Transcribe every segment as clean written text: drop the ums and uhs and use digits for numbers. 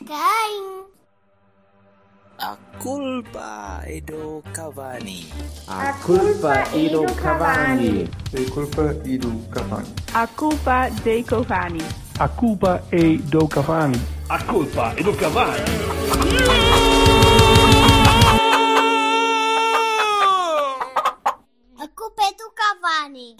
Quem? A culpa é do Cavani. A culpa é do Cavani. A culpa é do Cavani. A culpa dei Cavani. A culpa é do Cavani. A culpa é do Cavani. A culpa é do Cavani.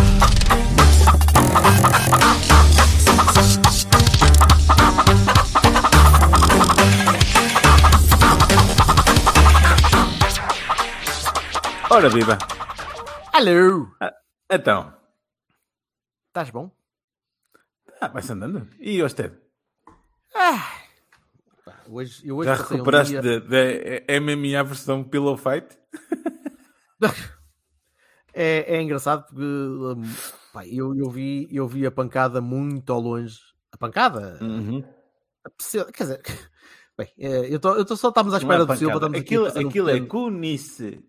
Ora viva! Alô! Então, Estás bom? vai-se andando. E você? Hoje Já passei recuperaste um dia... da MMA versão Pillow Fight? É engraçado porque pá, eu vi a pancada muito ao longe. A pancada? Quer dizer... Bem, só estamos à espera do Silva. Aquilo é cunice.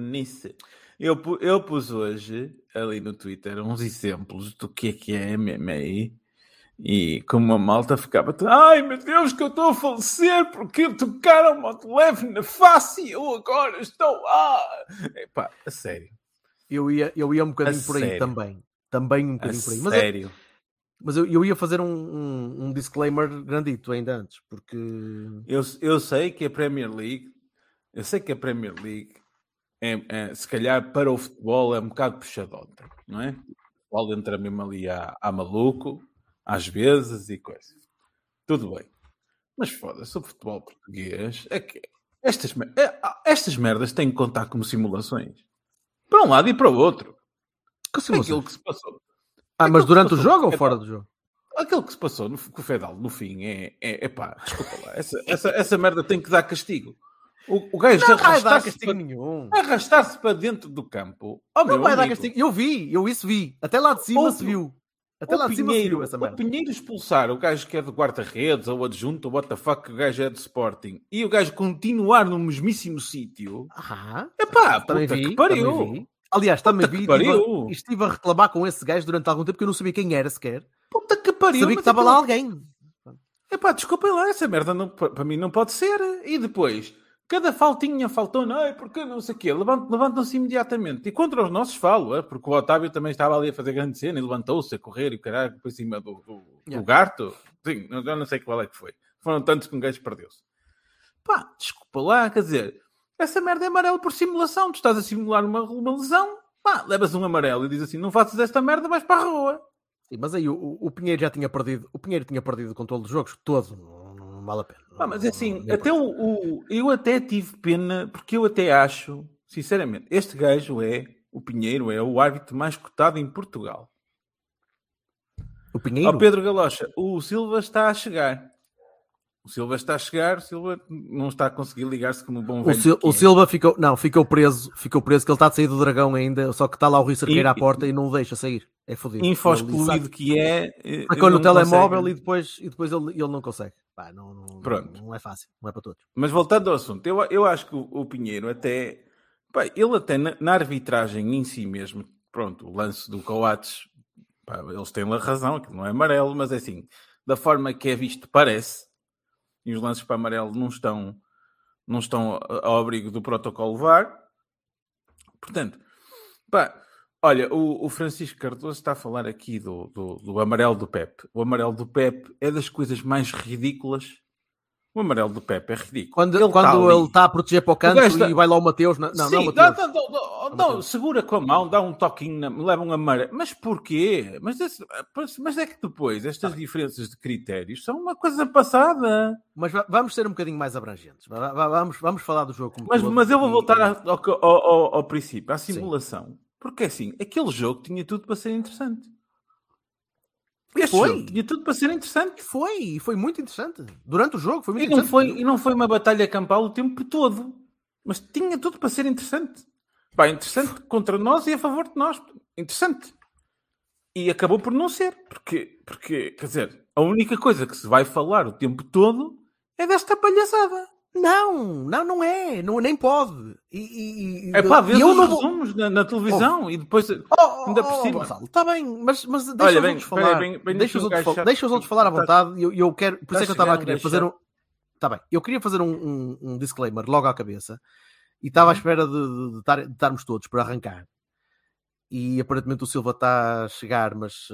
Eu pus hoje ali no Twitter uns exemplos do que é MMA e como a malta ficava ai meu Deus que eu estou a falecer porque tocaram uma leve na face e eu agora estou epá, a sério. Eu ia um bocadinho por aí sério? também um bocadinho por aí. Sério? Mas eu ia fazer um disclaimer grandito ainda antes, porque... Eu sei que a Premier League se calhar para o futebol é um bocado puxadota, não é? O futebol entra mesmo ali a maluco, às vezes e coisas. Tudo bem. Mas foda-se, o futebol português é que estas merdas têm que contar como simulações. Para um lado e para o outro. Que simulações? Aquilo que se passou. Mas durante o jogo ou fora do jogo? Aquilo que se passou com o Fedal no fim pá, desculpa lá. Essa merda tem que dar castigo. O gajo não vai dar castigo nenhum. Arrastar-se para dentro do campo. Não vai dar castigo. Eu isso vi. Até lá de cima se viu. Até lá de cima se viu essa merda. O Pinheiro expulsar o gajo que é de guarda-redes ou adjunto ou what the fuck, que o gajo é de Sporting e o gajo continuar no mesmíssimo sítio. Epá, também puta vi. que pariu. Aliás, também vi e estive a reclamar com esse gajo durante algum tempo porque eu não sabia quem era sequer. Puta que pariu. Sabia que estava lá alguém. Epá, desculpem lá, essa merda para mim não pode ser. E depois, cada faltinha faltou, não, porque não sei o quê, levantam-se imediatamente. E contra os nossos falo, porque o Otávio também estava ali a fazer grande cena e levantou-se a correr e o caralho por cima do Garto. Sim, eu não sei qual é que foi. Foram tantos que um gajo perdeu-se. Pá, desculpa lá, quer dizer... Essa merda é amarelo por simulação. Tu estás a simular uma lesão, pá, levas um amarelo e diz assim, não faças esta merda, vais para a rua. Sim, mas aí o Pinheiro já tinha perdido. O Pinheiro tinha perdido o controle dos jogos todo. Não vale a pena. Mas assim, até eu até tive pena, porque eu até acho, sinceramente, este gajo o Pinheiro é o árbitro mais cotado em Portugal. O Pinheiro? Ao Pedro Galocha, o Silva está a chegar. O Silva não está a conseguir ligar-se como um bom velho. O Silva ficou preso que ele está a sair do dragão ainda, só que está lá o Rui Cerqueira à porta e não o deixa sair. É fodido. Info-excluído que é... Sacou-lhe o telemóvel e depois ele não consegue. Pá, Pronto. Não é fácil, não é para todos. Mas voltando ao assunto, eu acho que o Pinheiro até... Pá, ele até na arbitragem em si mesmo, pronto, o lance do Coates, pá, eles têm razão, aquilo não é amarelo, mas é assim, da forma que é visto parece... E os lances para amarelo não estão ao abrigo do protocolo VAR. Portanto, pá, olha, o Francisco Cardoso está a falar aqui do amarelo do Pepe. O amarelo do Pepe é das coisas mais ridículas. O amarelo do Pepe é ridículo. Quando ele está a proteger para o canto e vai lá o Mateus... Não, não, segura com a mão, dá um toquinho, leva um amarelo. Mas porquê? Mas é que depois estas diferenças de critérios são uma coisa passada. Mas vamos ser um bocadinho mais abrangentes. Vamos falar do jogo como mas eu vou voltar ao princípio, à simulação. Sim. Porque assim, aquele jogo tinha tudo para ser interessante. Tinha tudo para ser interessante. Foi muito interessante. Durante o jogo foi muito interessante. E não foi uma batalha campal o tempo todo. Mas tinha tudo para ser interessante. Pá, interessante contra nós e a favor de nós. Interessante. E acabou por não ser. Porque, quer dizer, a única coisa que se vai falar o tempo todo é desta palhaçada. Não é. Nem pode. É para ver os resumos na televisão e depois ainda por cima. Está bem, mas deixa os outros falar. Deixa os outros falar à vontade. Eu quero, por isso é que eu estava a querer fazer Está bem. Eu queria fazer um disclaimer logo à cabeça e estava à espera de estarmos todos para arrancar. E aparentemente o Silva está a chegar, mas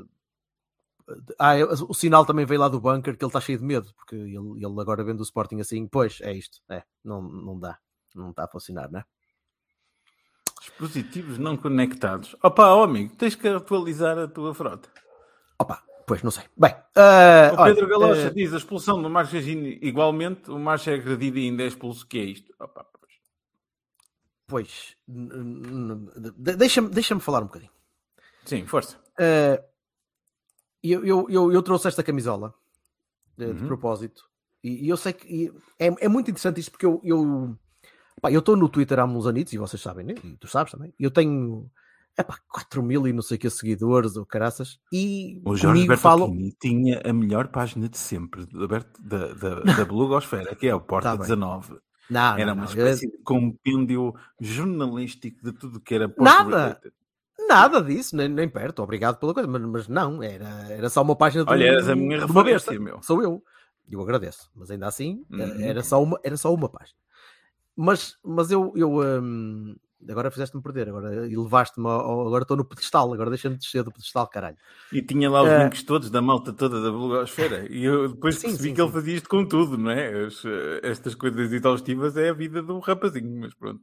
o sinal também veio lá do bunker que ele está cheio de medo, porque ele agora vendo o Sporting assim, pois é isto, não dá, não está a funcionar, não é? Dispositivos não conectados. Opa, amigo, tens que atualizar a tua frota. Opa, pois não sei. Bem, o Pedro Galocha diz a expulsão do Marchesini, igualmente, o Marcha é agredido e ainda é expulso, que é isto? Opa, pois, deixa-me falar um bocadinho. Sim, força. Eu trouxe esta camisola de propósito e eu sei que é muito interessante isto porque eu estou no Twitter há uns anitos e vocês sabem, né? E tu sabes também. Eu tenho 4.000 e não sei que seguidores ou caraças e o Jorge Bertolini tinha a melhor página de sempre da blogosfera, que é o Porta 19. Era uma espécie de compêndio jornalístico de tudo que era Nada disso, nem perto, obrigado pela coisa, mas não, era só uma página Olha, eras a minha referência, meu. Sou eu agradeço, mas ainda assim era só uma página. Mas eu agora fizeste-me perder, agora levaste-me, agora estou no pedestal, agora deixa-me descer do pedestal, caralho. E tinha lá os links todos da malta toda da blogosfera, e eu depois percebi que ele fazia isto com tudo, não é? Estas coisas exaustivas é a vida do rapazinho, mas pronto.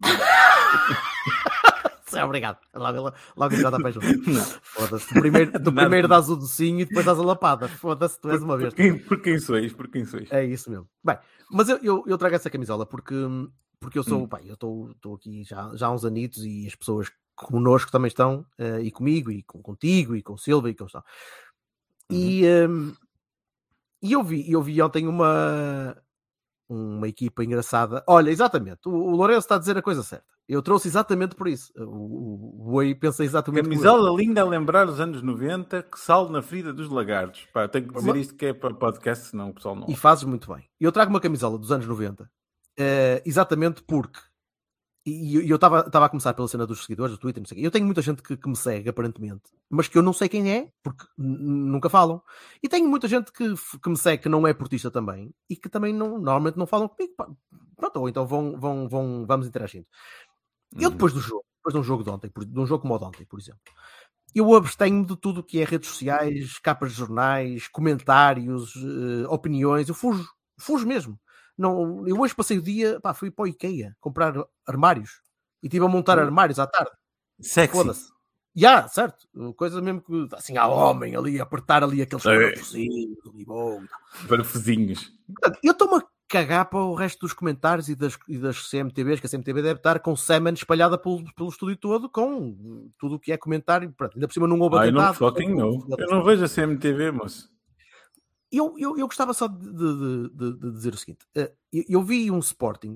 Obrigado. Logo já está para junto. Foda-se. Primeiro dás o docinho e depois dás a lapada. Foda-se, tu és uma vez. Por quem sois? É isso mesmo. Bem, mas eu trago essa camisola porque eu sou, eu estou aqui já há uns anitos e as pessoas connosco também estão, e comigo, e contigo, e com o Silva, e com estão. E eu vi ontem uma equipa engraçada. Olha, exatamente, o Lourenço está a dizer a coisa certa. Eu trouxe exatamente por isso. O Boi pensa exatamente por isso. Camisola linda a lembrar os anos 90, que sal na ferida dos lagartos. Pá, tenho que dizer isto que é para podcast, senão o pessoal não... E fazes muito bem. Eu trago uma camisola dos anos 90, exatamente porque... E eu estava a começar pela cena dos seguidores do Twitter, não sei o quê. Eu tenho muita gente que me segue, aparentemente, mas que eu não sei quem é, porque nunca falam. E tenho muita gente que me segue que não é portista também, e que também normalmente não falam comigo. Pronto, ou então vamos interagindo. Eu depois de um jogo de ontem, de um jogo como o de ontem, por exemplo, eu abstenho de tudo o que é redes sociais, capas de jornais, comentários, opiniões. Eu fujo mesmo. Não, eu hoje passei o dia, fui para o IKEA comprar armários e estive a montar armários à tarde. Sexy. Foda-se. Certo. Coisa mesmo que, assim, há homem ali, apertar ali aqueles parafusinhos. Eu estou-me a cagar para o resto dos comentários e das CMTVs, que a CMTV deve estar com semen espalhada pelo estúdio todo, com tudo o que é comentário. Pronto, ainda por cima não houve atentado. Eu não vejo a CMTV, moço. Eu gostava só de dizer o seguinte. Eu vi um Sporting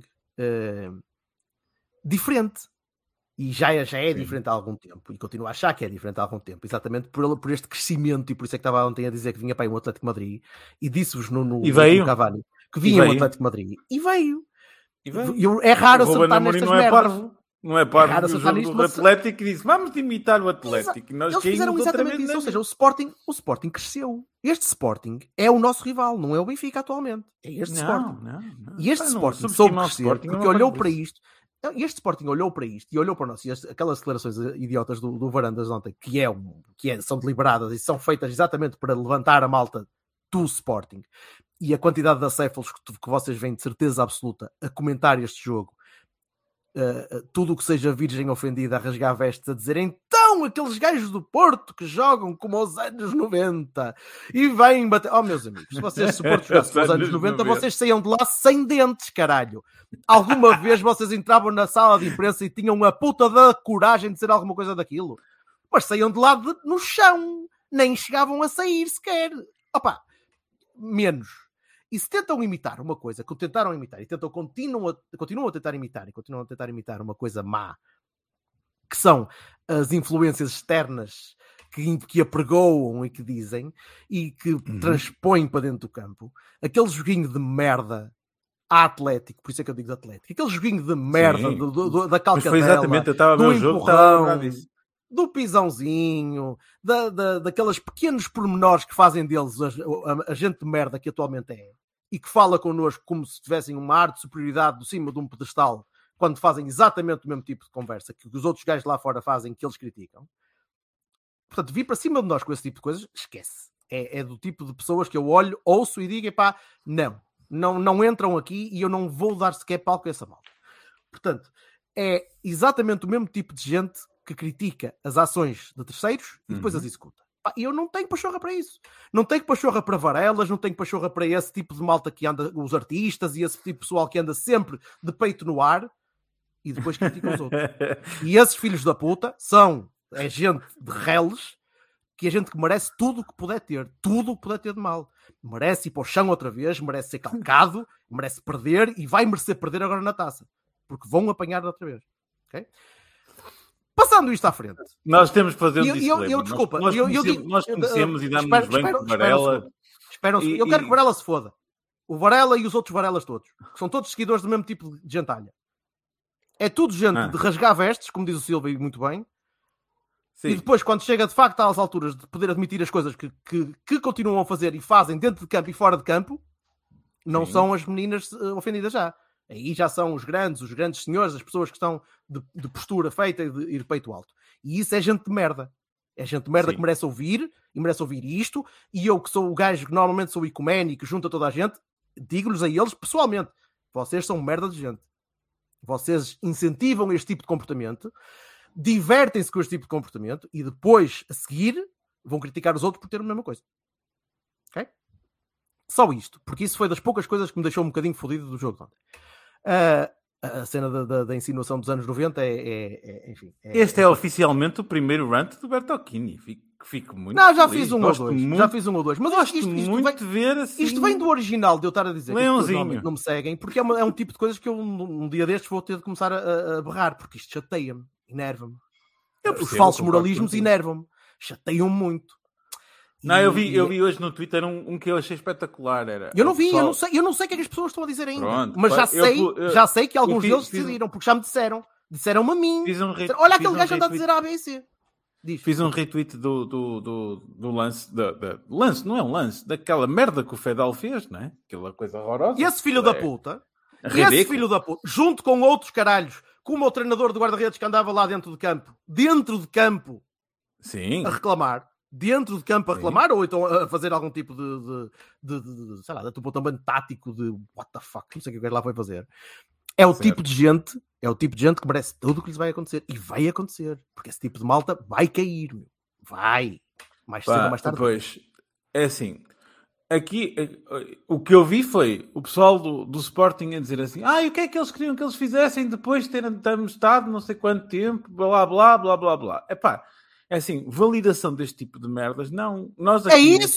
diferente. E já é diferente há algum tempo. E continuo a achar que é diferente há algum tempo. Exatamente por este crescimento. E por isso é que estava ontem a dizer que vinha para aí um Atlético Madrid. E disse-vos no Cavani que vinha um Atlético Madrid. E veio. É raro acertar nestas merdas. Não é parvo do jogo do Atlético e disse vamos imitar o Atlético. Eles fizeram exatamente isso. Ou seja, o Sporting cresceu. Este Sporting é o nosso rival, não é o Benfica atualmente. É este Sporting. E este Sporting soube crescer porque olhou para isto. Este Sporting olhou para isto e olhou para nós. E aquelas declarações idiotas do Varandas ontem, são deliberadas e são feitas exatamente para levantar a malta do Sporting. E a quantidade de acéfalos que vocês veem de certeza absoluta a comentar este jogo. Tudo o que seja virgem ofendida a rasgar vestes, a dizer então aqueles gajos do Porto que jogam como aos anos 90 e vêm bater. Oh, meus amigos, se vocês se o Porto jogasse como aos anos 90, vocês saiam de lá sem dentes, caralho. Alguma vez vocês entravam na sala de imprensa e tinham a puta da coragem de dizer alguma coisa daquilo, mas saiam de lá no chão, nem chegavam a sair sequer. Opa, menos. E se tentam imitar uma coisa que tentaram imitar e continuam a tentar imitar uma coisa má, que são as influências externas que apregoam e que dizem e que transpõem para dentro do campo, aquele joguinho de merda Atlético, por isso é que eu digo Atlético, aquele joguinho de merda da calcadela, foi exatamente, eu estava a ver o jogo, estava do pisãozinho, daqueles pequenos pormenores que fazem deles a gente de merda que atualmente é. e que fala connosco como se tivessem uma arte de superioridade do cima de um pedestal, quando fazem exatamente o mesmo tipo de conversa que os outros gajos lá fora fazem, que eles criticam. Portanto, vir para cima de nós com esse tipo de coisas, esquece. É do tipo de pessoas que eu olho, ouço e digo, epá, não entram aqui e eu não vou dar sequer palco a essa malta. Portanto, é exatamente o mesmo tipo de gente que critica as ações de terceiros e depois as executa. E eu não tenho pachorra para isso. Não tenho pachorra para Varelas, não tenho pachorra para esse tipo de malta que anda, os artistas e esse tipo de pessoal que anda sempre de peito no ar e depois critica os outros. E esses filhos da puta é gente de reles, que é gente que merece tudo o que puder ter de mal. Merece ir para o chão outra vez, merece ser calcado, merece perder e vai merecer perder agora na taça. Porque vão apanhar outra vez. Ok? Passando isto à frente. Nós temos que fazer um disclaimer. Desculpa. Nós conhecemos e damos-nos bem com o Varela. Eu quero que o Varela se foda. O Varela e os outros Varelas todos. Que são todos seguidores do mesmo tipo de gentalha. É tudo gente de rasgar vestes, como diz o Silva e muito bem. Sim. E depois, quando chega de facto às alturas de poder admitir as coisas que continuam a fazer e fazem dentro de campo e fora de campo, não são as meninas ofendidas já. Aí já são os grandes senhores, as pessoas que estão de postura feita e de peito alto. E isso é gente de merda. É gente de merda que merece ouvir, e merece ouvir isto. E eu, que sou o gajo que normalmente sou ecuménico, que junta toda a gente, digo-lhes a eles pessoalmente: vocês são merda de gente. Vocês incentivam este tipo de comportamento, divertem-se com este tipo de comportamento e depois, a seguir, vão criticar os outros por ter a mesma coisa. Ok? Só isto. Porque isso foi das poucas coisas que me deixou um bocadinho fodido do jogo de ontem. A cena da insinuação dos anos 90 enfim. Este é oficialmente o primeiro rant do Bertocchini. Fico muito Não, já feliz. fiz um ou dois. Mas gosto muito de ver assim. Isto vem do original, de eu estar a dizer Leãozinho. Que não me seguem, porque é um tipo de coisas que eu um dia destes vou ter de começar a berrar, porque isto chateia-me, enerva-me. Os falsos moralismos enervam-me, chateiam-me muito. Não, eu vi hoje no Twitter um que eu achei espetacular. Eu não vi, eu não sei o que é que as pessoas estão a dizer ainda. Pronto, mas já sei que alguns deles decidiram, porque já me disseram. Disseram-me a mim. Olha, aquele gajo anda a dizer A, B e C. Diz. Fiz um retweet do lance, lance, não é um lance, daquela merda que o Fedal fez, não é? Aquela coisa horrorosa. E esse filho da puta, junto com outros caralhos, como o treinador de guarda-redes que andava lá dentro de campo, sim, a reclamar. Dentro de campo a reclamar, ou então a fazer algum tipo sei lá, de apontamento tático de what the fuck, não sei o que o gajo lá foi fazer. É o tipo de gente que merece tudo o que lhes vai acontecer. E vai acontecer. Porque esse tipo de malta vai cair, meu. Vai. Mais cedo ou mais tarde. Depois, é assim, aqui, o que eu vi foi o pessoal do Sporting a dizer assim, o que é que eles queriam que eles fizessem depois de terem estado não sei quanto tempo, blá, blá, blá, blá, blá. Epá, é assim, validação deste tipo de merdas, não. Nós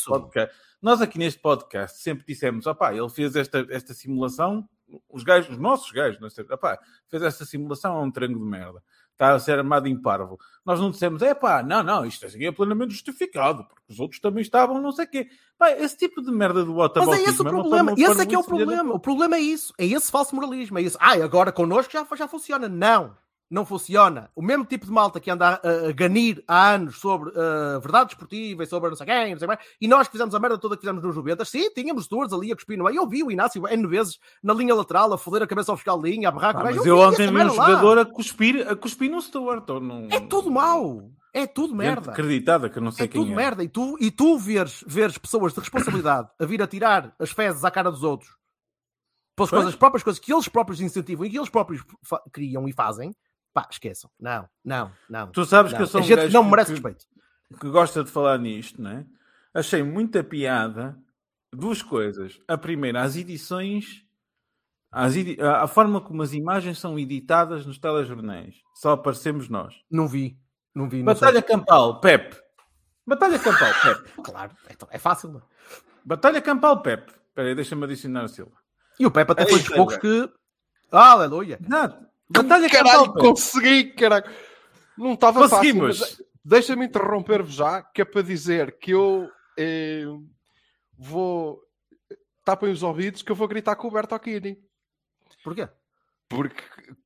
aqui neste podcast sempre dissemos, ele fez esta simulação, os nossos gajos, fez esta simulação a um trango de merda. Está a ser armado em parvo. Nós não dissemos, não, isto é plenamente justificado, porque os outros também estavam, não sei o quê. Esse tipo de merda do whataboutismo... Mas é esse o problema. Esse é que é o problema. O problema é isso. É esse falso moralismo. É isso. Agora connosco já funciona. Não funciona. O mesmo tipo de malta que anda a ganir há anos sobre verdade desportiva e sobre não sei quem, não sei mais, e nós que fizemos a merda toda que fizemos nos 90, sim, tínhamos todos ali a cuspir no meio. Eu vi o Inácio N vezes na linha lateral a foder a cabeça ao fiscal de linha, a berrar com o mas eu ontem vi um jogador a cuspir no Stuart. É tudo mau. É tudo merda. Acreditada que eu não sei quem é. É tudo merda. E tu veres pessoas de responsabilidade a vir a tirar as fezes à cara dos outros pelas próprias coisas que eles próprios incentivam e que eles próprios criam e fazem, esqueçam. Não. Tu sabes que eu sou um gajo não merece respeito. Que gosta de falar nisto, não é? Achei muita piada duas coisas. A primeira, as edições, a forma como as imagens são editadas nos telejornais. Só aparecemos nós. Não vi. Batalha Campal, Pep. Claro, é fácil. Não? Batalha Campal, Pep. Espera aí, deixa-me adicionar o Silva. E o Pep até foi dos poucos que... aleluia. Nada. Batalha Campal, consegui, caralho. Não estava fácil, mas deixa-me interromper-vos já, que é para dizer que eu vou... Tapem os ouvidos que eu vou gritar com o Bertocchini. Porquê? Porque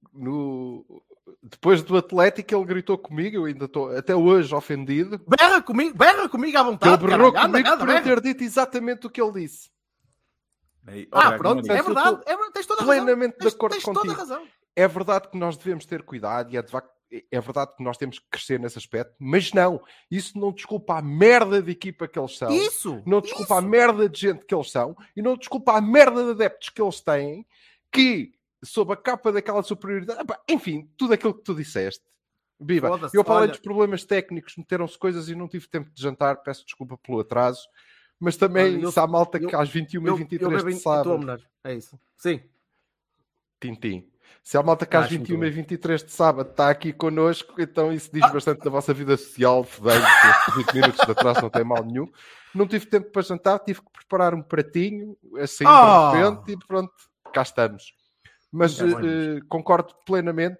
depois do Atlético ele gritou comigo, eu ainda estou até hoje ofendido. Berra comigo à vontade. Ele berrou comigo por eu ter dito exatamente o que ele disse. Pronto, é verdade. Tens toda a razão. Plenamente de acordo tens contigo. Toda a razão. É verdade que nós devemos ter cuidado e é verdade que nós temos que crescer nesse aspecto, mas não. Isso não desculpa a merda de equipa que eles são. Não desculpa a merda de gente que eles são e não desculpa a merda de adeptos que eles têm que, sob a capa daquela superioridade... Enfim, tudo aquilo que tu disseste. Viva. Eu falei dos problemas técnicos, meteram-se coisas e não tive tempo de jantar. Peço desculpa pelo atraso. Mas também, se há malta que às 21h23 de sábado... É isso. Sim. Tintim. Se há malta que às 21h23 de sábado está aqui connosco, então isso diz bastante da vossa vida social, fedendo, que 20 minutos de atraso não tem mal nenhum. Não tive tempo para jantar, tive que preparar um pratinho, assim, de repente, e pronto, cá estamos. Mas concordo plenamente,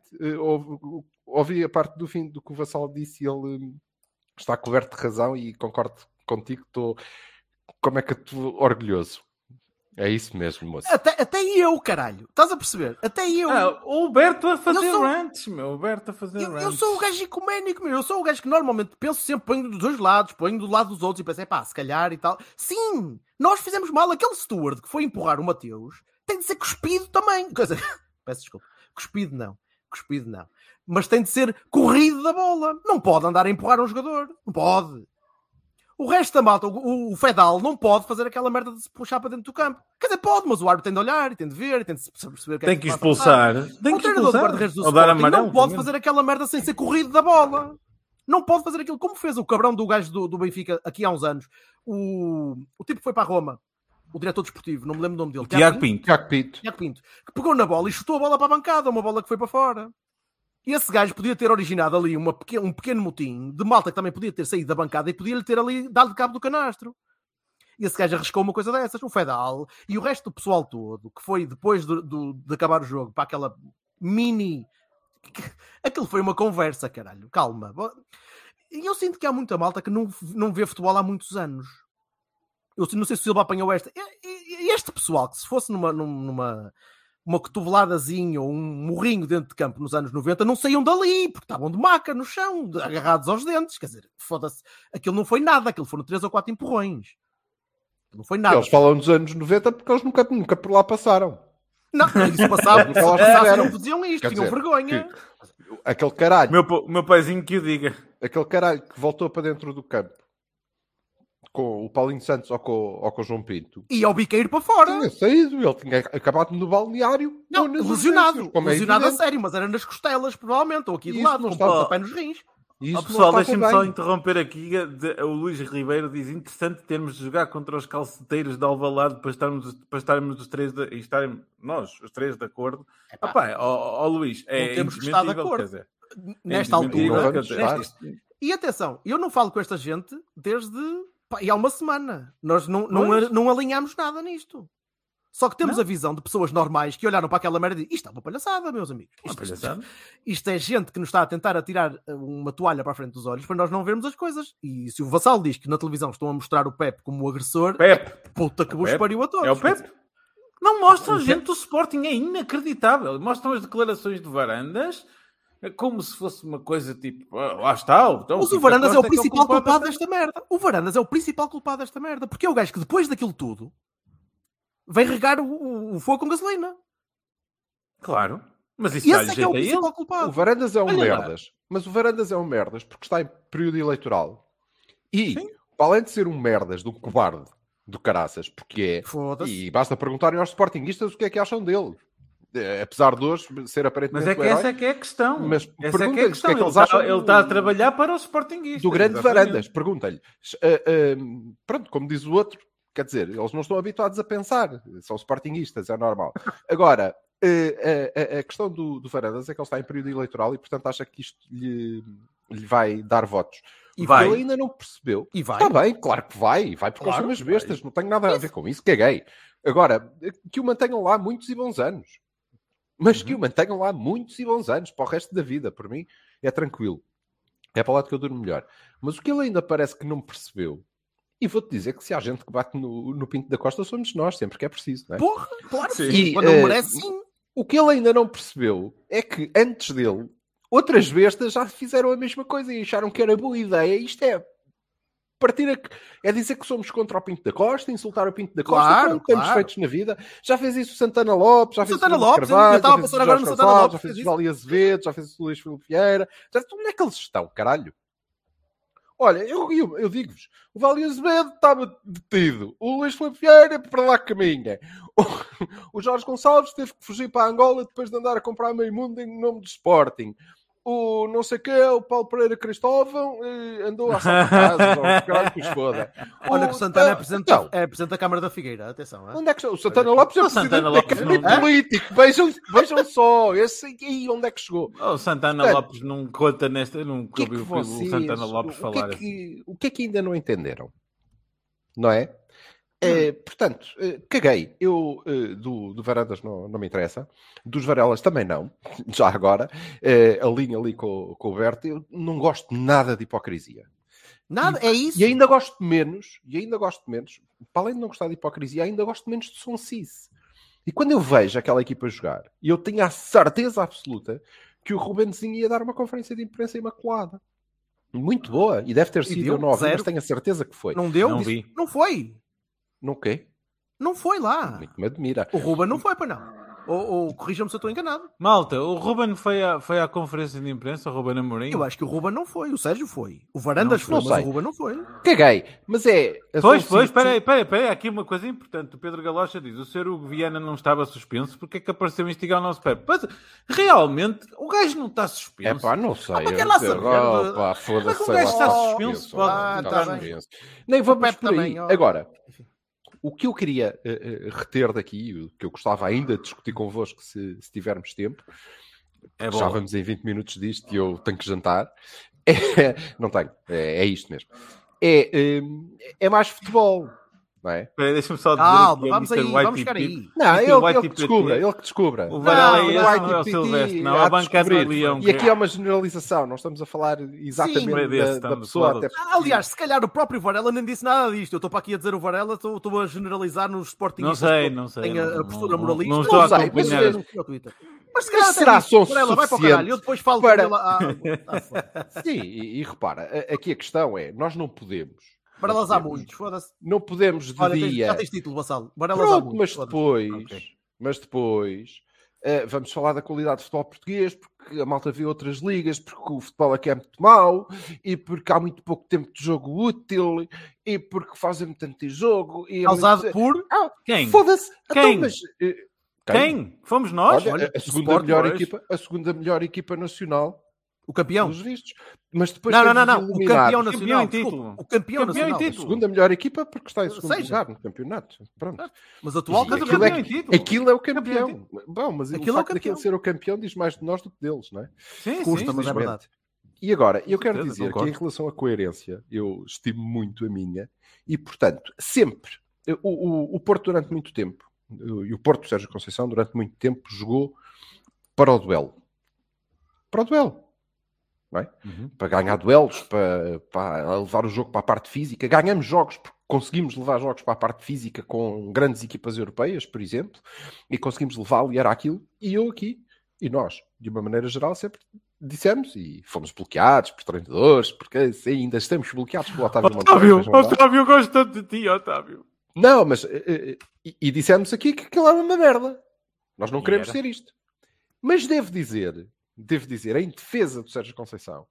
ouvi a parte do fim do que o Vassal disse e ele está coberto de razão e concordo contigo, como é que estou orgulhoso. É isso mesmo, moço. Até eu, caralho. Estás a perceber? Até eu. O Berto a fazer rants, meu. O Berto a fazer rants. Eu sou o gajo ecuménico, meu. Eu sou o gajo que normalmente penso sempre, ponho dos dois lados, ponho do lado dos outros e penso, se calhar e tal. Sim, nós fizemos mal. Aquele steward que foi empurrar o Mateus tem de ser cuspido também. Peço desculpa. Cuspido não. Mas tem de ser corrido da bola. Não pode andar a empurrar um jogador. Não pode. O resto da malta, o Fedal, não pode fazer aquela merda de se puxar para dentro do campo. Quer dizer, pode, mas o árbitro tem de olhar e tem de ver e tem de perceber o que tem que expulsar. O treinador do guarda-redes do Sporting não pode fazer aquela merda sem ser corrido da bola. Não pode fazer aquilo como fez o cabrão do gajo do Benfica aqui há uns anos. O tipo que foi para a Roma, o diretor desportivo, não me lembro o nome dele. Tiago Pinto. Que pegou na bola e chutou a bola para a bancada, uma bola que foi para fora. E esse gajo podia ter originado ali um pequeno motim de malta que também podia ter saído da bancada e podia-lhe ter ali dado cabo do canastro. E esse gajo arriscou uma coisa dessas, o Fedal e o resto do pessoal todo, que foi depois de acabar o jogo, para aquela mini... Aquilo foi uma conversa, caralho. Calma. E eu sinto que há muita malta que não vê futebol há muitos anos. Eu não sei se o Silva apanhou esta. Este pessoal, que se fosse uma cotoveladazinha ou um morrinho dentro de campo nos anos 90, não saíam dali, porque estavam de maca no chão, agarrados aos dentes. Quer dizer, foda-se. Aquilo não foi nada, aquilo foram 3 ou 4 empurrões. Não foi nada. Eles falam dos anos 90 porque eles nunca por lá passaram. Não, isso passava, não faziam isto, tinham vergonha. Aquele caralho. Meu paizinho que o diga. Aquele caralho que voltou para dentro do campo com o Paulinho Santos ou com o João Pinto. E ao biqueiro para fora. Tinha saído, ele tinha acabado no balneário. Não, lesionado a sério, mas era nas costelas, provavelmente, ou aqui do lado, com o pé nos rins. Pessoal, deixem-me só interromper aqui. O Luís Ribeiro diz: interessante termos de jogar contra os calceteiros de Alvalade para estarmos os três os três de acordo. Luís, é indesmentível, quer dizer, nesta altura. E atenção, eu não falo com esta gente desde há uma semana. Nós não alinhamos nada nisto. Só que temos a visão de pessoas normais que olharam para aquela merda e dizem: isto é uma palhaçada, meus amigos. Isto é gente que nos está a tentar atirar uma toalha para a frente dos olhos para nós não vermos as coisas. E se o Vassal diz que na televisão estão a mostrar o Pep como o agressor, puta que vos pariu a todos. É o Pep. Não mostram gente do Sporting, é inacreditável. Mostram as declarações de Varandas como se fosse uma coisa tipo, lá está. Mas o Varandas é o principal culpado desta merda. O Varandas é o principal culpado desta merda. Porque é o gajo que depois daquilo tudo vem regar o fogo com gasolina. Claro. Mas isso dá-lhe jeito a ele. O Varandas é um merdas. Mas o Varandas é um merdas porque está em período eleitoral. E, além de ser um merdas, do cobarde, do caraças, porque é... E basta perguntarem aos sportinguistas o que é que acham dele. Apesar de hoje ser aparentemente mas essa é que é a questão. Mas essa é que é a questão. Ele está a trabalhar para os sportinguistas. Do grande Varandas. Pergunta-lhe. Pronto, como diz o outro, quer dizer, eles não estão habituados a pensar. São sportinguistas, é normal. Agora, a questão do Varandas é que ele está em período eleitoral e, portanto, acha que isto lhe vai dar votos. E vai. Ele ainda não percebeu. E vai. Está bem, claro que vai. Vai porque são umas bestas. Não tenho nada a ver com isso. Caguei. Agora, que o mantenham lá muitos e bons anos. Mas que o mantenham lá muitos e bons anos para o resto da vida. Por mim, é tranquilo. É para lá que eu durmo melhor. Mas o que ele ainda parece que não percebeu, e vou-te dizer que se há gente que bate no Pinto da Costa, somos nós, sempre que é preciso, não é? Porra, claro sim. E, quando merece, sim. O que ele ainda não percebeu é que, antes dele, outras bestas já fizeram a mesma coisa e acharam que era boa ideia. Isto é é dizer que somos contra o Pinto da Costa, insultar o Pinto da Costa, Claro, como temos feitos na vida. Já fez isso o Santana Lopes, já fez Santana isso o Lopes, Carvalho, eu estava a já fez pensar isso o agora Jorge no Santana Gonçalves, Lopes, já fez fez o Vale Azevedo, já fez isso o Luís Filipe Vieira. Onde é que eles estão, caralho? Olha, eu digo-vos, o Vale Azevedo estava detido, o Luís Filipe Vieira para lá caminha, o Jorge Gonçalves teve que fugir para Angola depois de andar a comprar meio mundo em nome do Sporting. O não sei o que, o Paulo Pereira Cristóvão andou a salvar casas, ou o caralho que os foda. Olha que o Santana é presidente da Câmara da Figueira, atenção. Onde é que está? O Santana Lopes é o presidente da Câmara político. Vejam só, esse aí onde é que chegou. O Santana Lopes não conta nesta, eu nunca ouvi o Santana Lopes falar assim. O que é que ainda não entenderam? Não é? Portanto, caguei. Eu do Varandas não me interessa. Dos Varelas também não. Já agora. Alinho ali com o Berto. Eu não gosto nada de hipocrisia. Nada, é isso. E ainda gosto menos, para além de não gostar de hipocrisia, ainda gosto menos de sonsice. E quando eu vejo aquela equipa jogar, e eu tenho a certeza absoluta que o Rubenzinho ia dar uma conferência de imprensa imaculada. Muito boa. E deve ter sido 9, mas tenho a certeza que foi. Não deu? Não vi. Não foi. Não quê? Não foi lá. Muito me admira. O Ruben não foi, para não. Ou corrija-me se eu estou enganado. Malta, o Ruben foi à conferência de imprensa, o Ruben Amorim? Eu acho que o Ruben não foi, o Sérgio foi. O Varandas foi, mas o Ruben não foi. Caguei. Mas é... Pois, espera aí. Aqui uma coisa importante. O Pedro Galocha diz, o Sr. Hugo Viana não estava suspenso, porque é que apareceu investigar o nosso pé? Mas, realmente, o gajo não está suspenso. É pá, não sei. Para que lá saber? Foda-se. Mas o gajo está suspenso. Nem vamos por aí. Agora... O que eu queria reter daqui, o que eu gostava ainda de discutir convosco se tivermos tempo, já vamos em 20 minutos disto e eu tenho que jantar, não tenho, é isto mesmo, é mais futebol, não é? Espera, deixa-me só dizer vamos chegar aí. Não, ele que descubra. O Varela é o Silvestre, não, a bancada do Leão. E aqui é uma generalização, não estamos a falar exatamente da pessoa. Até aliás, se calhar o próprio Varela nem disse nada disto. Eu estou para aqui a dizer o Varela, estou a generalizar nos Sportingistas. Não sei. Tem a postura moralista. Não estou a acompanhar. Mas se calhar será só Varela, vai para o caralho. Eu depois falo para... Sim, e repara, aqui a questão é, nós não podemos. Varelas há muitos, foda-se. Não podemos de dia... Já tens título, Vassalo. Varelas há muitos. Mas depois vamos falar da qualidade do futebol português, porque a malta vê outras ligas, porque o futebol aqui é muito mau, e porque há muito pouco tempo de jogo útil, e porque fazem muito anti-jogo. Causado por... Quem? Foda-se. Quem? Então, mas, quem? Fomos nós? Olha, a segunda melhor equipa nacional. O campeão? Dos vistos. Mas depois não. O campeão nacional. O campeão nacional. A segunda melhor equipa porque está em segundo lugar no campeonato. Pronto. Mas atual aquilo é o campeão. Bom, mas aquilo o facto daquele ser o campeão diz mais de nós do que deles, não é? Sim, custa, mas é verdade. E agora, eu quero dizer que em relação à coerência, eu estimo muito a minha e, portanto, sempre o Porto durante muito tempo, e o Porto Sérgio Conceição durante muito tempo jogou para o duelo. Para o duelo. Não é? Para ganhar duelos, para levar o jogo para a parte física. Ganhamos jogos porque conseguimos levar jogos para a parte física com grandes equipas europeias, por exemplo, e conseguimos levá-lo e era aquilo. E eu aqui, e nós, de uma maneira geral, sempre dissemos, e fomos bloqueados por treinadores, porque ainda estamos bloqueados pelo Otávio Monteiro. Otávio, gosto tanto de ti, Otávio. Não, mas... E dissemos aqui que aquilo era uma merda. Nós não queremos ser isto. Mas devo dizer, em defesa do Sérgio Conceição,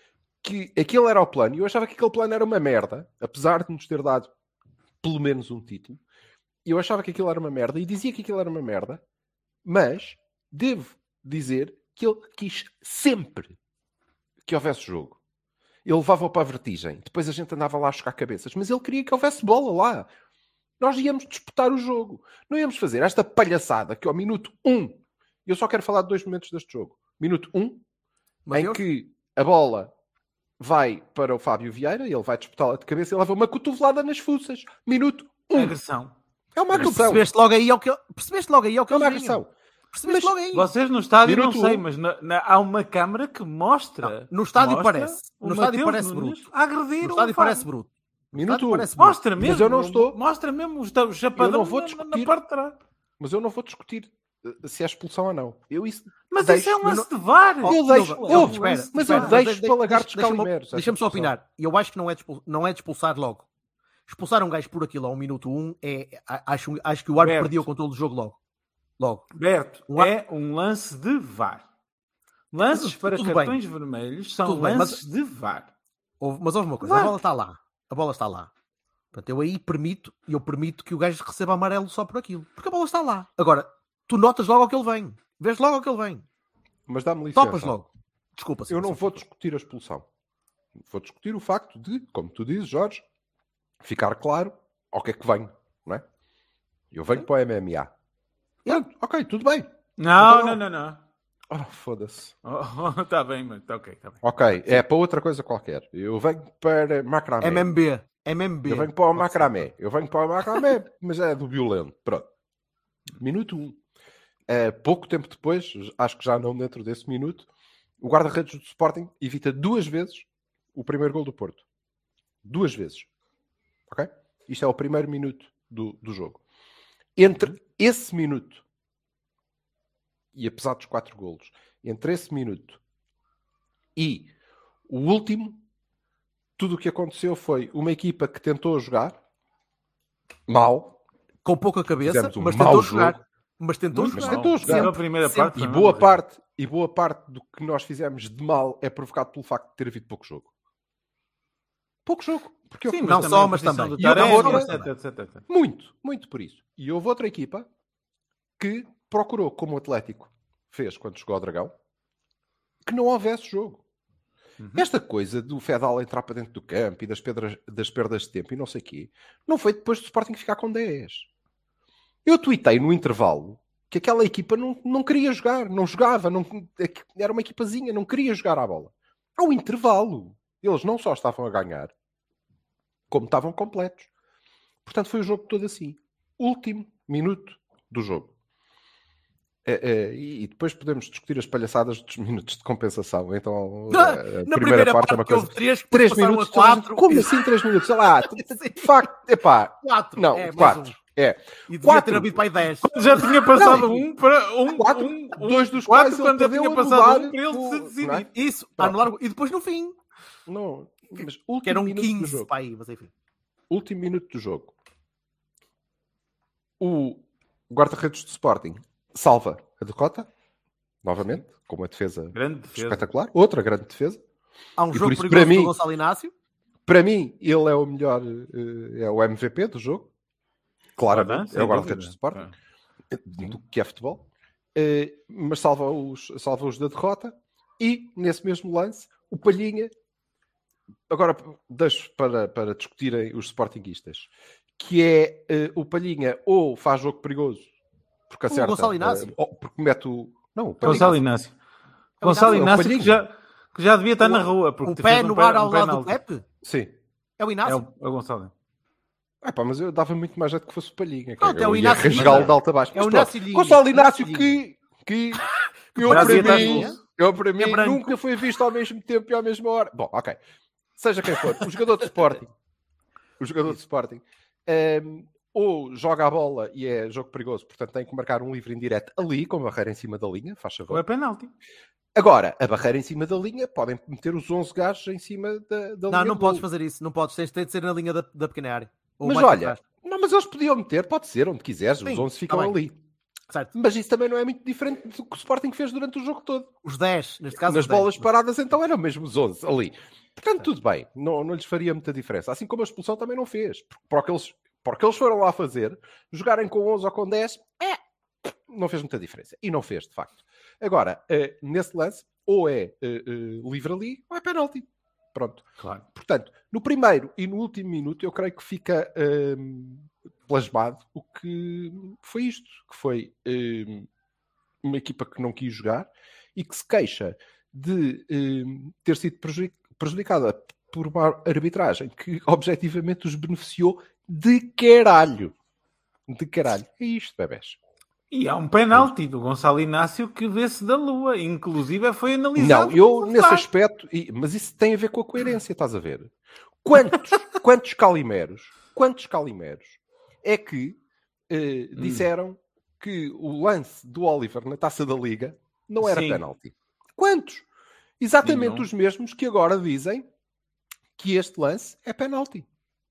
que aquele era o plano, e eu achava que aquele plano era uma merda, apesar de nos ter dado pelo menos um título, e eu achava que aquilo era uma merda, e dizia que aquilo era uma merda, mas devo dizer que ele quis sempre que houvesse jogo. Ele levava-o para a vertigem, depois a gente andava lá a chocar cabeças, mas ele queria que houvesse bola lá. Nós íamos disputar o jogo. Não íamos fazer esta palhaçada que ao minuto 1, eu só quero falar de 2 momentos deste jogo. Minuto 1, em que a bola vai para o Fábio Vieira, ele vai disputá-la de cabeça e leva uma cotovelada nas fuças. Minuto 1. Agressão. É uma agressão. Percebeste logo aí ao que é uma agressão. Percebeste logo aí. Vocês no estádio não sei, mas há uma câmara que mostra. No estádio parece. No estádio parece bruto. A agredir. No estádio parece bruto. Minuto 1. Mostra mesmo. Mas eu não estou. Mostra mesmo o chapadão na parte de trás. Mas eu não vou discutir se é expulsão ou não. Mas isso é um lance de VAR. Eu deixo, mas eu deixo para lagartos deixa-me calimeros. deixa-me só opinar. Eu acho que não é de expulsar logo. Expulsar um gajo por aquilo ao minuto 1 acho que o árbitro perdia o controle do jogo logo. Berto, é um lance de VAR. Lances para cartões vermelhos são lances de VAR. Mas houve uma coisa, a bola está lá. Portanto, eu permito que o gajo receba amarelo só por aquilo. Porque a bola está lá. Agora, tu notas logo ao que ele vem. Vês logo ao que ele vem. Mas dá-me licença. Topas logo. Desculpa. Eu não vou discutir a expulsão. Vou discutir o facto de, como tu dizes, Jorge, ficar claro ao que é que venho, não é? Eu venho para o MMA. Pronto, ok, tudo bem. Não. Oh, foda-se. Está bem, mas está ok. Ok, é para outra coisa qualquer. Eu venho para macramé. MMB. Eu venho para o macramé. Mas é do violento. Pronto. Minuto 1. Pouco tempo depois, acho que já não dentro desse minuto, o guarda-redes do Sporting evita 2 vezes o primeiro gol do Porto. 2 vezes. Ok? Isto é o primeiro minuto do jogo. Entre esse minuto e apesar dos 4 golos, entre esse minuto e o último, tudo o que aconteceu foi uma equipa que tentou jogar mal, com pouca cabeça, mas tentou jogar. Mas tentou jogar. A primeira parte e boa parte do que nós fizemos de mal é provocado pelo facto de ter havido pouco jogo. Porque sim, não só, mas também. Muito por isso. E houve outra equipa que procurou, como o Atlético fez quando chegou ao Dragão, que não houvesse jogo. Esta coisa do Fedal entrar para dentro do campo e das perdas de tempo e não sei o quê, não foi depois do Sporting ficar com 10. Eu tuitei no intervalo que aquela equipa não queria jogar, não jogava, era uma equipazinha, não queria jogar à bola. Ao intervalo, eles não só estavam a ganhar, como estavam completos. Portanto, foi o jogo todo assim. Último minuto do jogo. E depois podemos discutir as palhaçadas dos minutos de compensação. Então, na primeira parte é uma coisa. 3 minutos, 4. Como assim 3 minutos? Sei lá, de facto, 4. Não, 4. E devia ter havido para aí 10. Já tinha passado para 2 dos quais quando já tinha passado para ele se decidir. Isso, anularam. E depois no fim. Não, mas que eram 15 para aí, mas enfim. Último minuto do jogo. O guarda-redes do Sporting salva a derrota, novamente, com uma defesa espetacular. Outra grande defesa. Há um jogo perigoso do Gonçalo Inácio. Para mim, ele é o melhor, é o MVP do jogo. Claramente, é o guarda-redes do Sporting, do que é futebol. Mas salva-os da derrota. E, nesse mesmo lance, o Palhinha, agora deixo para discutirem os sportinguistas, que é o Palhinha ou faz jogo perigoso, porque acerta... O Gonçalo Inácio? Porque mete o... Não, o Gonçalo Inácio. Gonçalo Inácio que já devia estar na rua. O pé no ar ao lado do Pepe? Sim. É o Inácio? É o Gonçalo. Mas eu dava muito mais jeito que fosse o Palhinha. É o Inácio. Rasgá-lo de alta a baixo. É o Inácio. Gonçalo Inácio que eu para mim nunca foi visto ao mesmo tempo e à mesma hora. Bom, ok. Seja quem for. O jogador de Sporting ou joga a bola e é jogo perigoso, portanto tem que marcar um livre indireto ali, com a barreira em cima da linha, faz favor. Ou é penalti. Agora, a barreira em cima da linha, podem meter os 11 gajos em cima da linha. Não podes fazer isso, não podes, tem de ser na linha da pequena área. Mas olha, mas eles podiam meter, pode ser, onde quiseres, os 11 ficam ali. Certo. Mas isso também não é muito diferente do que o Sporting fez durante o jogo todo. Os 10, neste caso. Nas bolas paradas, então eram mesmo os 11 ali. Portanto, tudo bem, não lhes faria muita diferença. Assim como a expulsão também não fez. Porque eles foram lá fazer, jogarem com 11 ou com 10, não fez muita diferença. E não fez, de facto. Agora, nesse lance, ou é livre ali, ou é penalti. Pronto. Claro. Portanto, no primeiro e no último minuto, eu creio que fica plasmado o que foi isto. Que foi uma equipa que não quis jogar e que se queixa de ter sido prejudicada por uma arbitragem que objetivamente os beneficiou de caralho. De caralho. É isto, bebés. E há um penalti do Gonçalo Inácio que vê-se da lua. Inclusive foi analisado. Não, eu nesse aspecto... Mas isso tem a ver com a coerência, estás a ver? Quantos calimeros é que disseram que o lance do Oliver na Taça da Liga não era Sim. penalti? Quantos? Exatamente Nenhum. os mesmos que agora dizem que este lance é penalti.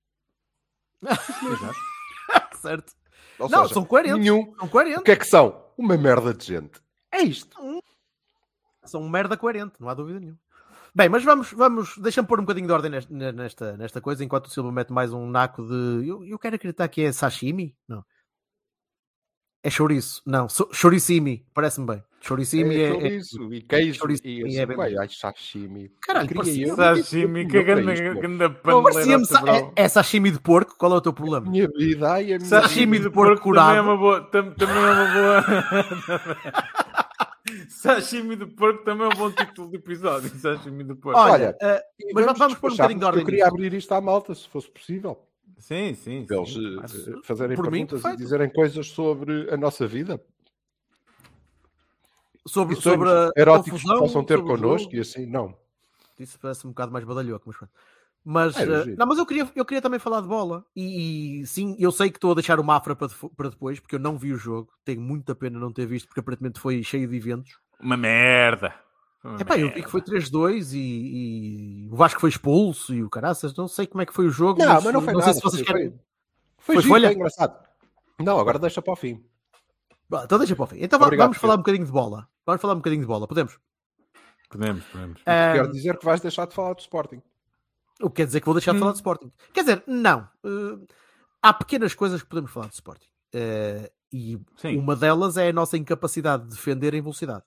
Certo. Ou Não, seja, são coerentes. nenhum. São O coerentes. que é que são? Uma merda de gente. É isto. São merda coerente, não há dúvida nenhuma. Bem, mas vamos deixa-me pôr um bocadinho de ordem nesta coisa, enquanto o Silva mete mais um naco de... Eu quero acreditar que é sashimi? Não. É chouriço? Não, chouricimi, parece-me bem. Chouricimi É chouriço e queijo. chouricimi E é assim, bem- ai, sashimi. Caralho, Queria parecia- eu. Sashimi, que Meu ganda Parecia-me paneleira. é sashimi de porco, qual é o teu problema? Minha vida, ai, a minha Sashimi vida. de porco também é curado. uma boa. Também é uma boa. Sashimi de porco também é um bom título de episódio. Sashimi de porco. Olha, E mas vamos pôr um despachar, bocadinho de porque ordem eu queria nisto. abrir isto à malta, se fosse possível. Sim, sim. Para eles sim. fazerem por mim, perguntas e perfeito. dizerem coisas sobre a nossa vida. Sobre, E sobre sonhos a eróticos que confusão, possam ter sobre o connosco jogo. e assim, não. Isso parece um bocado mais badalhoco, mas pronto. Mas, Era giro. não, mas eu queria também falar de bola. E sim, eu sei que estou a deixar o Mafra para depois, porque eu não vi o jogo. Tenho muita pena não ter visto, porque aparentemente foi cheio de eventos. Uma merda. Epá, eu vi que foi 3-2 e o Vasco foi expulso e o caraças. Não sei como é que foi o jogo. Não, mas não foi sei nada. se vocês Foi- querem. Foi Foi giro, folha? foi engraçado. Não, agora deixa para o fim. Bah, então deixa para o fim. Então Obrigado, vamos falar Pedro. um bocadinho de bola. Vamos falar um bocadinho de bola. Podemos? Podemos. Quer dizer que vais deixar de falar do Sporting. O que quer dizer que vou deixar de falar de Sporting. Quer dizer, não. Há pequenas coisas que podemos falar de Sporting. E Sim. uma delas é a nossa incapacidade de defender em velocidade.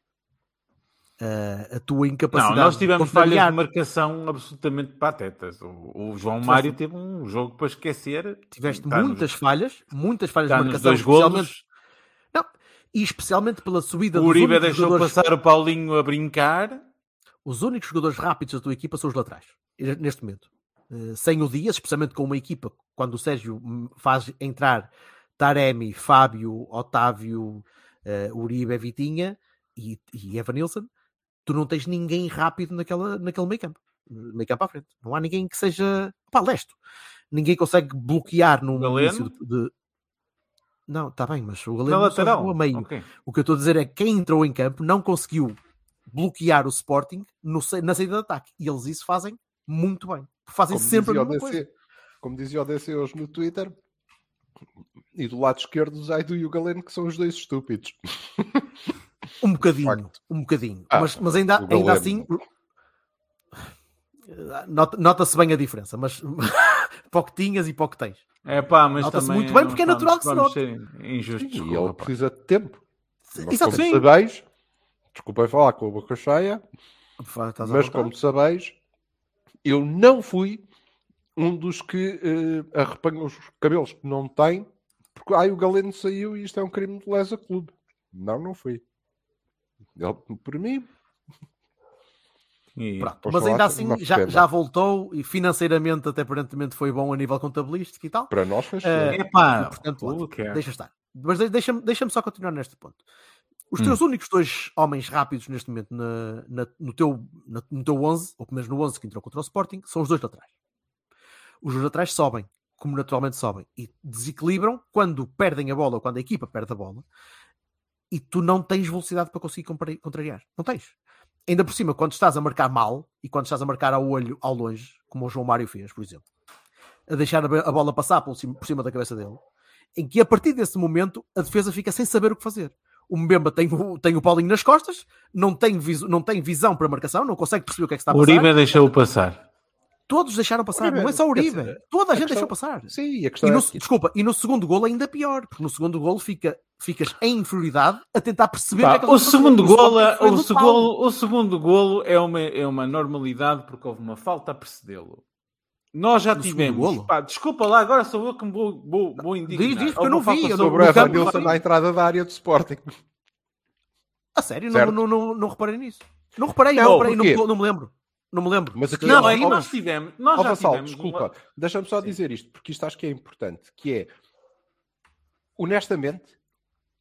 A tua incapacidade Não, nós tivemos de falhas contrariar. de marcação absolutamente patetas. O João Mário teve um jogo para esquecer. Tiveste Está muitas falhas de Está nos marcação, dois especialmente, golos. não, e especialmente pela subida O dos Uribe únicos deixou jogadores. passar o Paulinho a brincar. Os únicos jogadores rápidos da tua equipa são os laterais, neste momento. Sem o Dias, especialmente com uma equipa, quando o Sérgio faz entrar Taremi, Fábio, Otávio, Uribe, Vitinha e Evanilson, tu não tens ninguém rápido naquele meio campo. Meio campo à frente. Não há ninguém que seja lesto. Ninguém consegue bloquear no Galeno? início de... Não, está bem, mas o Na Galeno só lateral. jogou a meio. Ok. O que eu estou a dizer é que quem entrou em campo não conseguiu bloquear o Sporting na saída de ataque. E eles isso fazem muito bem. Fazem Como sempre a dizia o mesma coisa. DC, como dizia o DC hoje no Twitter, e do lado esquerdo o Zaidu e o Galeno, que são os dois estúpidos. Um bocadinho. Facto. Um bocadinho. Ah, mas ainda o Galeno. assim... Nota-se bem a diferença, mas pouco tinhas e pouco tens. É pá, mas Nota-se também muito bem, porque é vamos- natural que se vamos note. ser injustos. E com o ele rapaz. precisa de tempo. Mas como Exatamente. sabeis, desculpem falar com a boca cheia, Estás à mas vontade. como sabeis, eu não fui um dos que arrepanham os cabelos que não tem, porque o Galeno saiu e isto é um crime de lesa clube. Não fui. Ele, por mim, E- Pronto, Pois mas falar, ainda assim uma pena. já voltou e financeiramente até aparentemente foi bom a nível contabilístico e tal. para nós foi excelente. Epá, Portanto, who cares? deixa estar. Mas deixa-me só continuar neste ponto. Os teus únicos dois homens rápidos neste momento no teu 11, ou pelo menos no 11 que entrou contra o Sporting, são os dois laterais. Os dois laterais sobem, como naturalmente sobem, e desequilibram quando perdem a bola ou quando a equipa perde a bola, e tu não tens velocidade para conseguir contrariar. Não tens. Ainda por cima, quando estás a marcar mal e quando estás a marcar ao olho, ao longe, como o João Mário fez, por exemplo, a deixar a bola passar por cima da cabeça dele, em que a partir desse momento a defesa fica sem saber o que fazer. O Mbemba tem o Paulinho nas costas, não tem visão para marcação, não consegue perceber o que é que está a O passar. Uribe deixou passar. Todos deixaram passar, Uribe, não é só o quer Uribe. dizer, Toda a a gente questão- deixou passar. Sim, a questão E no segundo golo ainda pior, porque no segundo golo ficas em inferioridade a tentar perceber o que é que Pá, eles o estão a segundo fazer. golo, Sporting foi brutal. o segundo golo é uma normalidade porque houve uma falta a precedê-lo. Nós já No segundo tivemos. golo? Pá, desculpa lá, agora sou eu que me vou indignar. Diz, porque Houve eu não uma falta vi, eu sobre sobre no o campo, Evanilson não. à entrada da área do Sporting. A sério, Certo. não reparei nisso. Não reparei, Não, não porquê? me lembro. Não me lembro. Mas aqui, Não, ó, aí ó, nós tivemos. Nós ó, já Vassal, tivemos. desculpa, deixa-me só dizer isto, porque isto acho que é importante, que é, honestamente,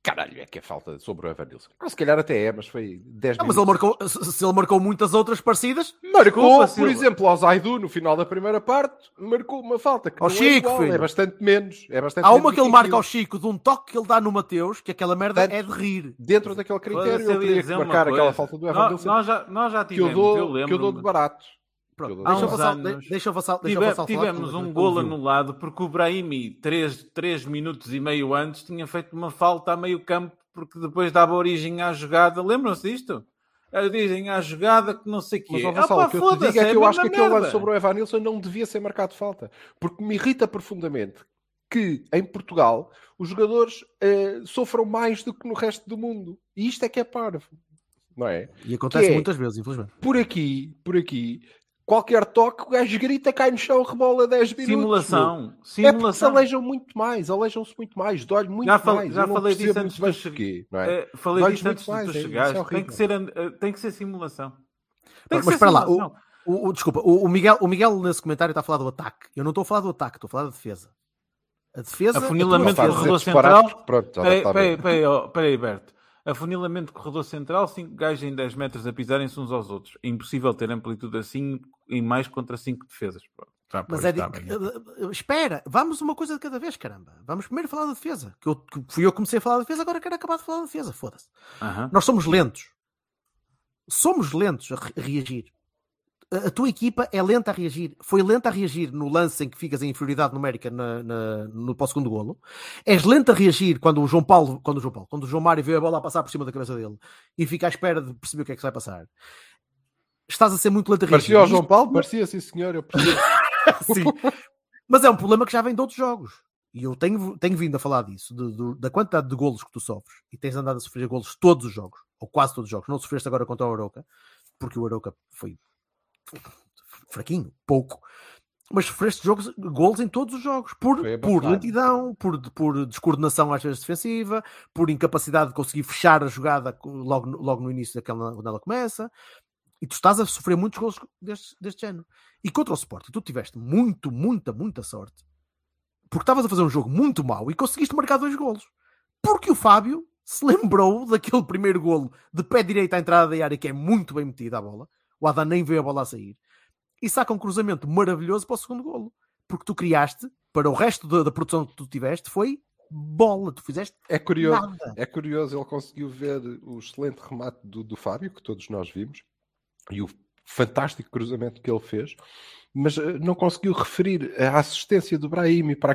caralho é que é falta sobre o Evanilson? Se calhar até é, mas foi 10 Não, mas minutos. se ele marcou muitas outras parecidas... Marcou, por exemplo, ao Zaidu no final da primeira parte, marcou uma falta que ao não Chico, é igual, filho. é bastante menos. Há uma que ele marca ao Chico de um toque que ele dá no Mateus, que aquela merda é de rir. Dentro daquele critério, eu teria que marcar aquela falta do Evanilson. Nós já tivemos, que eu dou de barato. Pronto, deixa eu passar tivemos um golo anulado porque o Brahimi 3 minutos e meio antes tinha feito uma falta a meio campo porque depois dava origem à jogada. Lembram-se disto? A origem à jogada que não sei o quê. Mas, Vassal, o que eu te digo é que eu acho que aquele lance sobre o Evanilson não devia ser marcado falta. Porque me irrita profundamente que em Portugal os jogadores sofram mais do que no resto do mundo. E isto é que é parvo. Não é? E acontece muitas vezes, infelizmente. Por aqui... Qualquer toque, o gajo grita, cai no chão, rebola 10 minutos. Simulação. É porque se alejam-se muito mais, dói muito mais. Já falei disso antes de chegar. Falei disso antes de tu chegares. Tem que ser simulação. Mas espera lá, desculpa, o Miguel nesse comentário está a falar do ataque. Eu não estou a falar do ataque, estou a falar da defesa. A defesa... Afunilamento do corredor central... Peraí, Berto. Afunilamento de corredor central, 5 gajos em 10 metros a pisarem-se uns aos outros. É impossível ter amplitude assim em mais contra 5 defesas. Mas espera, vamos uma coisa de cada vez, caramba. Vamos primeiro falar da defesa. Fui eu que comecei a falar da defesa, agora quero acabar de falar da defesa, foda-se. Nós somos lentos. Somos lentos a reagir. A tua equipa é lenta a reagir. Foi lenta a reagir no lance em que ficas em inferioridade numérica para o segundo golo. És lento a reagir quando o João Mário vê a bola a passar por cima da cabeça dele e fica à espera de perceber o que é que se vai passar. Estás a ser muito lento a reagir. Parecia ao João Paulo? Parecia, sim senhor. Eu sim. Mas é um problema que já vem de outros jogos. E eu tenho vindo a falar disso, da quantidade de golos que tu sofres. E tens andado a sofrer golos todos os jogos. Ou quase todos os jogos. Não sofreste agora contra o Arouca. Porque o Arouca foi... fraquinho, pouco, mas sofreste golos em todos os jogos, por lentidão, por descoordenação às vezes defensiva, por incapacidade de conseguir fechar a jogada logo no início daquela, quando ela começa, e tu estás a sofrer muitos golos deste género. E contra o Sporting, tu tiveste muita sorte, porque estavas a fazer um jogo muito mau e conseguiste marcar 2 golos, porque o Fábio se lembrou daquele primeiro golo de pé direito à entrada da área, que é muito bem metida a bola. O Adam nem vê a bola a sair. E saca um cruzamento maravilhoso para o segundo golo. Porque tu criaste, para o resto da produção que tu tiveste, foi bola. Tu fizeste nada. É curioso, ele conseguiu ver o excelente remate do Fábio, que todos nós vimos, e o fantástico cruzamento que ele fez, mas não conseguiu referir a assistência do Taremi para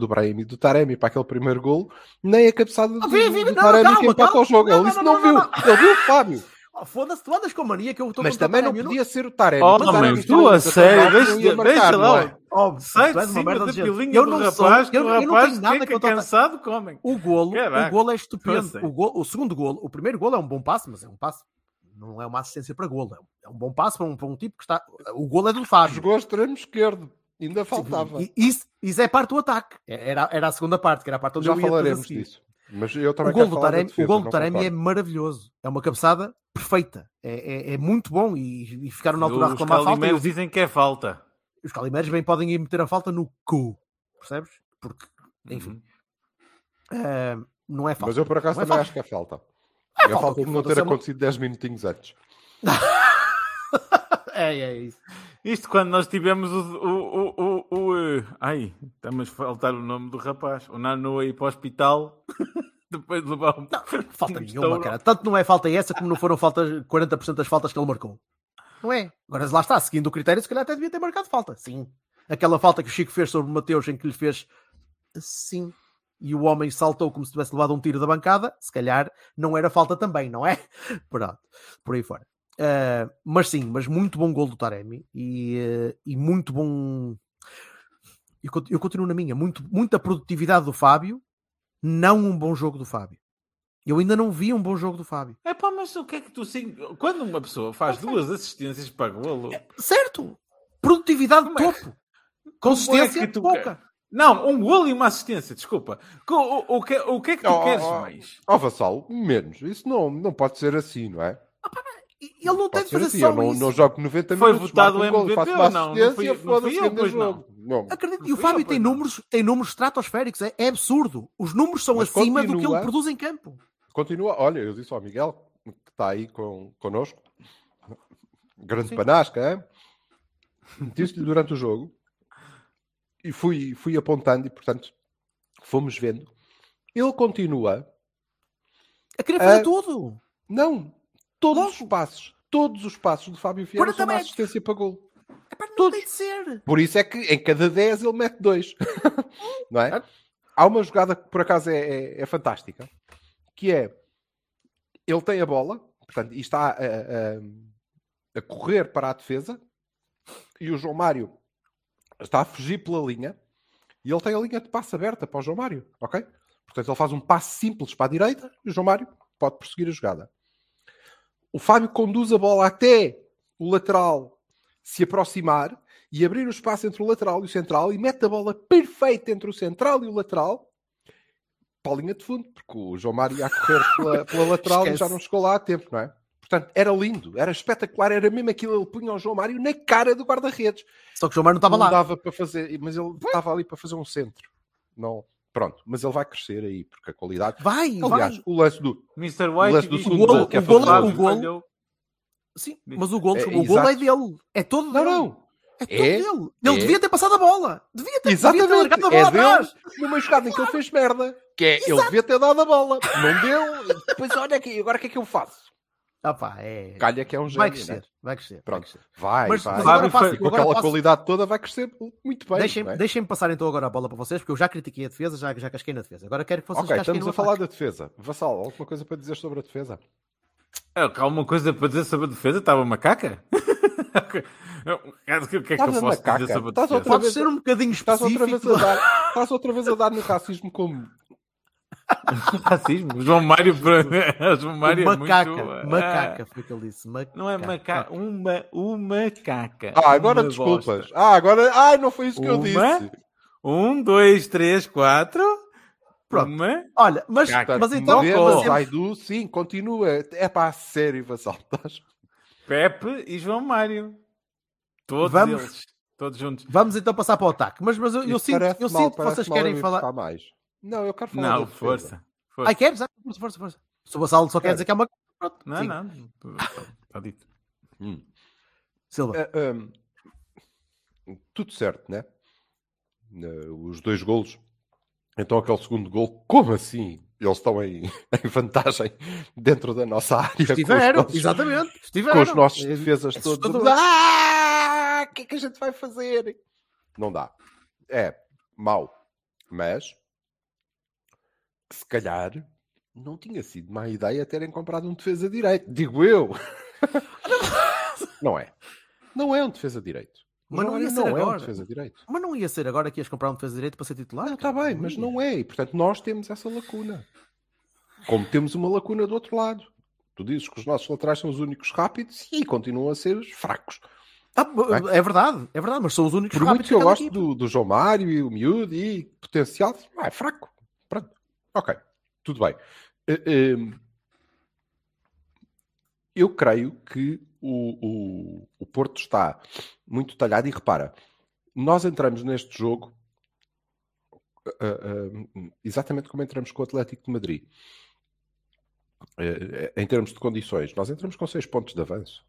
aquele primeiro golo, nem a cabeçada do Taremi que empata o jogo. Ele disse não viu. Ele viu o Fábio. Foda-se, tu andas com a mania que eu estou. Mas também não podia ser o Taremi. Mas tu a sério, deixa lá. Sai de cima da pilinha do rapaz, que o rapaz fica cansado, comem. O golo é estupendo. O segundo golo, o primeiro golo é um bom passe, mas é um passe. Não é uma assistência para golo. É um bom passe para um tipo que está... O golo é do Fábio. Jogou a extremo esquerdo. Ainda faltava. Isso é parte do ataque. Era a segunda parte, que era a parte onde já falaremos disso. Mas eu também o golo do Taremi é maravilhoso. É uma cabeçada perfeita. É muito bom. E ficaram na altura a reclamar a falta. Os Calimeros dizem que é falta. Os Calimeros bem podem ir meter a falta no cu. Percebes? Porque, enfim. Não é falta. Mas eu por acaso também acho que é falta. É falta de não ter acontecido 10 minutinhos antes. É isso. Isto quando nós tivemos ai, estamos a faltar o nome do rapaz. O Nano a ir para o hospital depois de levar um... Não falta nenhuma, cara. Tanto não é falta essa como não foram 40% das faltas que ele marcou. Não é? Agora lá está, seguindo o critério, se calhar até devia ter marcado falta. Sim. Aquela falta que o Chico fez sobre o Mateus, em que lhe fez assim... E o homem saltou como se tivesse levado um tiro da bancada, se calhar não era falta também, não é? Pronto, por aí fora. Mas sim, mas muito bom gol do Taremi e muito bom... Eu continuo na minha. Muita produtividade do Fábio, não um bom jogo do Fábio. Eu ainda não vi um bom jogo do Fábio. Mas o que é que tu... Quando uma pessoa faz 2 assistências para golo... Certo! Produtividade topo. Consistência pouca. Não, um golo e uma assistência, desculpa. O que é que tu queres mais? Vassal, menos. Isso não pode ser assim, não é? Ele não tem de fazer assim, só eu isso. não jogo 90 Foi minutos, votado marco um o gol, faço MVP uma ou não? Não assistência, fui eu, foda-se, pois não. jogo. Não. Acredito, e o Não fui Fábio eu, pois não. tem números estratosféricos, é absurdo. Os números são Mas acima do que ele continua. produz em campo. Continua, olha, eu disse ao Miguel, que está aí connosco, grande panasca, disse-lhe durante o jogo, e fui apontando, e portanto, fomos vendo. Ele continua. A querer fazer tudo. Não, todos os passos do Fábio Vieira são uma assistência para gol. Não tem de ser. Por isso é que em cada 10 ele mete 2. Não é? Há uma jogada que por acaso é fantástica, que é, ele tem a bola, portanto, e está a correr para a defesa, e o João Mário está a fugir pela linha, e ele tem a linha de passe aberta para o João Mário, ok? Portanto, ele faz um passe simples para a direita, e o João Mário pode prosseguir a jogada. O Fábio conduz a bola até o lateral se aproximar e abrir o espaço entre o lateral e o central, e mete a bola perfeita entre o central e o lateral para a linha de fundo, porque o João Mário ia a correr pela lateral e já não chegou lá a tempo, não é? Portanto, era lindo, era espetacular, era mesmo aquilo, ele punha o João Mário na cara do guarda-redes. Só que o João Mário não estava lá. Não dava para fazer, mas ele estava ali para fazer um centro. Não, pronto, mas ele vai crescer aí, porque a qualidade... Aliás, o lance do... Mr. White, o lance do segundo gol, que é o gol... Sim, mas o gol é dele. É todo dele. Não. É todo dele. Ele devia ter passado a bola. Devia ter largado a bola é atrás. dele numa jogada em que ele fez merda. Que é, ele devia ter dado a bola. Não deu. Depois olha aqui, agora o que é que eu faço? Calha que é um gênio. Vai crescer. Pronto. Vai. Mas agora com aquela qualidade toda vai crescer muito bem. Deixem-me passar então agora a bola para vocês, porque eu já critiquei a defesa, já casquei na defesa. Agora quero que vocês casquem estamos a falar da defesa. Vassal, alguma coisa para dizer sobre a defesa? Alguma coisa para dizer sobre a defesa? Estava macaca? O que é que eu posso dizer sobre a defesa? Pode ser um bocadinho específico. Estás outra vez a dar no racismo como... Racismo? João Mário é macaca, muito... Macaca, foi o que ele disse. Macaca. Não é macaca, uma caca. Agora desculpas. Agora... não foi isso que eu disse. 1, 2, 3, 4... Pronto. Olha, mas então... Sim, continua. É para a série, Vassal. Pepe e João Mário. Todos eles. Todos juntos. Vamos então passar para o ataque. Mas eu sinto que vocês querem falar... Mais. Não, eu quero falar força. Ai, queres? Força. Se o Vassal só quer dizer que é uma... Pronto. Não. Está dito. Silva. Tudo certo, né? Os 2 golos. Então aquele segundo gol, como assim? Eles estão em vantagem dentro da nossa área. Estiveram. Com os nossos defesas todos. O que é que a gente vai fazer? Não dá. É mau. Mas, se calhar, não tinha sido má ideia terem comprado um defesa direito. Digo eu. Não é. Não é um defesa direito. Mas não ia ser agora. Um defesa direito. Mas não ia ser agora que ias comprar um defesa direito para ser titular? Não, está bem, mas não é. E, portanto, nós temos essa lacuna. Como temos uma lacuna do outro lado. Tu dizes que os nossos laterais são os únicos rápidos e continuam a ser fracos. É verdade, mas são os únicos rápidos. Por muito que eu gosto do João Mário e o miúdo e potencial, é fraco. Pronto. Ok, tudo bem. Eu creio que o Porto está muito talhado e repara, nós entramos neste jogo exatamente como entramos com o Atlético de Madrid. Em termos de condições, nós entramos com 6 pontos de avanço.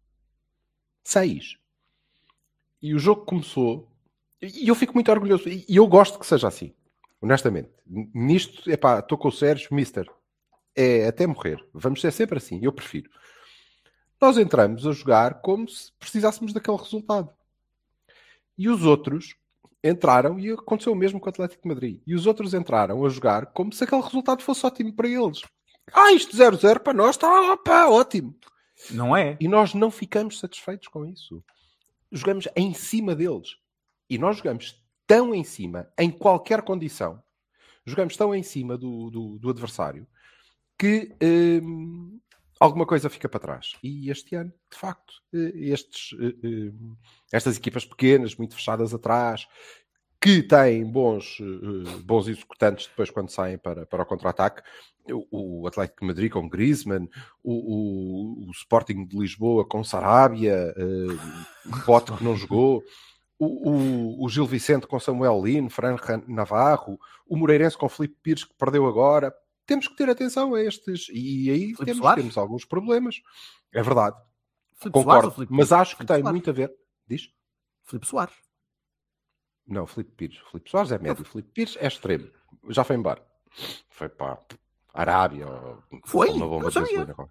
6. E o jogo começou e eu fico muito orgulhoso e eu gosto que seja assim, honestamente. Nisto, estou com o Sérgio, mister, é até morrer. Vamos ser sempre assim, eu prefiro. Nós entramos a jogar como se precisássemos daquele resultado. E os outros entraram, e aconteceu o mesmo com o Atlético de Madrid, e os outros entraram a jogar como se aquele resultado fosse ótimo para eles. Isto 0-0 para nós está ótimo. Não é? E nós não ficamos satisfeitos com isso. Jogamos em cima deles. E nós jogamos tão em cima, em qualquer condição, jogamos tão em cima do adversário, que... alguma coisa fica para trás. E este ano, de facto, estas equipas pequenas, muito fechadas atrás, que têm bons executantes depois quando saem para o contra-ataque. O Atlético de Madrid com Griezmann, o Sporting de Lisboa com Sarabia, o Pote que não jogou, o Gil Vicente com Samuel Lino, Fran Navarro, o Moreirense com Filipe Pires que perdeu agora. Temos que ter atenção a estes. E aí temos alguns problemas. É verdade. Filipe Concordo. Soares, mas acho que Filipe tem Soares. muito a ver. Diz? Filipe Soares. Não, Filipe Pires. Filipe Soares é médio. Filipe Pires é extremo. Já foi embora. Foi para a Arábia. Foi? Uma bomba Não de sabia. gasolina.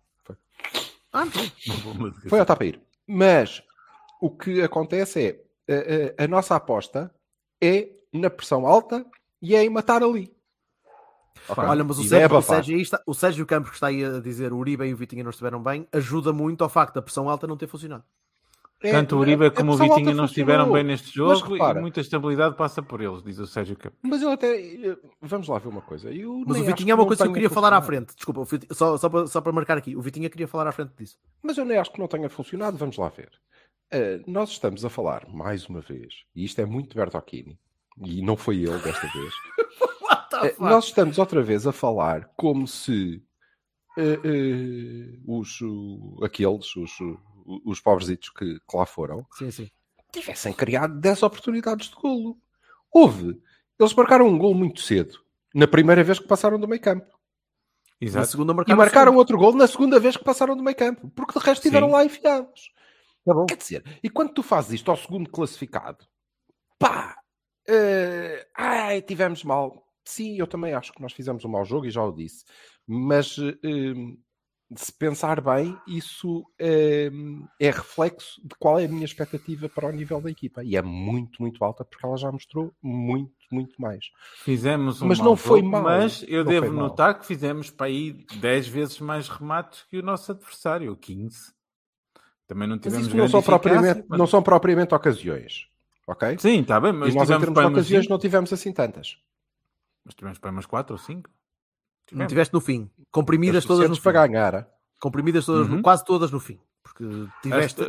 Não. Foi ao Tapaíro. Mas o que acontece é a nossa aposta é na pressão alta e é em matar ali. Okay. Olha, mas o Sérgio Campos que está aí a dizer o Uribe e o Vitinha não estiveram bem, ajuda muito ao facto da pressão alta não ter funcionado. Tanto o Uribe como o Vitinha não estiveram bem neste jogo, repara, e muita estabilidade passa por eles, diz o Sérgio Campos. Mas eu até... Vamos lá ver uma coisa. Mas o Vitinha é uma coisa que eu queria falar à frente. Desculpa, só para marcar aqui. O Vitinha queria falar à frente disso. Mas eu nem acho que não tenha funcionado. Vamos lá ver. Nós estamos a falar, mais uma vez, e isto é muito Bertocchini, e não foi ele desta vez. Nós estamos outra vez a falar como se os pobrezitos que lá foram sim. tivessem criado 10 oportunidades de golo. Eles marcaram um golo muito cedo, na primeira vez que passaram do meio campo. Exato. Na segunda e marcaram outro golo na segunda vez que passaram do meio campo, porque de resto estiveram lá enfiados. Tá bom. Quer dizer, e quando tu fazes isto ao segundo classificado, tivemos mal. Sim, eu também acho que nós fizemos um mau jogo e já o disse. Mas se pensar bem, isso é reflexo de qual é a minha expectativa para o nível da equipa. E é muito, muito alta, porque ela já mostrou muito, muito mais. Fizemos um mas mau não foi jogo, mal. Mas eu não devo notar que fizemos para aí 10 vezes mais remates que o nosso adversário, o 15. Também não tivemos grande eficácia. Não são propriamente ocasiões. Ok? Sim, está bem, mas e nós em termos de ocasiões 5. não tivemos assim tantas. Mas tivemos para umas 4 ou 5. Não tiveste no fim. Comprimidas todas no fim. Para ganhar. Comprimidas todas, quase todas no fim. Porque tiveste...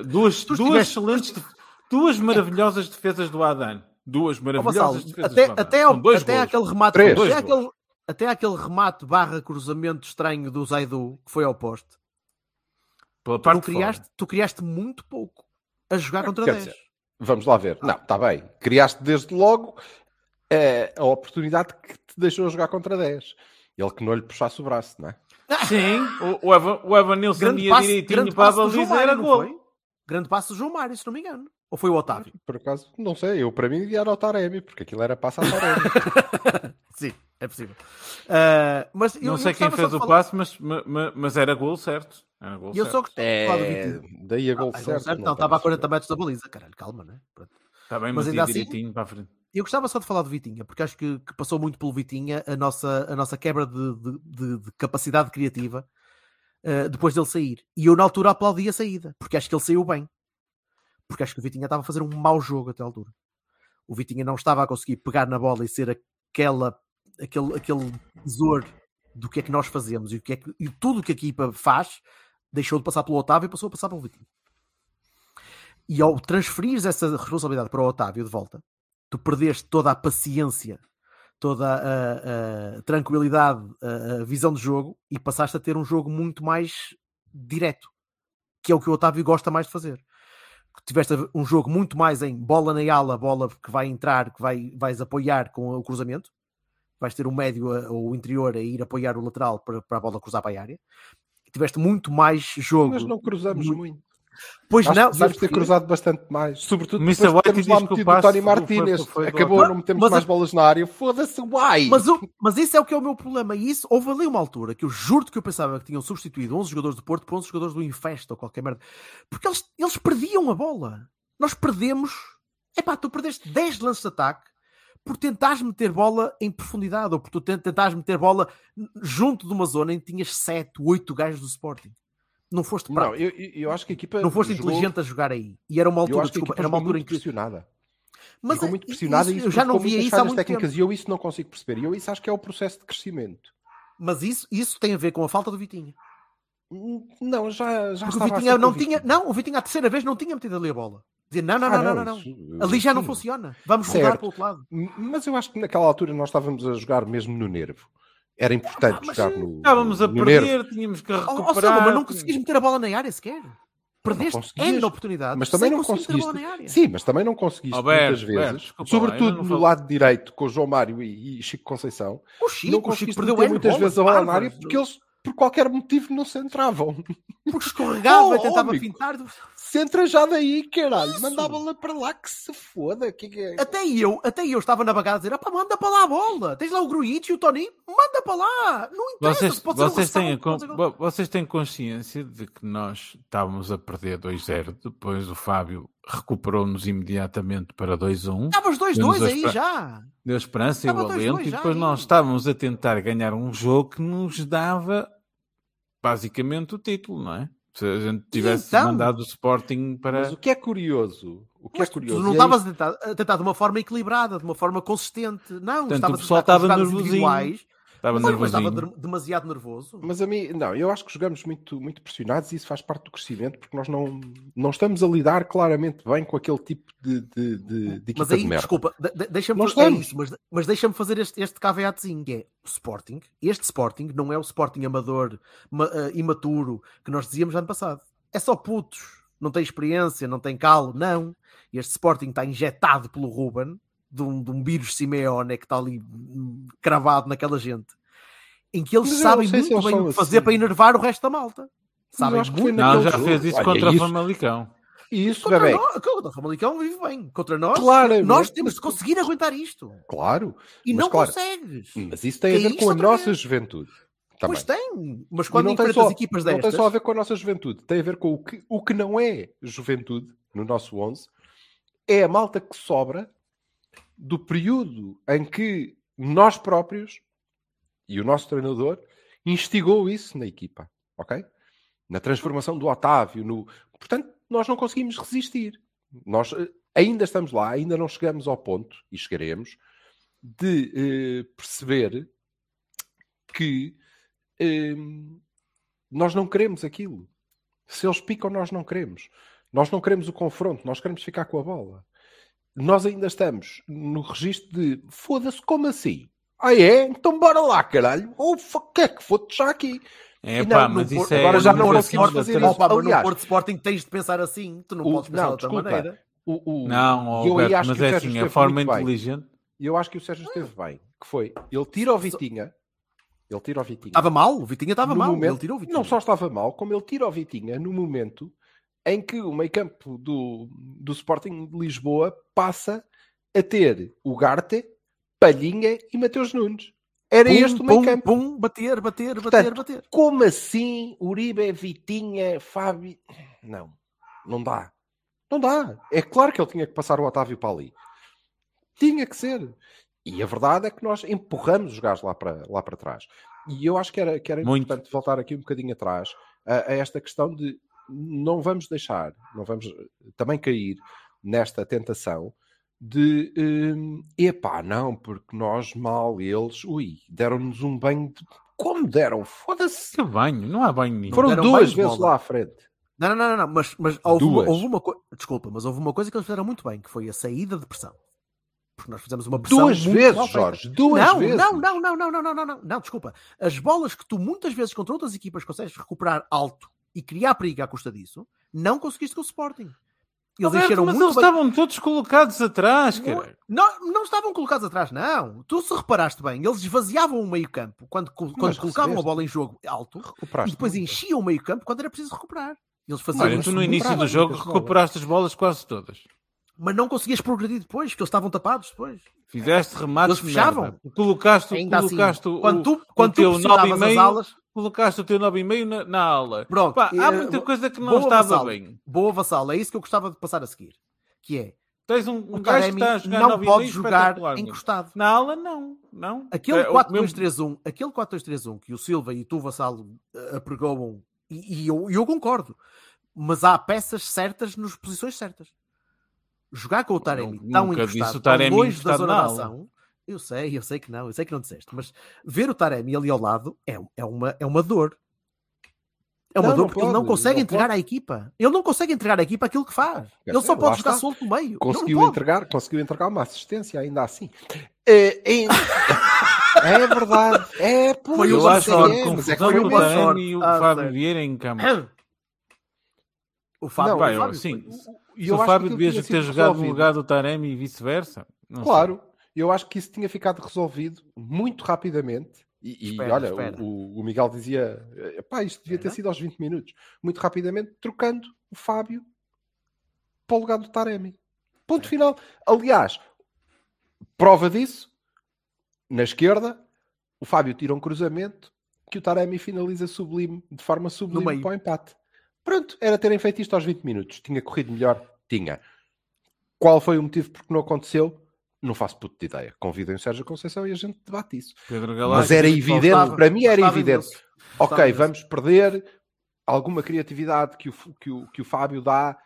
Duas maravilhosas defesas do Adan. Duas maravilhosas defesas do Adan. Até aquele remate... Até aquele remate / cruzamento estranho do Zaidu, que foi ao poste. Tu criaste muito pouco a jogar contra 10. Dizer, vamos lá ver. Não, está bem. Criaste desde logo a oportunidade que te deixou jogar contra 10. Ele que não lhe puxasse o braço, não é? Sim, o Evanilson ia direitinho para a baliza, era gol. Grande passo do João Mário, se não me engano. Ou foi o Otávio? Por acaso, não sei. Para mim ia era o Taremi, porque aquilo era passo a Taremi. Sim, é possível. Mas não sei quem fez o passe, mas era gol certo. E eu só gostei de falar do Vitinho. Daí a gol certo. Não, estava a 40 metros da baliza, caralho. Calma, né? Está bem, mas ainda assim, direitinho para a frente. Eu gostava só de falar do Vitinha, porque acho que passou muito pelo Vitinha a nossa quebra de capacidade criativa depois dele sair. E eu na altura aplaudi a saída, porque acho que ele saiu bem. Porque acho que o Vitinha estava a fazer um mau jogo até a altura. O Vitinha não estava a conseguir pegar na bola e ser aquele tesouro do que é que nós fazemos e tudo o que a equipa faz, deixou de passar pelo Otávio e passou a passar pelo Vitinha. E ao transferires essa responsabilidade para o Otávio de volta, tu perdeste toda a paciência, toda a tranquilidade, a visão de jogo e passaste a ter um jogo muito mais direto, que é o que o Otávio gosta mais de fazer. Tiveste um jogo muito mais em bola na ala, bola que vai entrar, que vais apoiar com o cruzamento, vais ter o médio ou o interior a ir apoiar o lateral para a bola cruzar para a área. Tiveste muito mais jogo. Mas não cruzamos muito. Pois acho não, que devemos ter cruzado bastante mais. Sobretudo depois de termos lá metido o Tony Martínez. Acabou, não metemos mais bolas na área. Foda-se, uai! Mas isso é o que é o meu problema. E isso, houve ali uma altura que eu juro que eu pensava que tinham substituído 11 jogadores do Porto por 11 jogadores do Infesta ou qualquer merda. Porque eles perdiam a bola. Nós perdemos... tu perdeste 10 lances de ataque por tentares meter bola em profundidade ou por tu tentares meter bola junto de uma zona em que tinhas 7, 8 gajos do Sporting. Não foste prático. Não, eu acho que a equipa não foste inteligente a jogar aí. E era uma altura, era uma altura pressionada. Mas ficou muito pressionada e eu já não via isso há muito técnicas tempo. E eu isso não consigo perceber. E eu isso acho que é o processo de crescimento. Mas isso tem a ver com a falta do Vitinha. Não, já estava o Vitinha não tinha... Não, o Vitinha a terceira vez não tinha metido ali a bola. Dizer, não. Ali já não funciona. Vamos mudar para o outro lado. Mas eu acho que naquela altura nós estávamos a jogar mesmo no nervo. Era importante jogar no Estávamos a no perder, nervo. tínhamos que Silva, recuperar. mas não conseguis meter a bola na área sequer. Perdeste N oportunidades. Mas também não conseguiste. Sim, mas também não conseguiste muitas vezes. Desculpa, sobretudo no lado direito, com o João Mário e Chico Conceição. O Chico não conseguiste perdeu meter N muitas bolas, vezes a bola na bárbaras. área porque eles, por qualquer motivo, não se entravam. Porque escorregava e Oh, tentava amigo. fintar. Se entra já daí, caralho. Mandava-la para lá que se foda. Que é? Até eu estava na bagada a dizer, "Opa, manda para lá a bola. Tens lá o Gruitch e o Tony, manda para lá. Não interessa, se pode ser um ressalto, vocês têm consciência de que nós estávamos a perder 2-0, depois o Fábio recuperou-nos imediatamente para 2-1. Estavas 2-2 aí já. Deu esperança e Estava o 2-2 alento, e já depois aí. nós estávamos a tentar ganhar um jogo que nos dava basicamente o título, não é? Se a gente tivesse então? mandado o Sporting para... Mas o que é curioso... Mas tu não estavas a tentar de uma forma equilibrada, de uma forma consistente. Não, Portanto, estavas o pessoal a tentar com estava jogadas nervosinho. individuais. Estava Mas estava nervosinho. demasiado nervoso. Mas a mim, não, eu acho que jogamos muito, muito pressionados e isso faz parte do crescimento porque nós não estamos a lidar claramente bem com aquele tipo de equipa Mas aí, de merda. desculpa, deixa-me Nós fazer estamos. isso, mas deixa-me fazer este caveatzinho, que é o Sporting. Este Sporting não é o Sporting amador, imaturo, que nós dizíamos ano passado. É só putos, não tem experiência, não tem calo, não. Este Sporting está injetado pelo Ruben, de um vírus Simeone que está ali cravado naquela gente, em que eles Mas eu sabem não sei se muito eles bem são o que fazer assim. para enervar o resto da malta. Mas eu Sabem acho que foi muito. Não, naquele já jogo. fez isso Olha, contra o isso- Famalicão. E isso, Contra bebê, nós, o Famalicão vive bem. Contra nós, Claro, nós mas- temos de conseguir aguentar isto. claro. E Mas não claro, consegues. Mas isso tem a Que é ver isto com a outra nossa vez. juventude. Pois Também. tem, mas E quando não tem enfrentas só- equipas Não destas... tem só a ver com a nossa juventude, tem a ver com o que não é juventude no nosso 11, é a malta que sobra do período em que nós próprios e o nosso treinador instigou isso na equipa, ok? Na transformação do Otávio, portanto, nós não conseguimos resistir. Nós ainda estamos lá, ainda não chegamos ao ponto, e chegaremos, de perceber que nós não queremos aquilo. Se eles picam, nós não queremos. Nós não queremos o confronto, nós queremos ficar com a bola. Nós ainda estamos no registro de foda-se, como assim? Ah é? Então bora lá, caralho. O que é que foda já aqui? É E pá, não, mas no isso Porto- é... agora já não é conseguimos assim, fazer doutor. isso. Opa, mas Aliás, no Porto Sporting tens de pensar assim. Tu não podes pensar de outra desculpa. maneira. Não, eu aí Alberto, acho mas que o é Sérgio assim, a esteve forma muito bem. inteligente... E eu acho que o Sérgio esteve bem. Que foi, ele tira o Vitinha. Ele tira o Vitinha. Estava mal, o Vitinha estava No mal. momento- Ele tirou o Vitinha. Não só estava mal, como ele tira o Vitinha no momento em que o meio-campo do Sporting de Lisboa passa a ter o Garte, Palhinha e Mateus Nunes. Era este o meio-campo. Pum, bater. Portanto, como assim Uribe, Vitinha, Fábio... Não dá. Não dá. É claro que ele tinha que passar o Otávio para ali. Tinha que ser. E a verdade é que nós empurramos os gajos lá para trás. E eu acho que era Muito. importante voltar aqui um bocadinho atrás a esta questão de não vamos também cair nesta tentação de epá, não, porque nós mal, eles, deram-nos um banho de... Como deram? Foda-se! Que banho, não há banho nenhum. Foram deram duas banho de vezes bola. lá à frente. Não, mas houve Duas. uma coisa... Desculpa, mas houve uma coisa que eles fizeram muito bem, que foi a saída de pressão. Porque nós fizemos uma pressão Duas muito vezes, mal feita. Jorge. Duas vezes. Não, desculpa. As bolas que tu muitas vezes contra outras equipas consegues recuperar alto e criar perigo à custa disso, não conseguiste com o Sporting. Eles Alberto, encheram mas muito eles bem. estavam todos colocados atrás, cara. Não estavam colocados atrás, não. Tu se reparaste bem, eles esvaziavam o meio campo quando colocavam recebeste. a bola em jogo alto Recuperaste e depois muito. enchiam o meio campo quando era preciso recuperar. Eles faziam Olha, isso tu no muito início bem. do jogo muitas bolas. recuperaste as bolas quase todas. Mas não conseguias progredir depois, porque eles estavam tapados depois. Fizeste remates Eles fechavam. de merda. Colocaste Ainda assim, o quando tu teu pressionavas 9,5, as alas, colocaste o teu 9,5 na ala. pronto. Pá, há muita coisa que não estava bem. Boa Vassal, é isso que eu gostava de passar a seguir. Que é, Tens um o gajo que Taremi está a jogar não 9,5 pode jogar espetacularmente. encostado. Na ala, não. Aquele É, o 4-2-3-1, aquele 4-2-3-1 que o Silva e tu, Vassalo, apregoam, e eu concordo, mas há peças certas nas posições certas. Jogar com o Taremi tão nunca disse encostado, o Taremi tão longe da encostado zona na de ala. ação, eu sei que não disseste, mas ver o Taremi ali ao lado é uma dor. É uma Não, dor não porque ele pode, não consegue não entregar pode. à equipa. Ele não consegue entregar à equipa aquilo que faz. Ele só Lá pode jogar está. solto no meio. Conseguiu Não pode. entregar uma assistência ainda assim. É verdade. Foi Eu uma acho sorte, que a mas é que confusão foi do uma Taremi sorte. e o Ah, Fábio sério. Vieira em campo. O Fábio, Não, Vai, o Fábio sim. E Se eu o acho Fábio que aquilo devia tinha ter sido jogado no resolvido. lugar do Taremi e vice-versa. Não sei. Claro, eu acho que isso tinha ficado resolvido muito rapidamente. E Espera, olha, espera. o Miguel dizia: pá, isto devia ter sido aos 20 minutos. Muito rapidamente, trocando o Fábio para o lugar do Taremi. Ponto final. Aliás, prova disso, na esquerda, o Fábio tira um cruzamento que o Taremi finaliza sublime, de forma sublime meio. para o empate. Pronto, era terem feito isto aos 20 minutos. Tinha corrido melhor? Tinha. Qual foi o motivo porque não aconteceu? Não faço puto de ideia. Convidem o Sérgio Conceição e a gente debate isso. Pedro Mas Galácio era diz que evidente, faltava- para mim era Gostava evidente. imenso. Ok, Gostava imenso. vamos perder alguma criatividade que o Fábio dá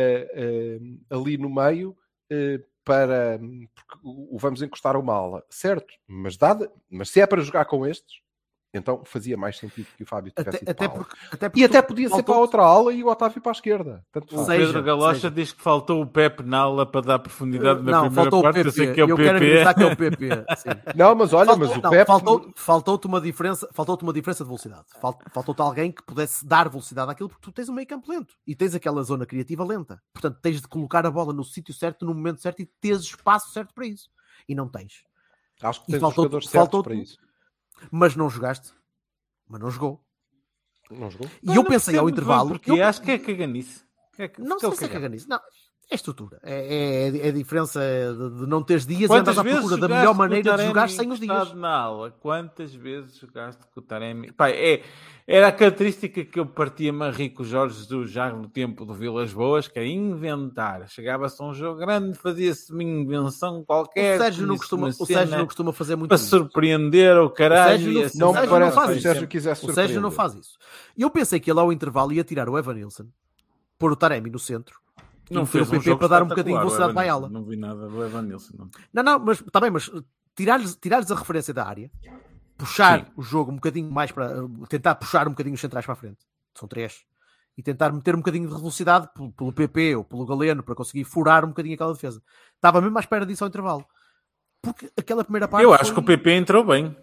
ali no meio para porque o vamos encostar a uma ala. Certo, mas se é para jogar com estes, então fazia mais sentido que o Fábio tivesse ido para a ala. E até podia ser para a outra ala e o Otávio para a esquerda. Tanto O faz. Pedro Galocha diz que faltou o Pepe na ala para dar profundidade na Não, primeira faltou o parte. PP. Eu sei que é o Eu quero PP. acreditar que é o PP. Sim. Não, mas olha, mas o Pepe... Faltou-te uma diferença de velocidade. Faltou-te alguém que pudesse dar velocidade àquilo, porque tu tens um meio campo lento e tens aquela zona criativa lenta. Portanto, tens de colocar a bola no sítio certo, no momento certo e teres espaço certo para isso. E não tens. Acho que E tens os faltou- jogadores certos faltou- para isso. Mas não jogaste. Mas não jogou. Não jogou? E eu pensei ao intervalo... Porque eu- acho que é caganice. Não sei se é caganice. Não, é estrutura. É a diferença de não teres dias e Quantas andas à vezes procura da jogaste melhor com o maneira de Taremi jogar sem os dias. encostado na ala? Quantas vezes jogaste com o Taremi? Pai, era a característica que eu partia-me a rir com o Jorge Jesus já no tempo do Vilas Boas, que era inventar. Chegava-se a um jogo grande, fazia-se uma invenção qualquer. O Sérgio não costuma fazer muito para isso. surpreender o caralho. Não me parece faz que o isso. Sérgio quisesse O Sérgio não surpreender. faz isso. E eu pensei que ele ao intervalo ia tirar o Evanilson, pôr o Taremi no centro, Não meter o fez PP jogo para dar um bocadinho de espetacular, velocidade para a Evanilson. ala. Não vi nada do Evanilson. Não. Não, mas está bem, mas tirar-lhes a referência da área, puxar Sim. o jogo um bocadinho mais para tentar puxar um bocadinho os centrais para a frente, são 3, e tentar meter um bocadinho de velocidade pelo PP ou pelo Galeno para conseguir furar um bocadinho aquela defesa. Estava mesmo à espera disso ao intervalo, porque aquela primeira parte Eu acho que o PP entrou bem.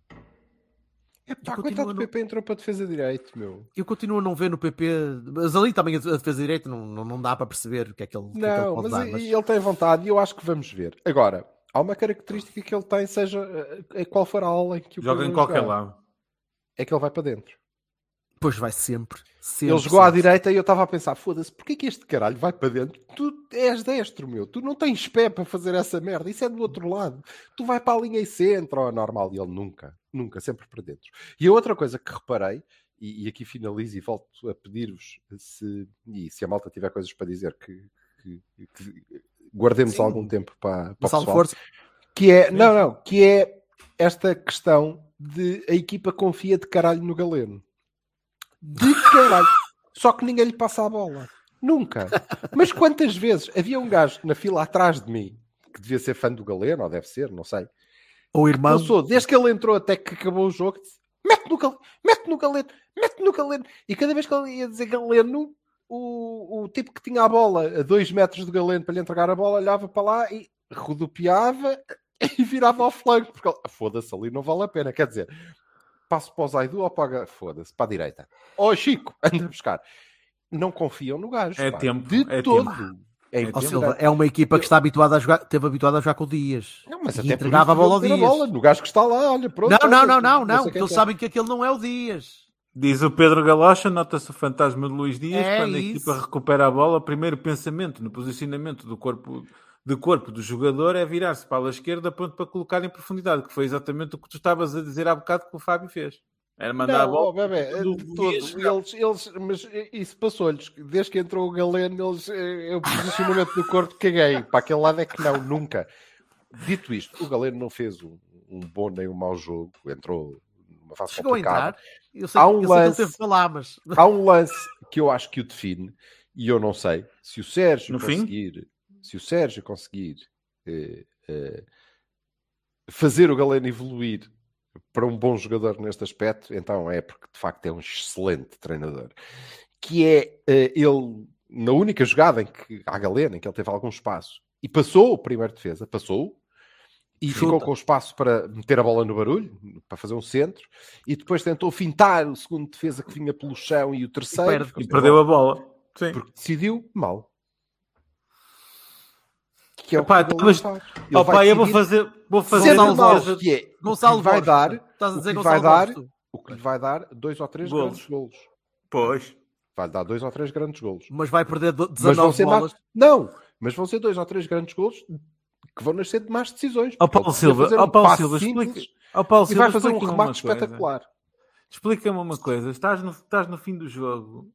Epá, coitado do PP entrou para a defesa direito, meu. Eu continuo a não ver no PP, mas ali também a defesa direita não dá para perceber o que é que ele, o que é que ele Não, pode mas dar. ele tem vontade e eu acho que vamos ver. Agora, há uma característica que ele tem, seja qual for a aula em que o Joga em Pedro qualquer jogar, lado. é que ele vai para dentro. Pois vai sempre. Ele jogou à direita e eu estava a pensar, foda-se, porquê que este caralho vai para dentro? Tu és destro, meu. Tu não tens pé para fazer essa merda. Isso é do outro lado. Tu vai para a linha e centro, ou normal. E ele nunca, sempre para dentro. E a outra coisa que reparei, e aqui finalizo e volto a pedir-vos, se a malta tiver coisas para dizer, que guardemos algum tempo para o pessoal. Força. Que é, que é esta questão de a equipa confia de caralho no Galeno. De caralho. Só que ninguém lhe passa a bola. Nunca. Mas quantas vezes? Havia um gajo na fila atrás de mim, que devia ser fã do Galeno, ou deve ser, não sei. Ou irmão. Pensou, desde que ele entrou até que acabou o jogo, disse, mete no Galeno. E cada vez que ele ia dizer Galeno, o tipo que tinha a bola a 2 metros do Galeno para lhe entregar a bola, olhava para lá e rodopiava e virava ao flanco. Porque foda-se, ali não vale a pena. Quer dizer, passo para o Zaidu ou para a direita. Chico, anda a buscar. Não confiam no gajo. É pá. tempo. De É todo. tempo. Silva, é uma equipa que está habituada a jogar, esteve habituada a jogar com o Dias. Não, mas e até entregava a bola ao Dias. no gajo que está lá, olha, pronto. Não, sei porque eles sabem que aquele não é o Dias. Diz o Pedro Galocha, nota-se o fantasma de Luís Dias, É quando a isso. equipa recupera a bola, o primeiro pensamento no posicionamento do corpo do jogador é virar-se para a esquerda pronto para colocar em profundidade, que foi exatamente o que tu estavas a dizer há bocado que o Fábio fez. Era mandar a bola. Mas isso passou-lhes. Desde que entrou o Galeno, o posicionamento do corpo caguei. Para aquele lado é que não, nunca. Dito isto, o Galeno não fez um bom nem um mau jogo. Entrou numa fase Chegou a complicada. entrar. Eu sei que ele teve para lá, mas... Há um lance que eu acho que o define, e eu não sei se o Sérgio conseguir fazer o Galeno evoluir para um bom jogador neste aspecto, então é porque de facto é um excelente treinador. Que é ele, na única jogada em que, à Galena, em que ele teve algum espaço, e passou o primeiro defesa, e ficou com o espaço para meter a bola no barulho, para fazer um centro, e depois tentou fintar o segundo defesa que vinha pelo chão e o terceiro. E perdeu a bola. Sim. Porque decidiu mal. Que é Epá, o que eu vou fazer mal, que é Gonçalo o que vai dar, estás a dizer o que Gonçalo vai dar, Borges, o que lhe vai dar 2 ou 3 Golos. grandes golos. Pois. Vai dar 2 ou 3 grandes golos. mas vai perder Mas 19 vão ser bolas. mas vão ser 2 ou 3 grandes golos que vão nascer de más decisões. Ó Paulo Silva, explica. Ó Paulo E Silva, vai fazer um explica-me remate uma coisa. espetacular. Explica-me uma coisa. Estás no fim do jogo,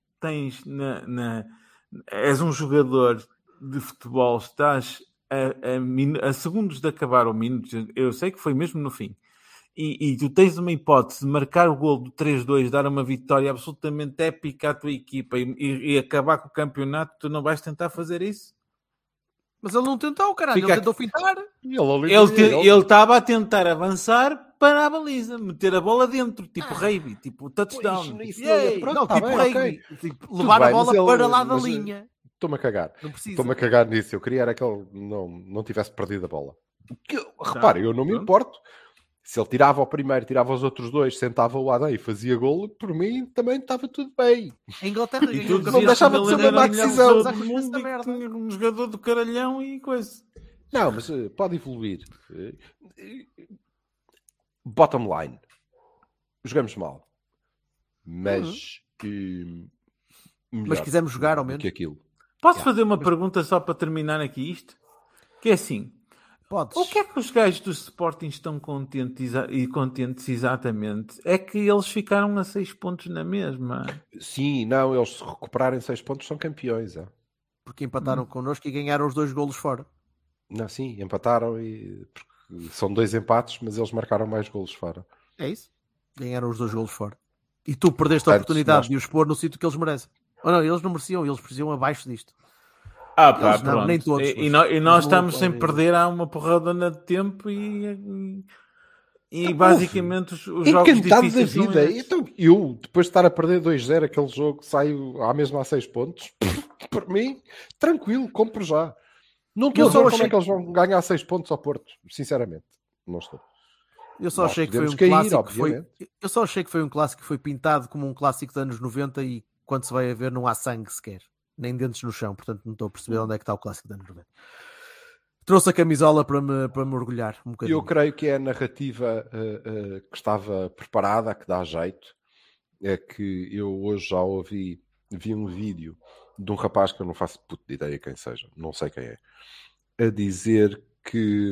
és um jogador de futebol, estás a segundos de acabar ou minutos, eu sei que foi mesmo no fim, e tu tens uma hipótese de marcar o gol do 3-2, dar uma vitória absolutamente épica à tua equipa e acabar com o campeonato, tu não vais tentar fazer isso? Mas ele não tentou, caralho. Ele tentou fintar. Ele estava a tentar avançar para a baliza, meter a bola dentro, tipo rugby, tipo touchdown. Rugby. Tipo, levar a bola para lá da linha. Estou-me a cagar. Não precisa. Estou-me a cagar nisso. Eu queria era que ele não tivesse perdido a bola. Repare, eu não me importo. Se ele tirava o primeiro, tirava os outros 2, sentava o lado e fazia golo, por mim também estava tudo bem. A Inglaterra não deixava de ser uma má decisão. Um jogador do caralhão e coisa. Não, mas pode evoluir. Bottom line. Jogamos mal. Mas quisemos jogar ao menos. Que aquilo. Posso fazer uma pergunta só para terminar aqui isto? Que é assim. Podes. O que é que os gajos do Sporting estão contentes exatamente? É que eles ficaram a 6 pontos na mesma. Sim, não, eles se recuperarem 6 pontos são campeões. É? Porque empataram connosco e ganharam os 2 golos fora. Não, sim, empataram porque são 2 empates, mas eles marcaram mais golos fora. É isso. Ganharam os 2 golos fora. E tu perdeste a oportunidade de os pôr no sítio que eles merecem. Ou não, eles não mereciam, eles mereciam abaixo disto. Pronto. Não, nem todos. E nós estamos sem perder há uma porradona de tempo e basicamente os jogos encantado difíceis da vida. Então, eu, depois de estar a perder 2-0 aquele jogo, saio à mesma a 6 pontos. Por mim, tranquilo, compro já. Não estou a ver como é que eles vão ganhar 6 pontos ao Porto. Sinceramente, não estou. Eu só achei que foi um clássico. Eu só achei que foi um clássico que foi pintado como um clássico dos anos 90 e quando se vai a ver não há sangue sequer. Nem dentes no chão, portanto não estou a perceber onde é que está o clássico de anos 90. Trouxe a camisola para me orgulhar um bocadinho. Eu creio que é a narrativa que estava preparada, que dá jeito. É que eu hoje já vi um vídeo de um rapaz que eu não faço puta de ideia quem seja, não sei quem é, a dizer que...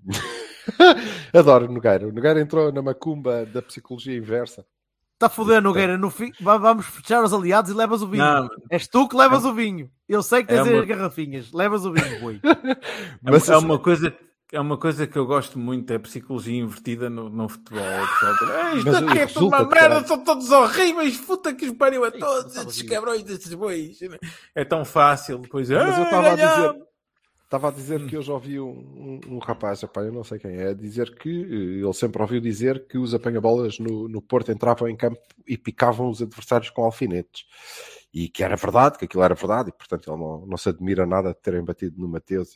Adoro o Nogueira. O Nogueira entrou na macumba da psicologia inversa. Está a foder, Nogueira. No fim, vamos fechar os aliados e levas o vinho. Não. És tu que levas o vinho. Eu sei que tens as garrafinhas. Levas o vinho, boi. Mas é uma coisa que eu gosto muito, é a psicologia invertida no futebol. Isto aqui é tudo uma merda, são todos horríveis, puta que os pariu a todos, estes cabrões destes bois. É tão fácil. Depois, mas eu estava a dizer que eu já ouvi um rapaz, eu não sei quem é, a dizer que ele sempre ouviu dizer que os apanha-bolas no Porto entravam em campo e picavam os adversários com alfinetes. E que era verdade, que aquilo era verdade, e portanto ele não se admira nada de terem batido no Mateus.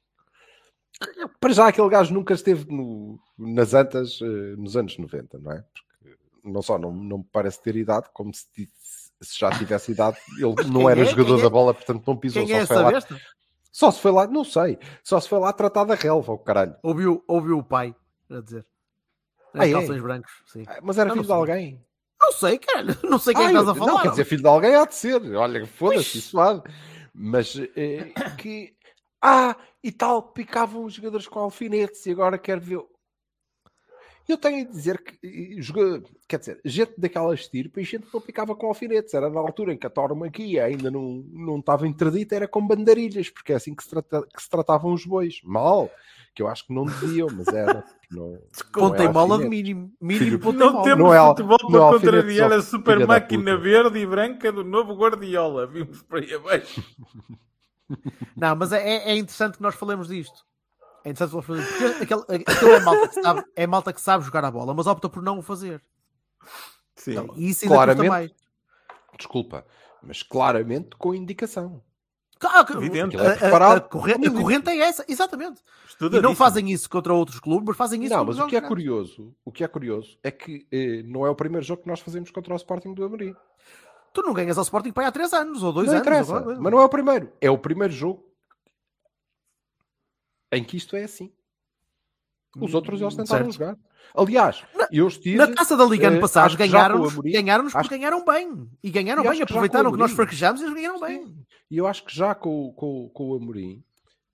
Para já aquele gajo nunca esteve nas Antas nos anos 90, não é? Porque não só não me parece ter idade, como se já tivesse idade, ele não era jogador da bola, portanto não pisou, só foi lá. Só se foi lá, não sei. Só se foi lá tratar da relva, o caralho. Ouviu o pai a dizer. Calções brancos, sim. Mas era filho de alguém. Não sei, caralho. Não sei quem estás a falar. Não, quer dizer, filho de alguém há de ser. Olha, foda-se, isso há. Mas que... e tal, picavam os jogadores com alfinetes e agora quero ver... Eu tenho a dizer que, quer dizer, gente daquela estirpe e gente que não picava com alfinetes. Era na altura em que a tauromaquia ainda não estava interdita, era com bandarilhas, porque é assim que se tratavam os bois. Mal, que eu acho que não deviam, mas era. Pontei mola de mínimo. Mínimo pontei mola. Não temos futebol para contrariar a super máquina verde e branca do novo Guardiola. Vimos por aí abaixo. Não, mas é interessante que nós falemos disto. É interessante porque aquele é malta que sabe jogar a bola, mas opta por não o fazer. Sim. Não, e isso ainda Claramente, custa mais. desculpa, mas claramente com indicação. Evidente. A corrente é essa, exatamente. E não fazem isso contra outros clubes, mas fazem isso Não, contra mas os jogos o que é curioso é que não é o primeiro jogo que nós fazemos contra o Sporting do Amorim. Tu não ganhas ao Sporting para aí há 3 anos ou 2 Não anos. interessa, Agora. mas não é o primeiro. É o primeiro jogo em que isto é assim. Os outros eles tentaram jogar. Aliás, eu estive... Na Taça da Liga ano passado ganharam-nos porque acho... ganharam bem. E ganharam bem, aproveitaram que nós fraquejamos e eles ganharam bem. E eu acho que já com o Amorim,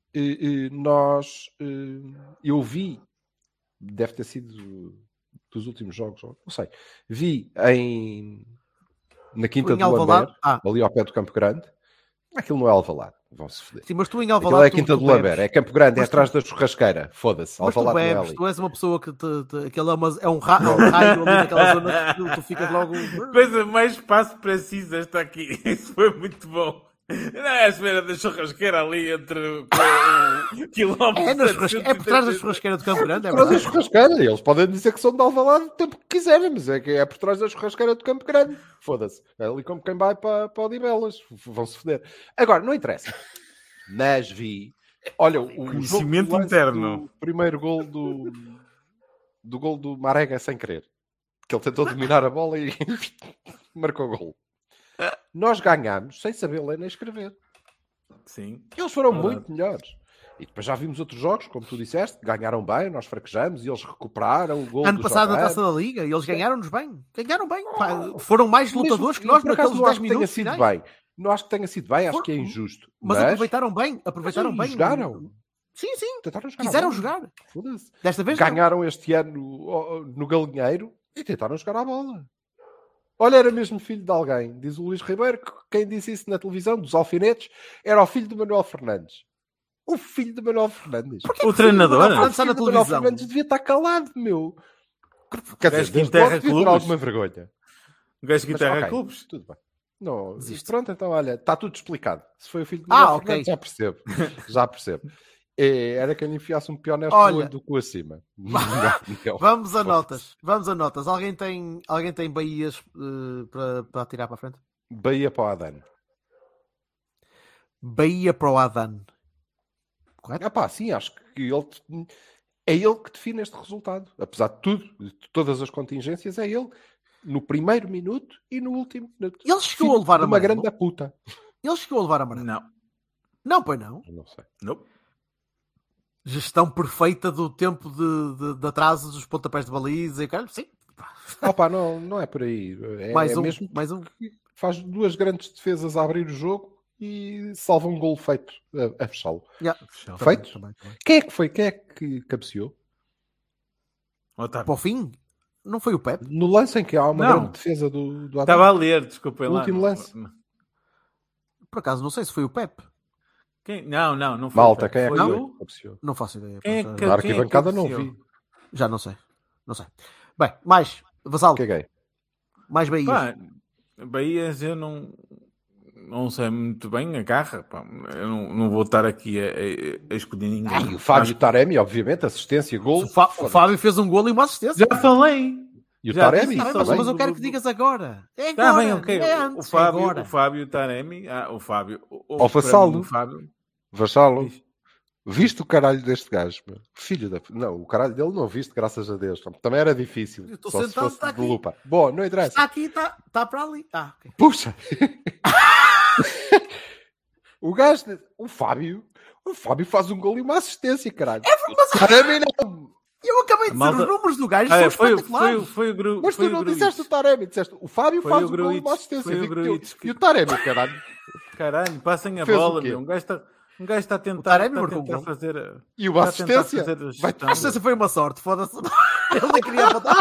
eu vi, deve ter sido dos últimos jogos, não sei, vi na Quinta do Lamber, ali ao pé do Campo Grande. Aquilo não é Alvalade, vão-se foder. Sim, mas tu em Alvalade... Aquilo é a Quinta do Lamber, é Campo Grande, é atrás da churrasqueira, foda-se, Alvalade não é ali. Tu és uma pessoa que é um raio ali naquela zona que tu ficas logo... Coisa mais espaço precisa está aqui. Isso foi muito bom. Não é a espera da churrasqueira ali entre quilómetros. É por trás da churrasqueira do Campo Grande, é por trás da verdade. churrasqueira. Eles podem dizer que são de Alvalade o tempo que quiserem, mas é que é por trás da churrasqueira do Campo Grande. Foda-se. É ali como quem vai para Odivelas. Vão-se foder. Agora, não interessa. Mas vi... Olha, o conhecimento interno. O primeiro gol do gol do Marega sem querer. Que ele tentou dominar a bola e marcou gol. Nós ganhámos sem saber ler nem escrever. Sim. Eles foram muito melhores. E depois já vimos outros jogos, como tu disseste, que ganharam bem, nós fraquejamos e eles recuperaram o gol ano do passado na Jovem. Taça da Liga e eles ganharam-nos bem. Ganharam bem. Foram mais lutadores que nós naqueles 10 minutos finais. Bem. Não acho que tenha sido bem, acho que é injusto. Mas aproveitaram bem. Aproveitaram bem. Jogaram. Sim. Tentaram jogar. Quiseram jogar. Foda-se. Desta vez ganharam este ano no Galinheiro e tentaram jogar a bola. Olha, era mesmo filho de alguém. Diz o Luís Ribeiro que quem disse isso na televisão, dos alfinetes, era o filho de Manuel Fernandes. O filho de Manuel Fernandes. O treinador? O filho de Manuel Fernandes devia estar calado, meu. Quer dizer, que enterra devia ter alguma vergonha. O gajo que enterra clubes? Tudo bem. Não, pronto, então olha, está tudo explicado. Se foi o filho de Manuel Fernandes, já percebo. Já percebo. Era que ele enfiasse um pionero no olho do cu acima. Vamos a notas. Alguém tem Bahias para tirar para a frente? Bahia para o Adan. Bahia para o Adan. Correto? Sim, acho que é ele que define este resultado. Apesar de tudo, de todas as contingências, é ele. No primeiro minuto e no último minuto. Ele chegou a levar uma grande puta. Ele chegou a levar amarelo? Não. Não, pois não. Não sei. Não. Gestão perfeita do tempo de atraso dos pontapés de baliza e sim. Opa, não é por aí. Mais um. Faz 2 grandes defesas a abrir o jogo e salva um gol feito a fechá-lo. Feito? Também. Quem é que cabeceou? Para o fim? Não foi o Pep? No lance em que há uma grande defesa do Adam. Estava a ler, desculpem lá. No último lance. Por acaso, não sei se foi o Pep. Quem? Não foi Malta, o Pep. quem é que foi? Não faço ideia. Na arquibancada não vi. Já não sei. Bem, mais. Vassalo. Caguei. Mais Bahias. Bahias eu não sei muito bem a garra. Pá. Eu não vou estar aqui a escolher ninguém. O Fábio Taremi, obviamente, assistência, gol. O Fábio fez um golo e uma assistência. Já falei. E o Taremi? Mas eu quero que digas agora. É agora. Está bem, ok. É antes, o Fábio Taremi. O Fábio. O Vassalo. Vassalo. Viste o caralho deste gajo, meu? Filho da... Não, o caralho dele não viste, graças a Deus. Também era difícil. Só se fosse de lupa. Bom, não interessa. Está aqui, está para ali. Okay. Puxa! O gajo... O Fábio faz um gol e uma assistência, caralho. Taremi não... Eu acabei de dizer os números do gajo, são espetaculares. Foi o Gruitch. Mas tu não disseste o Taremi, disseste o Fábio faz um gol e uma assistência. E o Taremi, caralho? Caralho, passem a bola, meu. Um gajo está a tentar fazer... E uma assistência? A assistência foi uma sorte, foda-se. Ele nem queria botar.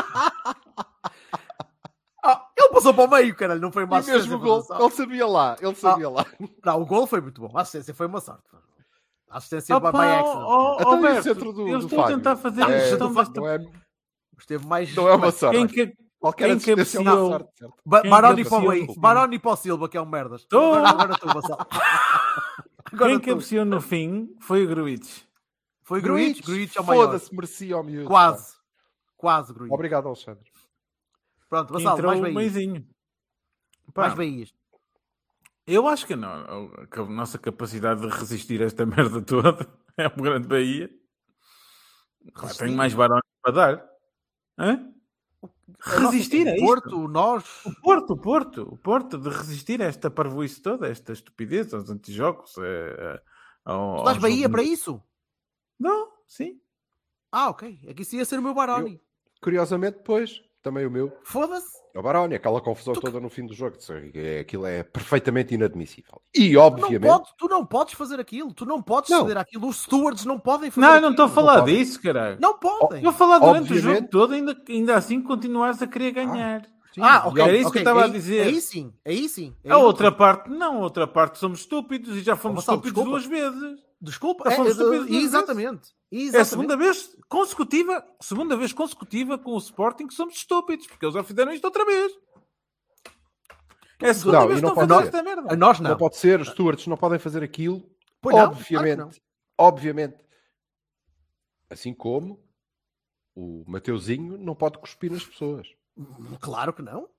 Ele passou para o meio, caralho, não foi uma assistência. Mesmo gol, ele sabia lá. Não, o gol foi muito bom. A assistência foi uma sorte. A assistência by accident. Até o centro do estou a tentar fazer a gestão desta... Esteve mais... Não é uma sorte. Qualquer assistência é uma sorte. Baroni para o Silva, que é um merdas. Agora tu, Vassal. Quem cabeceou no fim foi o Gruitch. Foi Gruitch ao maior. Foda-se, merecia ao miúdo. Quase, Gruitch. Obrigado, Alexandre. Pronto, Vassalo, mais bem meizinho. Mais bem isto. Eu acho que não. Que a nossa capacidade de resistir a esta merda toda é uma grande Bahia. Tenho mais barões para dar. Hã? Resistir a isto. O Porto, de resistir a esta parvoíce toda, a esta estupidez, aos antijogos. Tu dás Bahia para isso? Não, sim. Ok. Aqui sim ia ser o meu Baroni. Curiosamente, depois, também o meu. Foda-se. É o Baroni, aquela confusão toda no fim do jogo. Aquilo é perfeitamente inadmissível. E, obviamente... Tu não podes fazer aquilo. Tu não podes ceder aquilo. Os stewards não podem fazer aquilo. Não estou a falar disso, caralho. Não podem. Estou a falar durante o jogo todo, ainda assim continuares a querer ganhar. Ok. Era isso que eu estava a dizer. Aí sim. A outra parte, não. A outra parte somos estúpidos e já fomos estúpidos duas vezes. Desculpa. Exatamente. É a segunda vez consecutiva com o Sporting que somos estúpidos, porque eles já fizeram isto outra vez. É a segunda vez que estão a fazer esta merda. Nós não. Não pode ser, os stewards não podem fazer aquilo. Obviamente. Assim como o Mateuzinho não pode cuspir nas pessoas. Claro que não.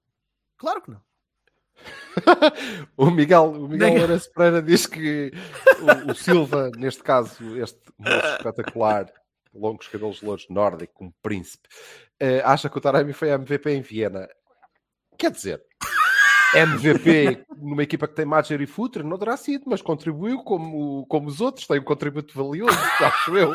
O Miguel Lourenço Pereira diz que o Silva, neste caso, este moço espetacular, longos cabelos louros, nórdico, um príncipe, acha que o Taremi foi MVP em Viena. Quer dizer, MVP numa equipa que tem Madger e Futre não terá sido, mas contribuiu como os outros, tem um contributo valioso, acho eu.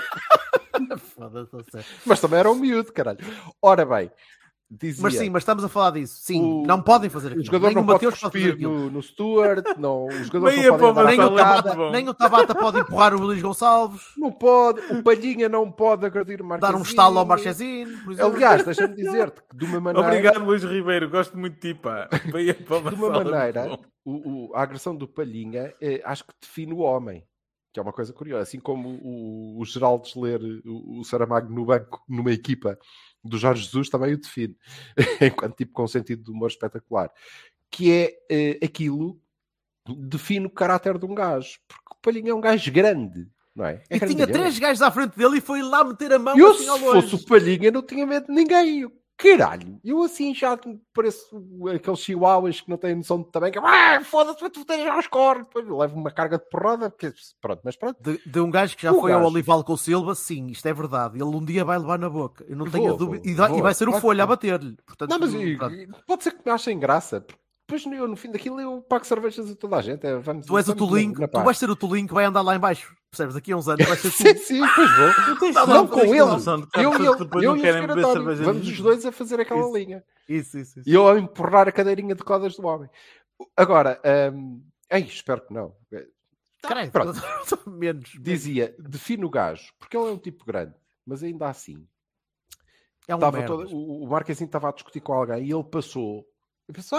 Mas também era um miúdo, caralho. Ora bem, dizia, mas estamos a falar disso. Sim, não podem fazer aquilo. O jogador nem não o pode Mateus cuspir no Stuart, não, os jogadores não podem nem o Tabata pode empurrar o Luís Gonçalves. Não pode. O Palhinha não pode agredir o Marquezine. Dar um estalo ao Marchesino, por exemplo. Aliás, deixa-me dizer-te que de uma maneira... Obrigado, Luís Ribeiro. Gosto muito de ti, pá. De uma maneira, a agressão do Palhinha acho que define o homem. Que é uma coisa curiosa. Assim como o Geraldo ler o Saramago no banco, numa equipa do Jorge Jesus, também o define. Enquanto tipo com um sentido de humor espetacular. Que é aquilo define o caráter de um gajo. Porque o Palhinha é um gajo grande, não é? E tinha 3 gajos à frente dele e foi lá meter a mão assim ao longe. Se fosse o Palhinha, não tinha medo de ninguém. Caralho, eu assim já pareço aqueles chihuahuas que não têm noção de tamanho. Foda-se, tu tens já os cornos. Levo uma carga de porrada. Porque, pronto. De um gajo que já foi ao Olival com o Silva, sim, isto é verdade. Ele um dia vai levar na boca. Eu não tenho a dúvida. E vai ser o Folha a bater-lhe. Portanto, não, mas pode ser que me achem graça. Depois, no fim daquilo, eu pago cervejas a toda a gente. Tu és o Tulinho, tu vais ser o Tulinho que vai andar lá em baixo. Percebes? Daqui a uns anos vai ser sim, pois vou. Não com ele. Eu querem beber cerveja. Vamos os dois a fazer aquela linha. Isso. E eu a empurrar a cadeirinha de rodas do homem. Agora, espero que não. Pronto. Menos. Dizia, define o gajo, porque ele é um tipo grande, mas ainda assim. É um o Marquezine estava a discutir com alguém e ele passou. E pensou,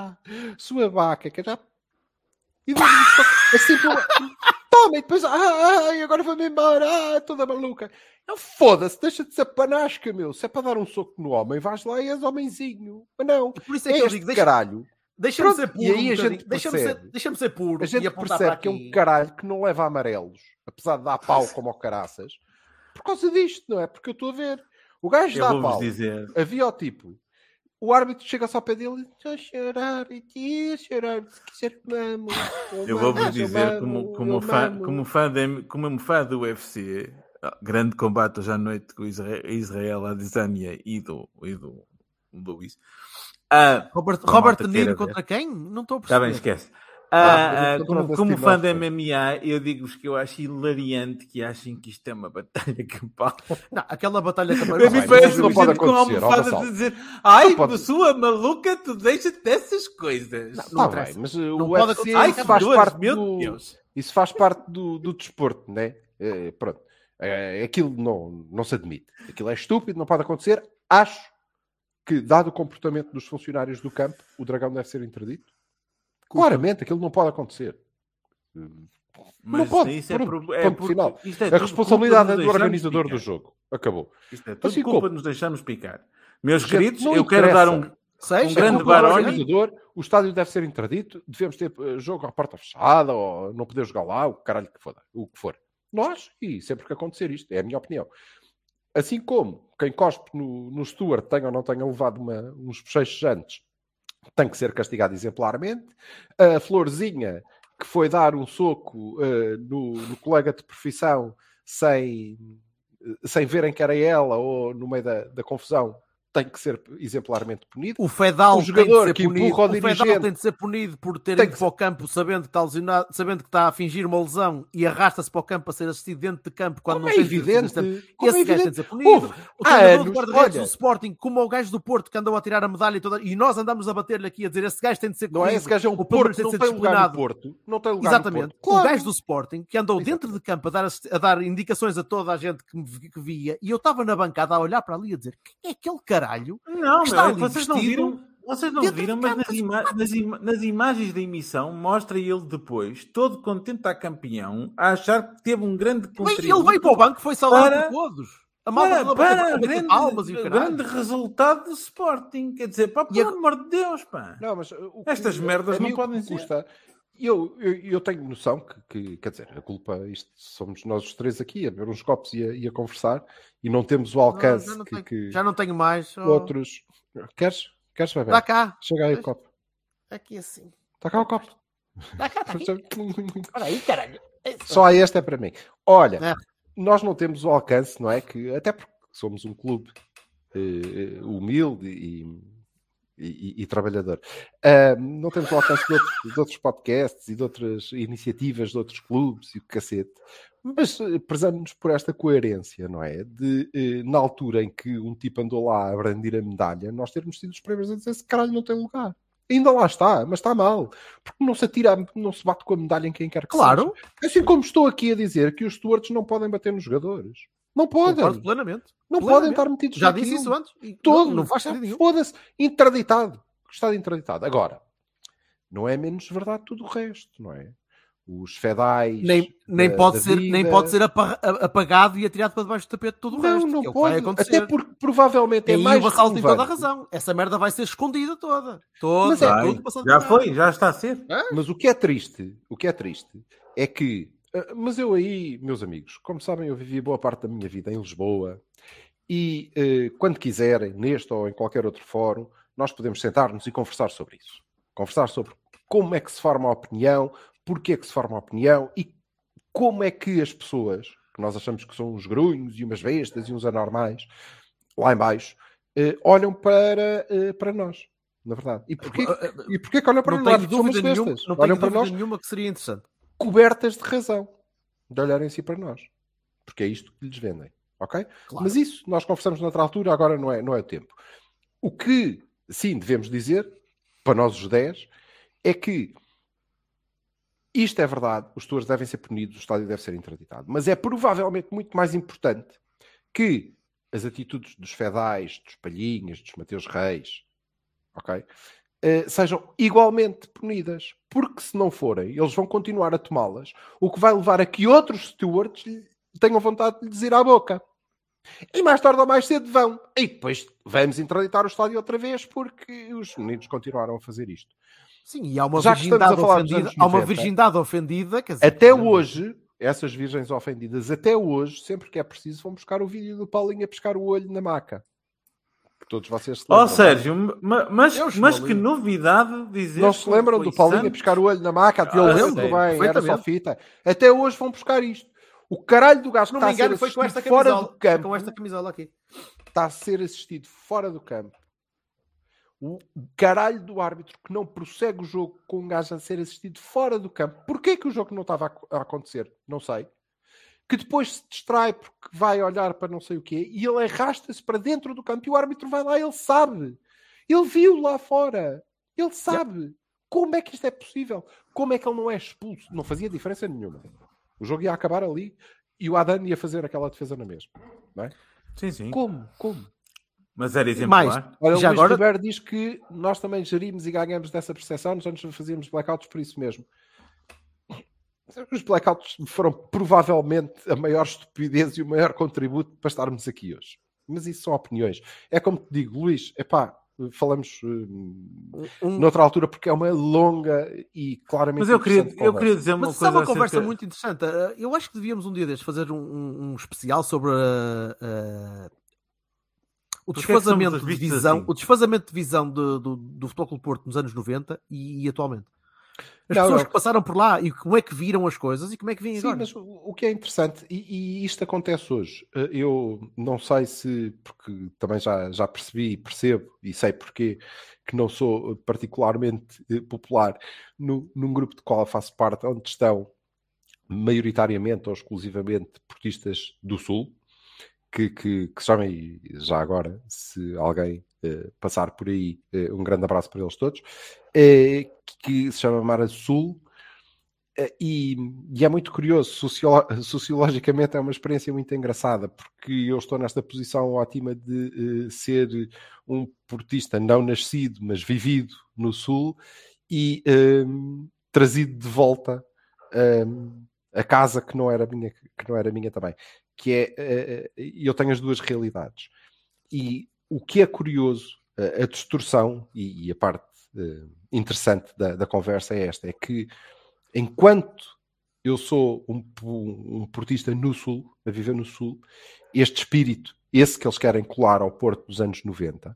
sua vaca, que já... E assim, toma, e depois, agora vou-me embora, toda maluca. Não, foda-se, deixa de ser panasca, meu. Se é para dar um soco no homem, vais lá e és homenzinho. Mas não, por isso é que eu digo, caralho. Deixa-me ser puro. E aí a gente percebe, deixa-me ser puro. A gente percebe que é um caralho que não leva amarelos, apesar de dar pau como ao caraças, por causa disto, não é? Porque eu estou a ver. O gajo dá pau. Havia o tipo... O árbitro chega só ao pé dele e diz, chorar, se quiser vamos. Eu vou-vos dizer, como fã do UFC, grande combate hoje à noite com Israel Adesanya e do Luís. Robert De Niro contra quem? Não estou a perceber. Está bem, esquece. Como fã da MMA, eu digo-vos que eu acho hilariante que achem que isto é uma batalha campal. Não, aquela batalha também não pode acontecer. Com a almofada de dizer, sua maluca, tu deixa-te dessas coisas. Não bem, mas o UFC isso faz parte do desporto, não é? Pronto. Aquilo não se admite. Aquilo é estúpido, não pode acontecer. Acho que, dado o comportamento dos funcionários do campo, o dragão deve ser interdito. Claramente, aquilo não pode acontecer. Mas não pode. Isso ponto final. A responsabilidade é do organizador do jogo. Acabou. Isto é tudo assim culpa de nos deixarmos picar. Meus queridos, eu quero dar um grande Baroni. O estádio deve ser interdito. Devemos ter jogo à porta fechada ou não poder jogar lá, o caralho que for. Nós, e sempre que acontecer isto, é a minha opinião. Assim como quem cospe no Stuart tenha ou não tenha levado uns bochechos antes, tem que ser castigado exemplarmente. A Florzinha, que foi dar um soco no colega de profissão sem verem que era ela ou no meio da confusão, tem que ser exemplarmente punido. O Fedal, o jogador tem de ser punido. Empurra o Fedal dirigente tem de ser punido por ter ido para o campo sabendo que está lesionado, sabendo que está a fingir uma lesão e arrasta-se para o campo para ser assistido dentro de campo quando não tem evidente. Esse gajo tem de ser punido. O treinador do guarda-redes do Sporting, como o gajo do Porto que andou a tirar a medalha e toda, e nós andamos a bater-lhe aqui a dizer esse gajo tem de ser punido. Não é esse gajo, é um Porto, não tem lugar no Porto. Não tem lugar Exatamente. No Porto. O gajo do Sporting que andou dentro de campo a dar indicações a toda a gente que via, e eu estava na bancada a olhar para ali e a dizer, quem é aquele caralho? Não, vocês não viram, mas nas imagens da emissão mostra ele depois, todo contente a campeão, a achar que teve um grande contributo. Ele veio para o banco, foi saudado por todos. Para grande resultado do Sporting. Quer dizer, pelo amor de Deus, pá. Não, mas estas merdas não podem ser. Eu tenho noção que, quer dizer, a culpa, isto somos nós os três aqui a beber uns copos e a conversar e não temos o alcance já não tenho mais. Outros. Queres beber? Está cá. Chega aí o copo. Aqui assim. Está cá o copo. Está cá. Olha aí, caralho. Só este é para mim. Olha, nós não temos o alcance, não é? Até porque somos um clube humilde e trabalhador. Não temos o alcance de outros podcasts e de outras iniciativas de outros clubes e o cacete. Mas prezamos-nos por esta coerência, não é? Na altura em que um tipo andou lá a brandir a medalha, nós termos sido os primeiros a dizer esse caralho não tem lugar. Ainda lá está, mas está mal. Porque não se atira, não se bate com a medalha em quem quer que seja. Assim como estou aqui a dizer que os stewards não podem bater nos jogadores. Não podem. Concordo plenamente. Não podem estar metidos já disse isso antes. Todo. Não faz sentido nenhum. Foda-se. Interditado. Estado interditado. Agora, não é menos verdade tudo o resto, não é? Os fedais... Nem pode ser apagado e atirado para debaixo do tapete todo o resto. Não pode. Até porque provavelmente é mais relevante. O Vassal tem toda a razão. Essa merda vai ser escondida toda. Mas já foi, já está a ser. Mas o que é triste é que... Mas eu aí, meus amigos, como sabem, eu vivi boa parte da minha vida em Lisboa e quando quiserem, neste ou em qualquer outro fórum, nós podemos sentar-nos e conversar sobre isso. Conversar sobre como é que se forma a opinião, porque é que se forma a opinião e como é que as pessoas, que nós achamos que são uns grunhos e umas bestas e uns anormais, lá em baixo, olham para nós, na verdade. E porquê que olham para nós? Não tenho dúvida nenhuma que seria interessante. Cobertas de razão de olharem assim para nós. Porque é isto que lhes vendem. Ok? Claro. Mas isso, nós conversamos noutra altura, agora não é o tempo. O que, sim, devemos dizer, para nós os 10, é que isto é verdade, os stewards devem ser punidos, o estádio deve ser interditado. Mas é provavelmente muito mais importante que as atitudes dos fedais, dos Palhinhas, dos Mateus Reis, ok? Sejam igualmente punidas. Porque se não forem, eles vão continuar a tomá-las, o que vai levar a que outros stewards tenham vontade de lhes ir à boca. E mais tarde ou mais cedo vão. E depois vamos interditar o estádio outra vez porque os meninos continuaram a fazer isto. Sim, e há uma virgindade ofendida. Há uma virgindade ofendida. Quer dizer, até hoje, essas virgens ofendidas, até hoje, sempre que é preciso, vão buscar o vídeo do Paulinho a pescar o olho na maca. Todos vocês se lembram. Sérgio, mas que novidade dizer. Não se lembram do Paulinho a pescar o olho na maca? Eu lembro bem, era só fita. Até hoje vão buscar isto. O caralho do gajo que está a ser assistido fora do campo. Com esta camisola aqui. Está a ser assistido fora do campo. O caralho do árbitro que não prossegue o jogo com um gajo a ser assistido fora do campo. Porquê que o jogo não estava a acontecer? Não sei. Que depois se distrai porque vai olhar para não sei o quê e ele arrasta-se para dentro do campo e o árbitro vai lá, ele sabe. Ele viu lá fora. Ele sabe. Como é que isto é possível? Como é que ele não é expulso? Não fazia diferença nenhuma. O jogo ia acabar ali e o Adan ia fazer aquela defesa na mesma. Não é? Sim. Como? Mas era exemplar. Olha, o Luís Ribeiro diz que nós também gerimos e ganhamos dessa percepção, nós antes fazíamos blackouts por isso mesmo. Os blackouts foram provavelmente a maior estupidez e o maior contributo para estarmos aqui hoje. Mas isso são opiniões. É como te digo, Luís, falamos noutra altura, porque é uma longa e claramente. Mas eu queria dizer uma coisa. Mas é uma conversa muito interessante. Eu acho que devíamos um dia destes fazer um especial sobre o desfazamento de visão, assim? O desfazamento de visão do Futebol Clube Porto nos anos 90 e atualmente. As pessoas que passaram por lá e como é que viram as coisas e como é que vêm agora. Sim, mas o que é interessante, e isto acontece hoje, eu não sei se, porque também já percebi e percebo, e sei porquê, que não sou particularmente popular num grupo de qual faço parte, onde estão maioritariamente ou exclusivamente portistas do Sul, que se chamem, já agora, se alguém passar por aí, um grande abraço para eles todos, que se chama Mara Sul, e é muito curioso, sociologicamente é uma experiência muito engraçada, porque eu estou nesta posição ótima de ser um portista não nascido, mas vivido no Sul, e trazido de volta a casa que não era minha também, que é, eu tenho as duas realidades. E o que é curioso, a distorção e a parte interessante da conversa é esta, é que enquanto eu sou um portista no Sul, a viver no Sul, este espírito, esse que eles querem colar ao Porto dos anos 90,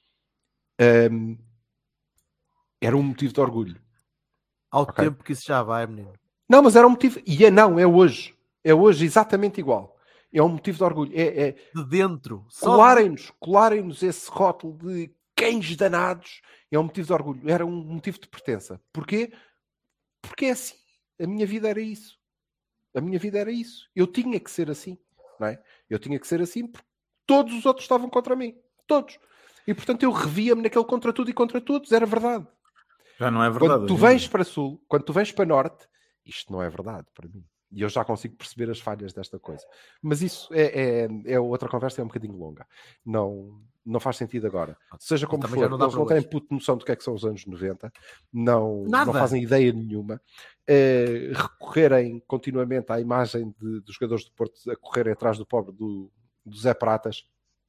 era um motivo de orgulho. Ao tempo que isso já vai, menino. Não, mas era um motivo, é hoje. É hoje exatamente igual. É um motivo de orgulho. De dentro. Colarem-nos esse rótulo de cães danados. É um motivo de orgulho. Era um motivo de pertença. Porquê? Porque é assim. A minha vida era isso. Eu tinha que ser assim. Não é? Eu tinha que ser assim porque todos os outros estavam contra mim. Todos. E, portanto, eu revia-me naquele contra tudo e contra todos. Era verdade. Já não é verdade. Quando tu vens para Sul, quando tu vens para Norte, isto não é verdade para mim. E eu já consigo perceber as falhas desta coisa. Mas isso é outra conversa, é um bocadinho longa. Não faz sentido agora. Seja como for, eles não têm puta noção do que é que são os anos 90. Não fazem ideia nenhuma. Recorrerem continuamente à imagem dos jogadores do Porto a correrem atrás do pobre do Zé Pratas.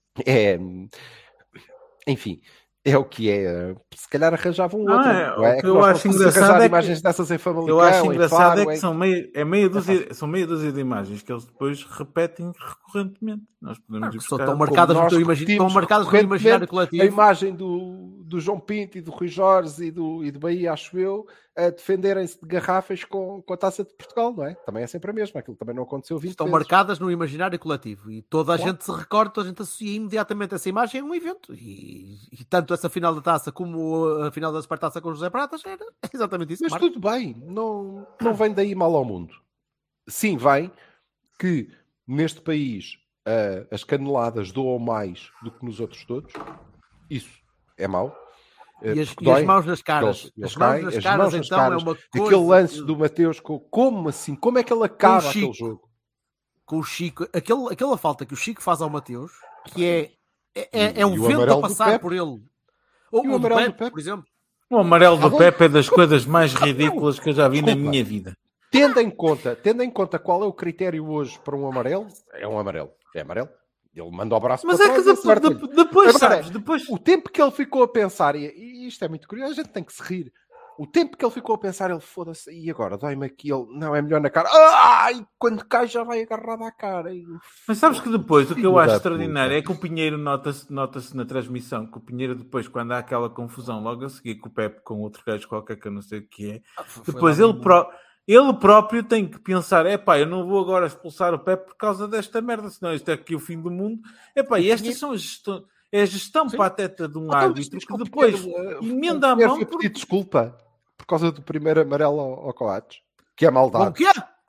Enfim... É o que é. Se calhar arranjavam outro. Não é? O que eu acho engraçado imagens dessas em Famalicão. Eu acho engraçado é que são meia dúzia de imagens que eles depois repetem recorrentemente. Nós podemos estão marcadas no teu imaginário coletivo. A imagem do João Pinto e do Rui Jorge e do Bahia, acho eu, a defenderem-se de garrafas com a Taça de Portugal, não é? Também é sempre a mesma. Aquilo também não aconteceu 20 Estão vezes. marcadas no imaginário coletivo e toda a gente se recorda, toda a gente associa imediatamente essa imagem a um evento. E tanto essa final da Taça como a final da Supertaça com o José Pratas era exatamente isso. Mas tudo bem, não vem daí mal ao mundo. Sim, vem que neste país as caneladas doam mais do que nos outros todos. Isso é mau. E as mãos nas caras. As mãos nas caras. É uma coisa... Aquele lance do Mateus, como assim? Como é que ele acaba aquele jogo? Com o Chico, aquela falta que o Chico faz ao Mateus, que é um vento a passar por ele. Ou o amarelo do Pepe, por exemplo. O amarelo do Pepe é das coisas mais ridículas que eu já vi na minha vida. Tendo em conta qual é o critério hoje para um amarelo, é um amarelo. É amarelo. Ele manda o braço para trás. Mas é que depois, sabes, depois... O tempo que ele ficou a pensar, e isto é muito curioso, a gente tem que se rir. O tempo que ele ficou a pensar, ele foda-se, e agora dói-me aqui, ele, não, é melhor na cara. Ai, quando cai já vai agarrado à cara. Mas sabes que depois, o que eu acho extraordinário é que o Pinheiro nota-se na transmissão, que o Pinheiro depois, quando há aquela confusão, logo a seguir com o Pepe, com outro gajo qualquer que eu não sei o que é, depois ele próprio tem que pensar, eu não vou agora expulsar o Pepe por causa desta merda, senão isto é aqui o fim do mundo. E estas são a gestão pateta de um árbitro que depois emenda a mão. Pedir desculpa por causa do primeiro amarelo ao Coates, que é maldade. O quê?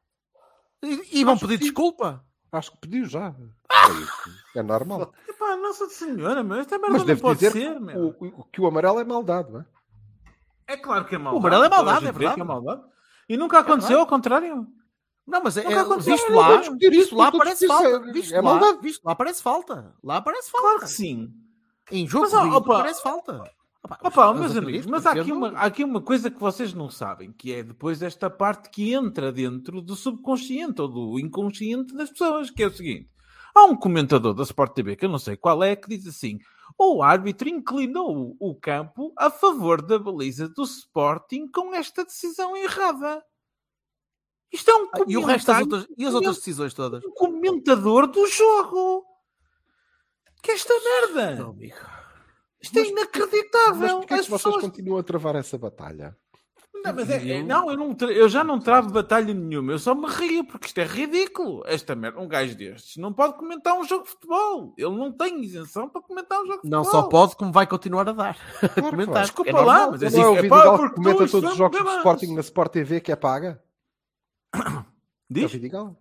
E vão pedir desculpa? Acho que pediu já. É normal. Nossa Senhora, meu, esta merda não pode ser, meu. Que o amarelo é maldade, não é? É claro que é maldade. O amarelo é maldade, é verdade. É maldade. E nunca aconteceu, ao contrário. Não, mas visto lá parece falta. Visto lá parece falta. Lá parece falta. Claro que sim. Em jogo parece falta. Meus amigos, mas há aqui uma coisa que vocês não sabem, que é depois esta parte que entra dentro do subconsciente ou do inconsciente das pessoas, que é o seguinte. Há um comentador da Sport TV, que eu não sei qual é, que diz assim: o árbitro inclinou o campo a favor da baliza do Sporting com esta decisão errada. Isto é um comentário... E o resto as outras decisões todas? Um comentador do jogo. Que é esta merda? Não, amigo. Isto é inacreditável. Mas porquê que vocês pessoas... continuam a travar essa batalha? Não, mas eu já não travo batalha nenhuma. Eu só me rio, porque isto é ridículo. Esta merda, um gajo destes não pode comentar um jogo de futebol. Ele não tem isenção para comentar um jogo de futebol. Não só pode, como vai continuar a dar. Claro, Comentar. Desculpa É lá, normal. mas Não assim, é o Vidigal que porque comenta nós todos os jogos do somos Sporting na Sport TV que é paga? É o Diz? Vidigal.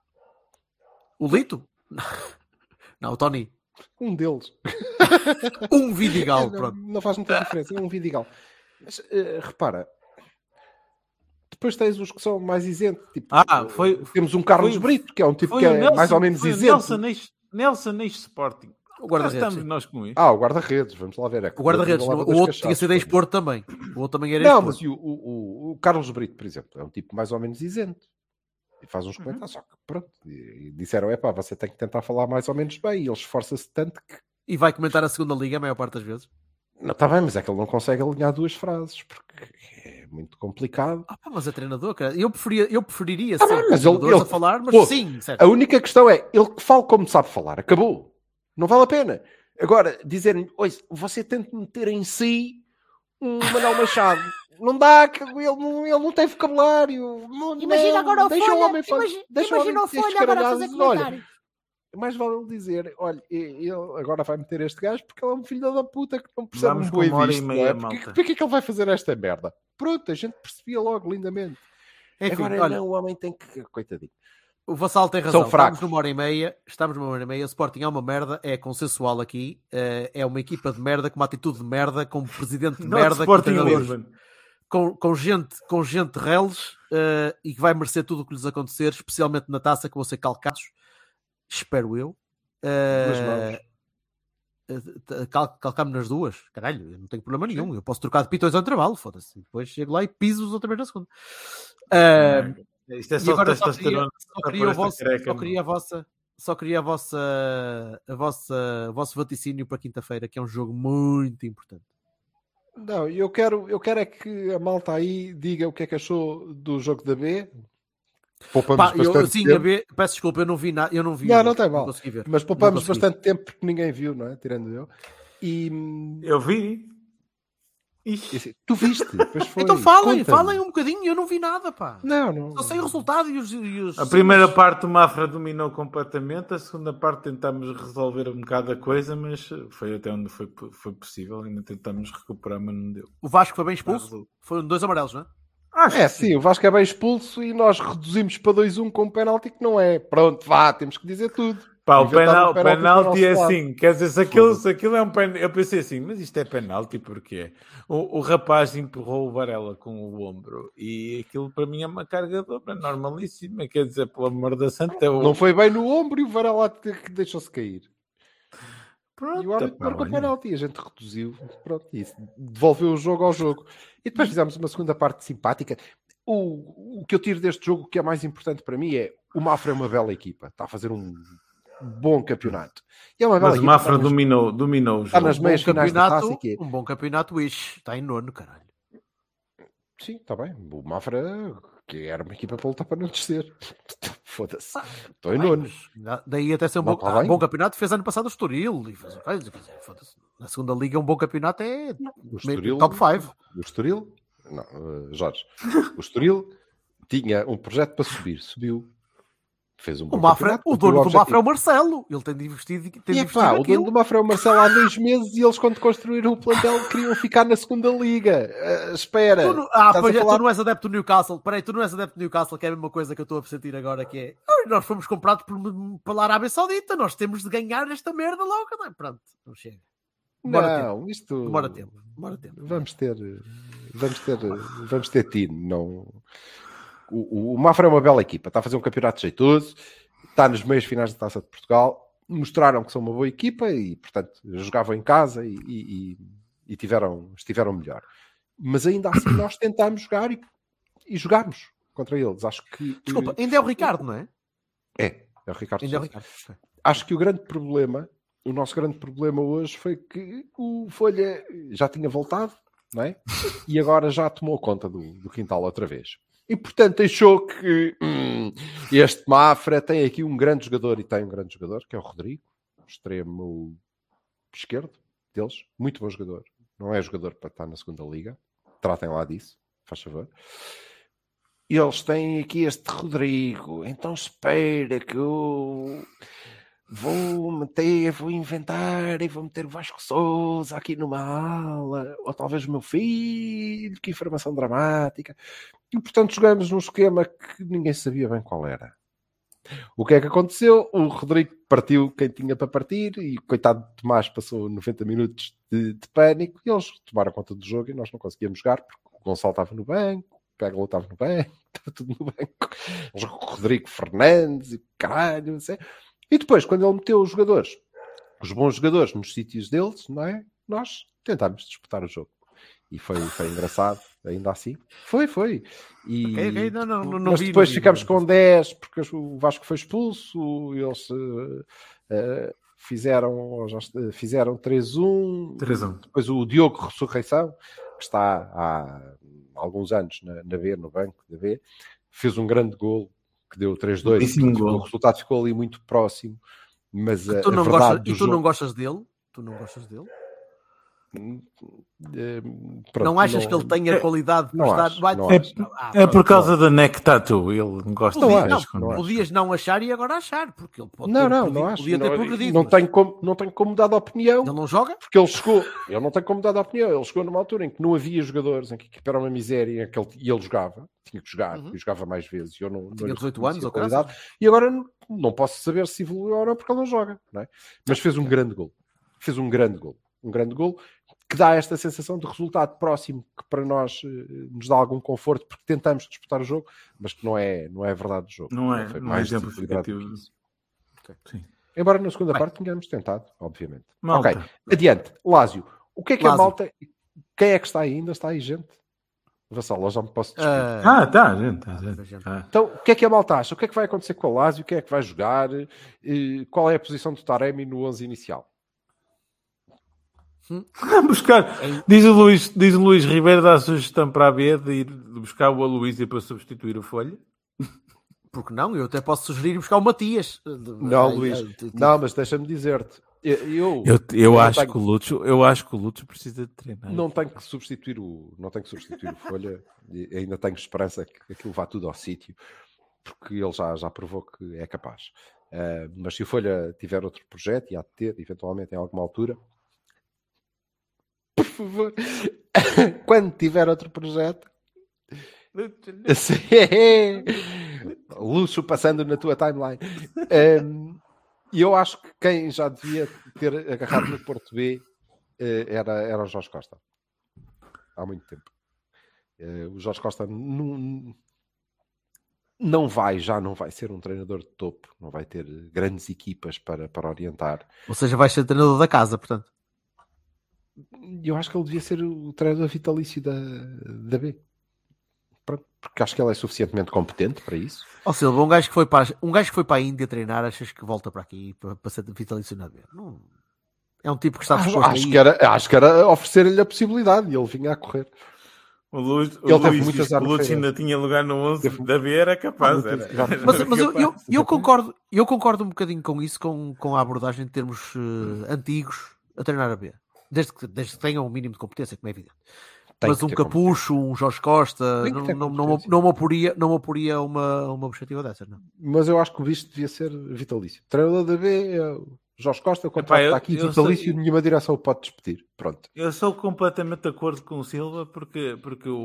O Lito? Não, o Tony. Um deles. Um Vidigal, pronto. Não faz muita diferença, é um Vidigal. Mas repara, depois tens os que são mais isentos. Tipo, temos um Carlos Brito, que é um tipo que é mais ou menos isento. Nelson Neix Sporting. O guarda-redes. Estamos nós com isso. O guarda-redes, vamos lá ver. O guarda-redes. O outro tinha sido ex-Porto também. O outro também era ex-Porto. Não, mas o Carlos Brito, por exemplo, é um tipo mais ou menos isento. E faz uns comentários, só que pronto. E disseram, você tem que tentar falar mais ou menos bem. E ele esforça-se tanto que... E vai comentar a segunda liga a maior parte das vezes. Não, está bem, mas é que ele não consegue alinhar duas frases, porque é muito complicado. Mas é treinador, cara. Eu preferiria ser mas treinador a falar, mas sim, certo. A única questão é, ele que fala como sabe falar, acabou. Não vale a pena. Agora, dizer-me, você tenta meter em si um Manuel Machado. Não dá, ele não tem vocabulário. Imagina agora o deixa o homem Imagina o Folha agora a fazer comentário. Mais vale ele dizer, olha, ele agora vai meter este gajo porque ele é um filho da puta que não percebe Vamos um boi com 1 hora e disto. meia, Porquê que ele vai fazer esta merda? Pronto, a gente percebia logo lindamente. Enfim, agora olha, o homem tem que... Coitadinho. O Vassal tem razão. São fracos. Estamos numa hora e meia. O Sporting é uma merda, é consensual aqui. É uma equipa de merda, com uma atitude de merda, com um presidente de merda, com gente reles e que vai merecer tudo o que lhes acontecer, especialmente na taça, que vão ser calcados. Espero eu. Calcar-me nas duas. Caralho, eu não tenho problema nenhum. Eu posso trocar de pitões ao intervalo, foda-se. Depois chego lá e piso-os outra vez na segunda. Isto é só testosterona. Só queria o vosso vaticínio para quinta-feira, que é um jogo muito importante. Não, eu quero é que a malta aí diga o que é que achou do jogo da B. Poupamos bastante tempo. A B, peço desculpa, eu não vi nada. Não tem mal. Mas poupamos bastante tempo porque ninguém viu, não é? Tirando eu. Eu vi. Tu viste? Foi. Então falem um bocadinho, eu não vi nada, pá. Não. Só sei o resultado e os... A primeira parte o Mafra dominou completamente, a segunda parte tentámos resolver um bocado a coisa, mas foi até onde foi possível, ainda tentámos recuperar, mas não deu. O Vasco foi bem expulso? Foram 2 amarelos, não é? Sim, o Vasco é bem expulso e nós reduzimos para 2-1 com um penalti que não é. Pronto, temos que dizer tudo. Pá, o penalti é assim, quer dizer, se aquilo é um penalti, eu pensei assim, mas isto é penalti porquê? O rapaz empurrou o Varela com o ombro e aquilo para mim é uma carga dobra, normalíssima, quer dizer, pelo amor da santa... Não foi bem no ombro e o Varela deixou-se cair. Pronto, e o árbitro marcou o penalti e a gente reduziu, pronto, isso, devolveu o jogo ao jogo. E depois fizemos uma segunda parte simpática. O que eu tiro deste jogo, que é mais importante para mim, é o Mafra é uma bela equipa, está a fazer um bom campeonato. E é uma bela mas o Mafra dominou o jogo. Está nas meias finais da taça e quê? Um bom campeonato, está em nono, caralho. Sim, está bem. O Mafra, que era uma equipa para lutar para não descer. Foda-se. Estou em nono. Daí até ser um bom campeonato, fez ano passado o Estoril. E fez, na segunda liga, um bom campeonato é top 5. O Estoril, não, Jorge, o Estoril tinha um projeto para subir, subiu. Fez um bom campeonato. O dono do Mafra é o Marcelo. Ele tem investido o dono do Mafra é o Marcelo há 2 meses e eles, quando construíram o plantel, queriam ficar na segunda liga. Espera. Tu não és adepto do Newcastle. Peraí, tu não és adepto do Newcastle, que é a mesma coisa que eu estou a sentir agora, que é nós fomos comprados pela Arábia Saudita. Nós temos de ganhar esta merda logo. Não? Pronto, não chega. Demora tempo. Vamos ter tino. Não... O Mafra é uma bela equipa, está a fazer um campeonato jeitoso, está nos meios finais da Taça de Portugal, mostraram que são uma boa equipa e, portanto, jogavam em casa e estiveram melhor. Mas ainda assim nós tentámos jogar e jogámos contra eles. Acho que... Desculpa, ainda é o Ricardo, não é? É o Ricardo. Ainda é o Ricardo. acho que o nosso grande problema hoje foi que o Folha já tinha voltado, não é? E agora já tomou conta do quintal outra vez. E, portanto, achou que este Mafra tem aqui um grande jogador, e tem um grande jogador, que é o Rodrigo, extremo esquerdo deles, muito bom jogador. Não é jogador para estar na segunda liga. Tratem lá disso, faz favor. E eles têm aqui este Rodrigo, então espera que eu vou inventar e vou meter o Vasco Sousa aqui numa ala, ou talvez o meu filho, que informação dramática. E, portanto, jogamos num esquema que ninguém sabia bem qual era. O que é que aconteceu? O Rodrigo partiu quem tinha para partir e, coitado de Tomás, passou 90 minutos de pânico e eles tomaram conta do jogo e nós não conseguíamos jogar porque o Gonçalo estava no banco, o Peglo estava no banco, estava tudo no banco. O Rodrigo Fernandes e caralho, não sei. E depois, quando ele meteu os jogadores, os bons jogadores nos sítios deles, não é? Nós tentámos disputar o jogo. E foi engraçado, ainda assim. Foi. E, okay. Não mas depois ficámos com 10, porque o Vasco foi expulso, eles fizeram 3-1. Depois o Diogo Ressurreição, que está há alguns anos na B, no banco da B, fez um grande golo, que deu 3-2. O resultado ficou ali muito próximo. Mas tu não gostas dele? Tu não gostas dele? Pronto, não achas que ele tenha qualidade para estar... É por causa da neck tattoo. Ele não gosta de podias não achar e agora achar, porque ele pode podia ter progredido. Não tenho como dar opinião. Ele não joga? Porque ele chegou... Eu não tenho como dar opinião. Ele chegou numa altura em que não havia jogadores, em que a equipa era uma miséria, e ele jogava. Tinha que jogar, e jogava mais vezes. E eu não tinha 18 anos ou qualidade. E agora não posso saber se evoluiu ou não, porque ele não joga. Não é? Mas fez um grande gol. Um grande gol que dá esta sensação de resultado próximo, que para nós nos dá algum conforto, porque tentamos disputar o jogo, mas que não é verdade do jogo. Não é exemplificativo. Okay. Embora na segunda parte tenhamos tentado, obviamente. Malta. Ok, adiante. Lásio, o que é que a malta... Quem é que está aí? Ainda está aí gente? Vassal, já me posso despedir. Tá, gente. Então, o que é que a malta acha? O que é que vai acontecer com o Lásio? O que é que vai jogar? Qual é a posição do Taremi no 11 inicial? Buscar. Diz o Luís Ribeiro, dá a sugestão para a B de ir buscar o Aloísio para substituir o Folha. Porque não? Eu até posso sugerir buscar o Matias. Não, Luís. Não, mas deixa-me dizer-te. Eu acho que o Lúcio precisa de treinar. Não tenho que substituir o Folha. E ainda tenho esperança que aquilo vá tudo ao sítio, porque ele já provou que é capaz. Mas se o Folha tiver outro projeto, e há de ter, eventualmente, em alguma altura, por favor, quando tiver outro projeto, Lúcio passando na tua timeline. E eu acho que quem já devia ter agarrado no Porto B era o Jorge Costa. Há muito tempo. O Jorge Costa não vai ser um treinador de topo, não vai ter grandes equipas para orientar. Ou seja, vai ser treinador da casa, portanto. Eu acho que ele devia ser o treinador vitalício da B. Porque acho que ele é suficientemente competente para isso. Ou seja, um gajo que foi para a Índia treinar, achas que volta para aqui para ser vitalício na B? Não. É um tipo que está disposto acho que era oferecer-lhe a possibilidade e ele vinha a correr. O Luís ainda tinha lugar no 11 da B, era capaz. Mas eu concordo um bocadinho com isso, com a abordagem de termos antigos a treinar a B. Desde que tenham um mínimo de competência, como é evidente. Mas um Capucho, um Jorge Costa, não me oporia uma objetiva dessas, não. Mas eu acho que o visto devia ser vitalício. O treinador da B é o Jorge Costa, o contrato está aqui, vitalício, nenhuma direção o pode despedir. Pronto. Eu sou completamente de acordo com o Silva, porque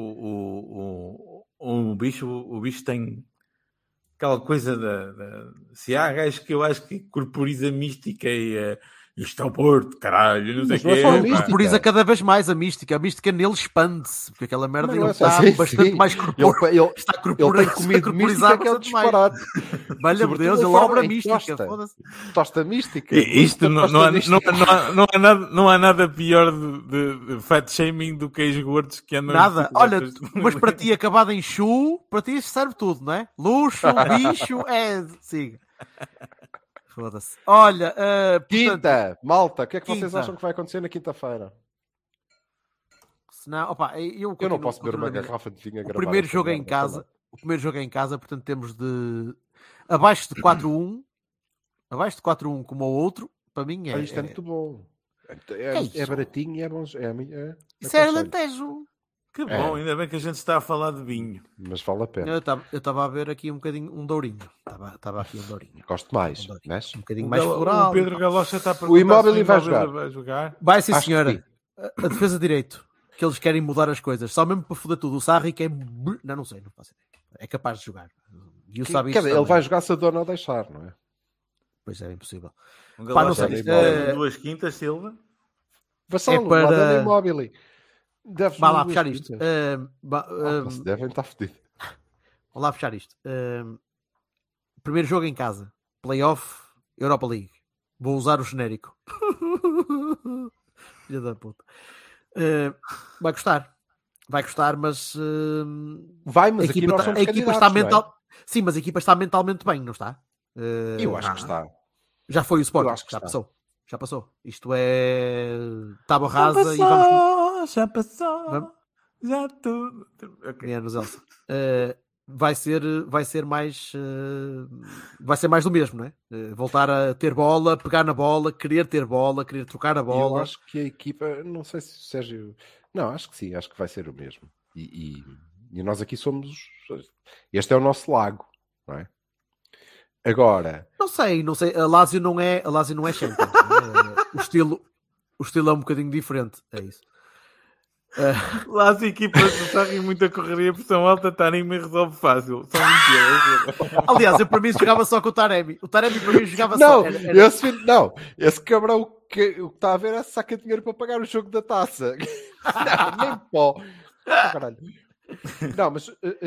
o bicho tem aquela coisa se há gajos que eu acho que corporiza mística e isto é o Porto, caralho, não sei o quê. Corporiza cada vez mais a mística nele expande-se, porque aquela merda ele está bastante mais corporizado. Está corporizado, que é o disparate. Valha-me Deus, ele obra mística. Tosta mística. Isto não há nada pior de fat shaming do que os gordos que andam... Nada, olha, mas para ti acabado em chu, para ti serve tudo, não é? Luxo, bicho, siga. Foda-se. Olha, Quinta, malta, o que é que vocês quinta. acham que vai acontecer na quinta-feira? Senão, opa, eu não posso beber uma contra a minha- garrafa de vinho a O gravar primeiro esta jogo é em merda casa. também. O primeiro jogo é em casa, portanto temos de abaixo de 4-1. Abaixo de 4-1 como o outro, para mim é. Isto é muito bom. É isso. É baratinho e é bom. Isso é aconselho. Alentejo. Que bom, ainda bem que a gente está a falar de vinho. Mas vale a pena. Eu estava a ver aqui um bocadinho um dourinho. Estava aqui um dourinho. Gosto mais. Um dourinho. Mas... Um bocadinho mais floral. O Pedro Galocha está a perguntar O Immobile se o vai Immobile jogar. vai jogar. Vai sim, Acho que senhora. sim. A defesa de direito. Que eles querem mudar as coisas. Só mesmo para foder tudo. O Sarri que é... Não sei. Não faço ideia. É capaz de jogar. E o sabe Quer isso dizer, ele também. vai jogar se a dona deixar, não é? Pois é, impossível. Um Pá, não Galocha sei. deve duas quintas, Silva. Vassalo, É para- para... Immobile. Deve Vá lá duas fechar isto. quintas. Se devem estar fedidos. Vamos lá fechar isto. Primeiro jogo em casa. Playoff, Europa League. Vou usar o genérico. Filha da puta. Vai custar. Vai custar, mas... Vai, mas a aqui equipa, nós somos a equipa está candidatos, não é? mental... Sim, mas a equipa está mentalmente bem, não está? Eu acho que está. Já foi o Sporting. Eu acho que Já está. passou. Já passou. Isto é... Tábua rasa e vamos... Já passou. Vamos? Já tudo. Ok. Menos Elsa. Vai ser mais vai ser mais do mesmo, não é? Voltar a ter bola, pegar na bola, querer ter bola, querer trocar a Eu bola. acho que a equipa, não sei se o Sérgio... Não, acho que sim, acho que vai ser o mesmo. E nós aqui somos... Este é o nosso lago, não é? Agora... Não sei. A Lazio não é Champions. O estilo é um bocadinho diferente. É isso. Lá as equipas do Sarri muita correria, pressão alta, Taremi resolve fácil. São mentiras. Aliás, eu para mim jogava só com o Taremi. O Taremi para mim jogava Não, só. esse cabrão o que está a ver é saca dinheiro para pagar o jogo da taça. Não, nem pó. Caralho. Não, mas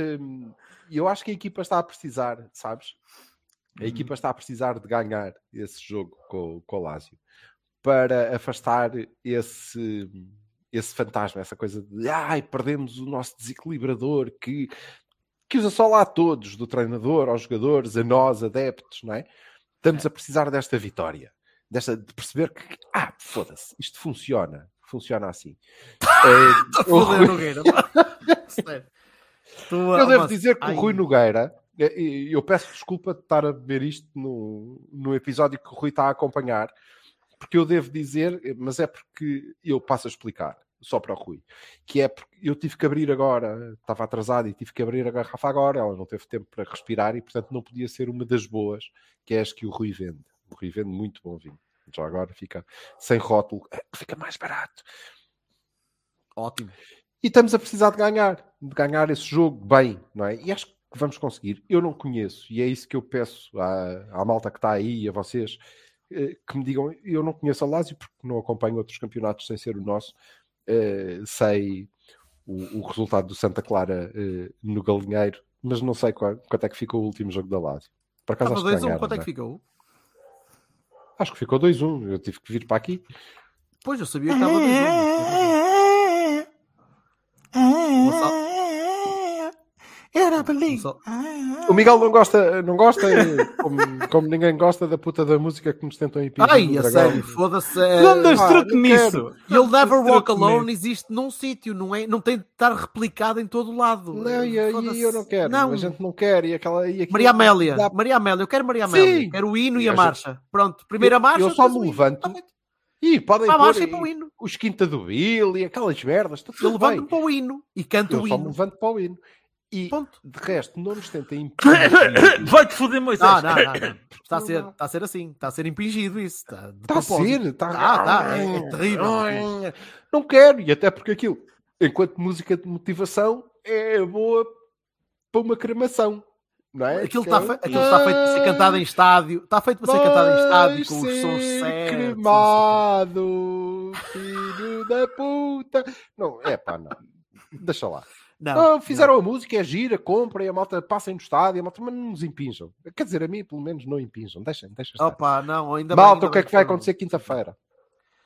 eu acho que a equipa está a precisar, sabes? A equipa está a precisar de ganhar esse jogo com o Lazio para afastar esse fantasma, essa coisa de perdemos o nosso desequilibrador que usa só lá a todos, do treinador aos jogadores, a nós, adeptos, não é? Estamos a precisar desta vitória, de perceber que, foda-se, isto funciona assim. Eu devo dizer que o Rui Nogueira, eu peço desculpa de estar a ver isto no episódio que o Rui está a acompanhar, porque eu devo dizer, mas é porque eu passo a explicar, só para o Rui, que é porque eu tive que abrir agora, estava atrasado e tive que abrir a garrafa agora, ela não teve tempo para respirar e, portanto, não podia ser uma das boas, que é as que o Rui vende. O Rui vende muito bom vinho. Já agora fica sem rótulo, fica mais barato. Ótimo. E estamos a precisar de ganhar esse jogo bem, não é? E acho que vamos conseguir. Eu não conheço, e é isso que eu peço à malta que está aí e a vocês, que me digam, eu não conheço a Lazio porque não acompanho outros campeonatos sem ser o nosso. Sei o resultado do Santa Clara no Galinheiro, mas não sei quanto é que ficou o último jogo da Lazio. Por acaso acho que ganharam, quanto é que não é? ficou? Acho que ficou 2-1. Eu tive que vir para aqui. Pois, eu sabia que estava 2-1. O Miguel não gosta como ninguém gosta da puta da música que nos tentam impingir. Ai, a sério, foda-se. Não das truque nisso. You'll Never Walk Alone existe num sítio, não tem de estar replicado em todo o lado. Não, e eu não quero. Não. A gente não quer. Maria Amélia, eu quero Maria Amélia. Sim. Quero o hino e a marcha. Pronto, primeira marcha. Eu só me levanto. E podem pôr marcha e para o hino. os Quinta do Bill e aquelas merdas. Eu Tudo bem. levanto-me para o hino e canto Eu o só me hino. levanto para o hino. E, Ponto. de resto, não nos tentem impingir. Vai-te foder, Moisés. Não. Está a ser assim. Está a ser impingido isso. Está a ser. É terrível. Não quero. E até porque aquilo, enquanto música de motivação, é boa para uma cremação. Não é? Aquilo está feito para ser cantado em estádio. Está feito para ser cantado em estádio com os sons certos. Cremado, filho da puta. Não, não. Deixa lá. Não, fizeram a música, é gira, comprem, a malta passem no estádio, mas não nos impinjam. Quer dizer, a mim, pelo menos, não impinjam. Deixem estar. Opa, não, ainda malta, bem, o que é que vai acontecer quinta-feira?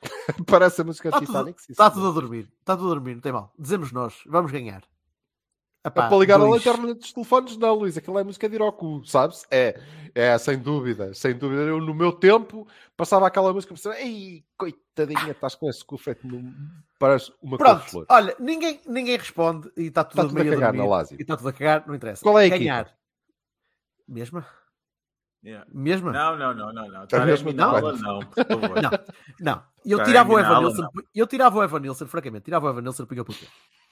Parece a música de Titanic. Está tudo a dormir, não tem mal. Dizemos nós, vamos ganhar. Epá, para ligar a 2. lanterna dos telefones, não, Luís. Aquilo é música de ir ao cu, sabes? Sem dúvida. Sem dúvida. Eu, no meu tempo, passava aquela música e pensava, ei, coitadinha, estás com esse cu feito parece uma Pronto, olha, ninguém responde e está tudo, a cagar na Lazio. E está tudo a cagar, não interessa. Qual é a ganhar? equipa? Mesma? Yeah. Mesma? Não. Não. Eu tirava o Evanilson. Eu tirava o Evanilson, francamente. Tirava o Evanilson para o Putin.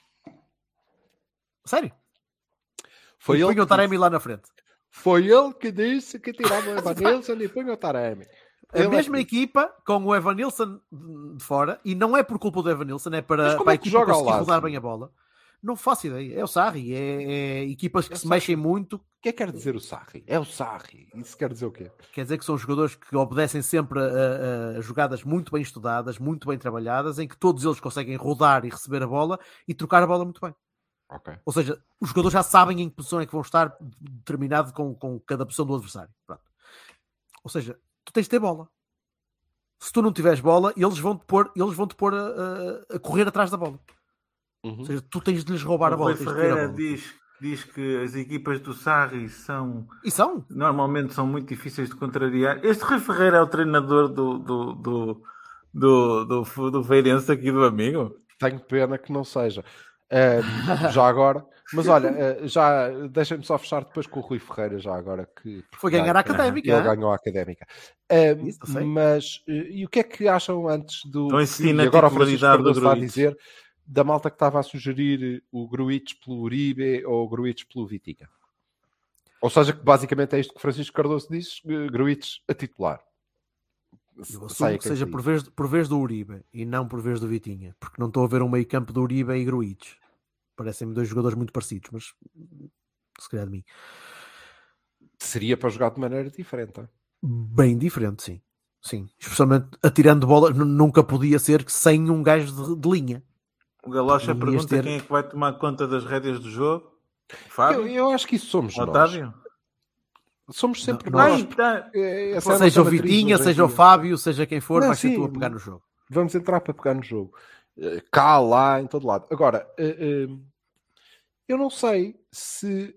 Sério? Foi ele punha o Taremi lá na frente. Foi ele que disse que tirava o Evanilson e punha o Taremi. A mesma equipa com o Evanilson de fora, e não é por culpa do Evanilson, é para a equipa conseguir rodar bem a bola. Não faço ideia. É o Sarri. É equipas que se mexem muito. O que é que quer dizer o Sarri? É o Sarri. Isso quer dizer o quê? Quer dizer que são jogadores que obedecem sempre a jogadas muito bem estudadas, muito bem trabalhadas, em que todos eles conseguem rodar e receber a bola e trocar a bola muito bem. Okay. Ou seja, os jogadores já sabem em que posição é que vão estar, determinado com cada posição do adversário. Pronto. Ou seja, tu tens de ter bola. Se tu não tiveres bola, eles vão-te pôr a correr atrás da bola. Ou seja, tu tens de lhes roubar a bola. O Ferreira diz que as equipas do Sarri são normalmente são muito difíceis de contrariar. Este Rui Ferreira é o treinador do Feirense aqui do amigo? Tenho pena que não seja. Já agora, mas olha, já deixem-me só fechar depois com o Rui Ferreira, já agora que foi ganhar a Académica. Ele ganhou a Académica. Mas e o que é que acham antes do e agora o Francisco Cardoso está a dizer da malta que estava a sugerir o Gruitch pelo Uribe ou o Gruitch pelo Vitinha? Ou seja, que basicamente é isto que o Francisco Cardoso diz, Gruitch a titular. Eu assumo que seja por vez do Uribe e não por vez do Vitinha, porque não estou a ver um meio campo do Uribe e Gruitch. Parecem-me dois jogadores muito parecidos, mas se calhar de mim. Seria para jogar de maneira diferente. Bem diferente, sim. Sim. Especialmente atirando bola, nunca podia ser sem um gajo de linha. O Galocha pergunta quem é que vai tomar conta das rédeas do jogo. Fábio? Eu acho que isso somos Otávio? nós. Somos sempre nós. Seja o Vitinha, seja o Fábio, seja quem for, vai ser tu a pegar no jogo. Vamos entrar para pegar no jogo. Cá, lá, em todo lado. Agora, eu não sei se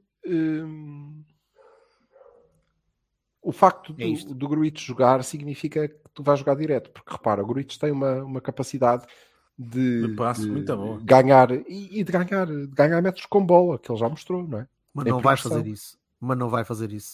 o facto do Gruitch jogar significa que tu vais jogar direto. Porque repara, o Gruitch tem uma capacidade de muito boa. Ganhar e de ganhar metros com bola, que ele já mostrou, não é? Mas não vai fazer isso. Mas não vai fazer isso.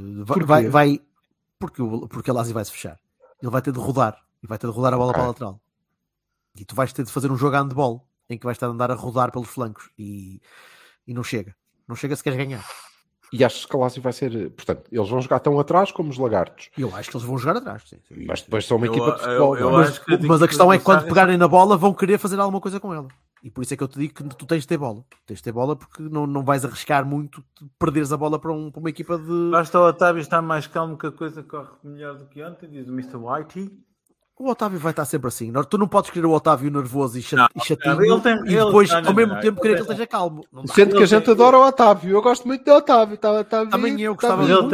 Porque a Lazio vai se fechar. Ele vai ter de rodar. E vai ter de rodar a bola para a lateral. E tu vais ter de fazer um jogo handball em que vais estar a andar a rodar pelos flancos. E não chega. Não chega se queres ganhar. E achas que a Lazio vai ser... Portanto, eles vão jogar tão atrás como os lagartos. Eu acho que eles vão jogar atrás. Sim. Mas depois são uma equipa de futebol. Mas a questão é que quando pegarem na bola vão querer fazer alguma coisa com ela. E por isso é que eu te digo que tu tens de ter bola. Tens de ter bola porque não vais arriscar muito perderes a bola para uma equipa de... Basta o Otávio estar mais calmo que a coisa corre melhor do que ontem, diz o Mr. Whitey. O Otávio vai estar sempre assim. Tu não podes querer o Otávio nervoso e chatinho e depois ao mesmo tempo querer que ele esteja calmo. Sendo que a gente adora o Otávio. Eu gosto muito do Otávio. Também eu gostava muito.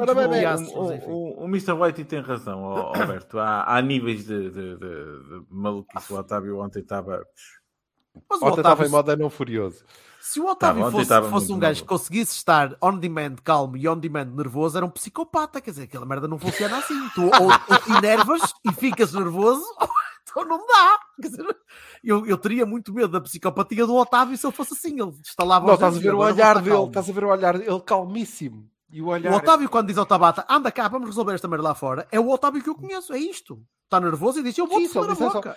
O Mr. Whitey tem razão, Alberto. Há níveis de maluquice. O Otávio ontem estava... Mas o Otávio estava em modo não furioso. Se o Otávio fosse um gajo que conseguisse estar on demand calmo e on demand nervoso, era um psicopata. Quer dizer, aquela merda não funciona assim. Tu ou te enervas e ficas nervoso, então não dá. Quer dizer, eu teria muito medo da psicopatia do Otávio se ele fosse assim. Ele instalava... Não, estás a ver o olhar dele. Estás a ver o olhar dele calmíssimo. E o Otávio, quando diz ao Tabata, anda cá, vamos resolver esta merda lá fora, é o Otávio que eu conheço, é isto. Está nervoso e diz, eu vou-te foder a boca.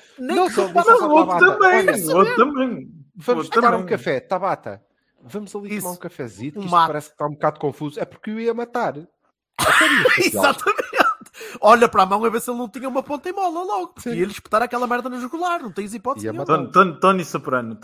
O outro também. Vamos tomar um café, Tabata. Vamos ali tomar um cafezito, que isto parece que está um bocado confuso. É porque eu ia matar. Exatamente. Olha para a mão a ver se ele não tinha uma ponta em mola logo. Porque ia-lhe espetar aquela merda na jugular. Não tens hipótese nenhuma. Tony Soprano.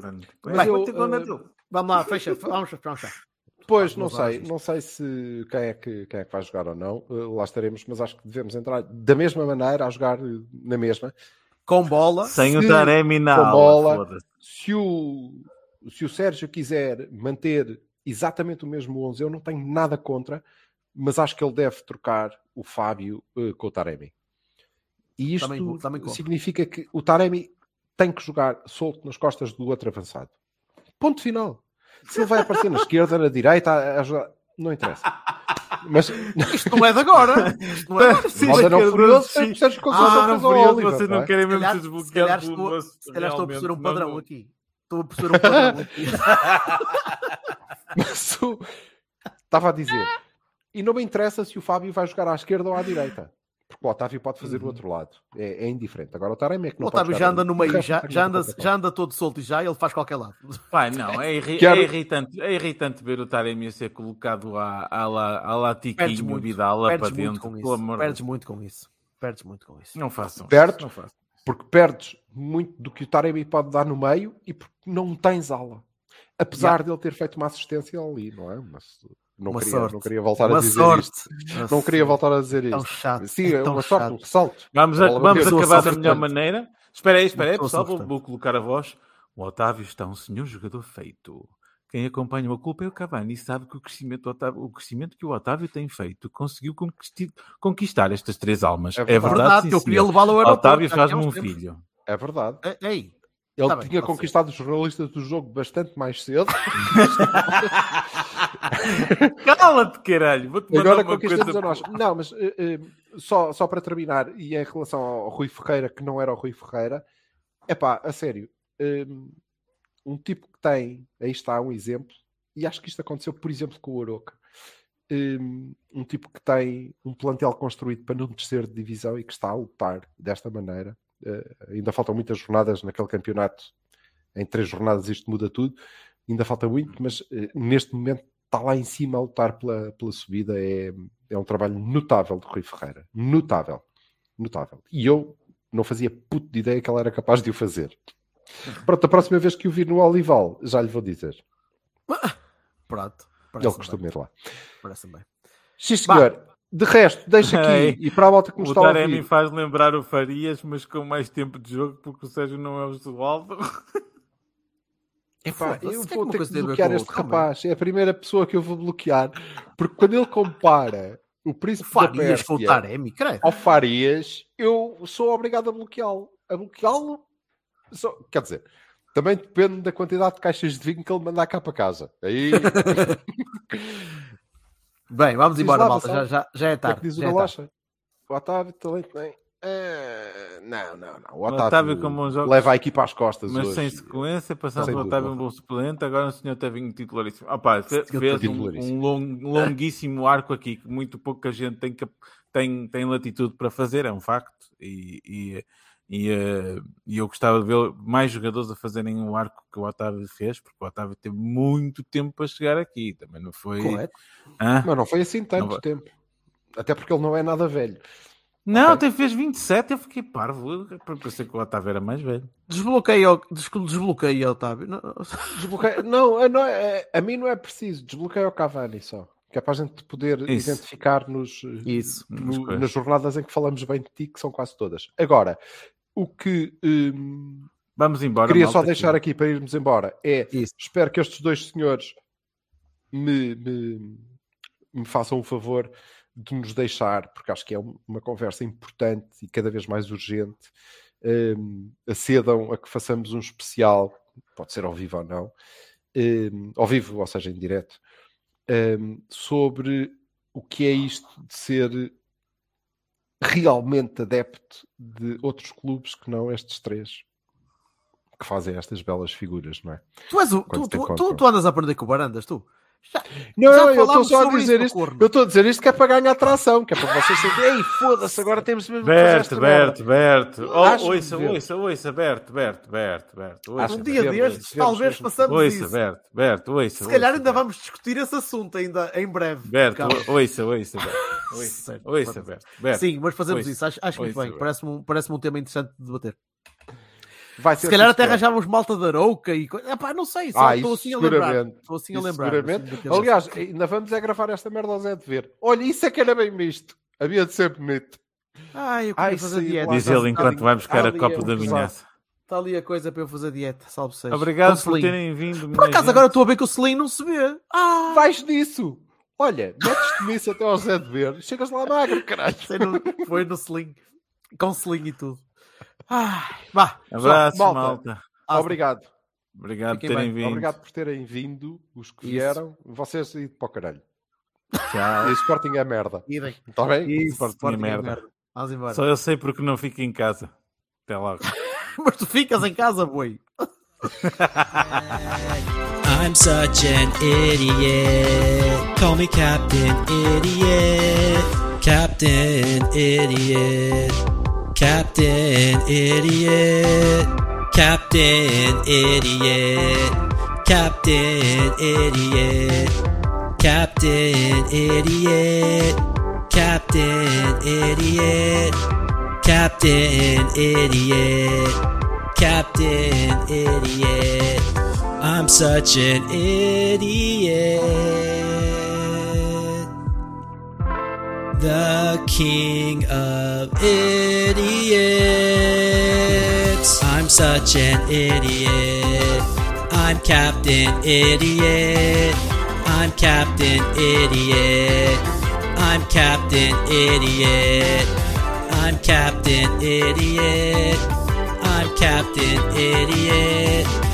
Vamos lá, fecha. Vamos fechar. Pois, não sei se quem é que vai jogar ou não, lá estaremos, mas acho que devemos entrar da mesma maneira, a jogar na mesma. Com bola. Sem o Taremi na com bola. Se o Sérgio quiser manter exatamente o mesmo 11, eu não tenho nada contra, mas acho que ele deve trocar o Fábio com o Taremi. E isto também significa que o Taremi tem que jogar solto nas costas do outro avançado. Ponto final. Se ele vai aparecer na esquerda, na direita, a ajudar, não interessa. Mas isto não é de agora. Isto não é de agora. Moda não furioso, tem que ser vocês não querem mesmo ser desbloqueados pelo moço. Se calhar estou a perceber um padrão aqui. Estou a perceber um padrão aqui. Mas estava a dizer, e não me interessa se o Fábio vai jogar à esquerda ou à direita, porque o Otávio pode fazer do outro lado, é indiferente. Agora o Taremi é que não o Otávio pode já anda no meio, já anda todo solto e ele faz qualquer lado. Pai, não, é irritante ver o Taremi a ser colocado à la Tiquinho, Vidal para dentro. Perdes muito com isso. Não façam. Porque perdes muito do que o Taremi pode dar no meio e porque não tens ala. Apesar de ele ter feito uma assistência ali, não é? Mas não queria voltar a dizer isto. Não queria voltar a dizer isto. Chato. Sim, é uma sorte, um ressalto. Vamos acabar da melhor maneira. Espera aí, pessoal, vou colocar a voz. O Otávio está um senhor jogador feito. Quem acompanha o clube é o Cavani e sabe que o crescimento que o Otávio tem feito conseguiu conquistar estas 3 almas. É verdade, eu queria levá-lo ao aeroporto. Otávio faz-me um filho. É verdade. Ei. Ele tinha conquistado os jornalistas do jogo bastante mais cedo. Cala-te, caralho! Vou-te mandar agora uma conquistamos coisa... a nós. Não, mas só para terminar, e em relação ao Rui Ferreira, que não era o Rui Ferreira, a sério, um tipo que tem, aí está um exemplo, e acho que isto aconteceu, por exemplo, com o Aroca. Um tipo que tem um plantel construído para não descer de divisão e que está a lutar desta maneira. Ainda faltam muitas jornadas naquele campeonato. Em 3 jornadas isto muda tudo. Ainda falta muito, mas neste momento está lá em cima a lutar pela subida. É um trabalho notável de Rui Ferreira. Notável. E eu não fazia puto de ideia que ele era capaz de o fazer. Pronto, a próxima vez que o vir no Olival, já lhe vou dizer. Pronto. Ele costuma ir lá. Parece bem. Sim, senhor. De resto, deixa aqui. E para a volta que nos está a ouvir. O Taremi faz lembrar o Farias, mas com mais tempo de jogo, porque o Sérgio não é o Josualdo. Eu vou ter que bloquear este rapaz. É a primeira pessoa que eu vou bloquear. Porque quando ele compara o Príncipe da Pérsia ao Farias, eu sou obrigado a bloqueá-lo. Quer dizer, também depende da quantidade de caixas de vinho que ele mandar cá para casa. Aí... Bem, vamos embora, malta. Já é tarde. É que diz o Galocha. O Otávio talento tem. Não. O Otávio como um jogo... leva a equipa às costas. Mas hoje. sem sequência, passando o Otávio um bom suplente, agora o senhor teve um titularíssimo. Fez um longuíssimo arco aqui, que muito pouca gente tem latitude para fazer, é um facto. E eu gostava de ver mais jogadores a fazerem o arco que o Otávio fez, porque o Otávio teve muito tempo para chegar aqui. Também não foi... Correto. Mas não foi assim tanto tempo. Até porque ele não é nada velho. Não, até fez 27, eu fiquei parvo. Pensei que o Otávio era mais velho. Desbloqueei, Otávio. Não, a mim não é preciso. Desbloqueei o Cavani só. Que é para a gente poder identificar nas jornadas em que falamos bem de ti, que são quase todas. Agora, o que vamos embora, queria só deixar aqui para irmos embora é, espero que estes 2 senhores me façam o favor de nos deixar, porque acho que é uma conversa importante e cada vez mais urgente, acedam a que façamos um especial, pode ser ao vivo ou não, ao vivo, ou seja, em direto, sobre o que é isto de ser realmente adepto de outros clubes que não estes 3 que fazem estas belas figuras, não é? Tu andas a aprender com barandas, tu? Não, eu estou só a dizer isto. Eu estou a dizer isto que é para ganhar atração, que é para vocês sentirem. Ei, foda-se, agora temos mesmo Berto. Ouça, Berto. Um dia destes, talvez façamos isso. Berto. Se calhar ainda vamos discutir esse assunto ainda em breve. Berto, ouça, Berto. Sim, mas fazemos isso. Acho muito bem. Parece-me um tema interessante de debater. Se calhar até arranjávamos malta da Arouca e não sei, só estou assim a lembrar. Seguramente. Aliás, ainda vamos gravar esta merda ao Zé de Ver. Olha, isso é que era bem misto. Havia de ser bonito. Eu queria fazer dieta. Diz ele enquanto vai buscar a copa da vinhaça. Está ali a coisa para eu fazer dieta, salve seja. Obrigado por terem vindo. Por acaso agora estou a ver que o selim não se vê. Vais nisso. Olha, metes-te nisso até ao Zé de Ver. Chegas lá magro, caralho. Foi no selim. Com selim e tudo. Vá. Abraço, malta. Obrigado. Obrigado por terem vindo. Obrigado por terem vindo, os que vieram. Vocês e para o caralho. Tchau. E o Sporting é merda. Está bem? Sporting é merda. Vamos embora. Só eu sei porque não fico em casa. Até logo. Mas tu ficas em casa, boi. I'm such an idiot. Call me Captain Idiot. Captain Idiot. Captain Idiot. Captain Idiot. Captain Idiot. Captain Idiot. Captain Idiot. Captain Idiot. Captain Idiot. I'm such an idiot. The king of idiots. I'm such an idiot. I'm Captain Idiot. I'm Captain Idiot. I'm Captain Idiot. I'm Captain Idiot. I'm Captain Idiot.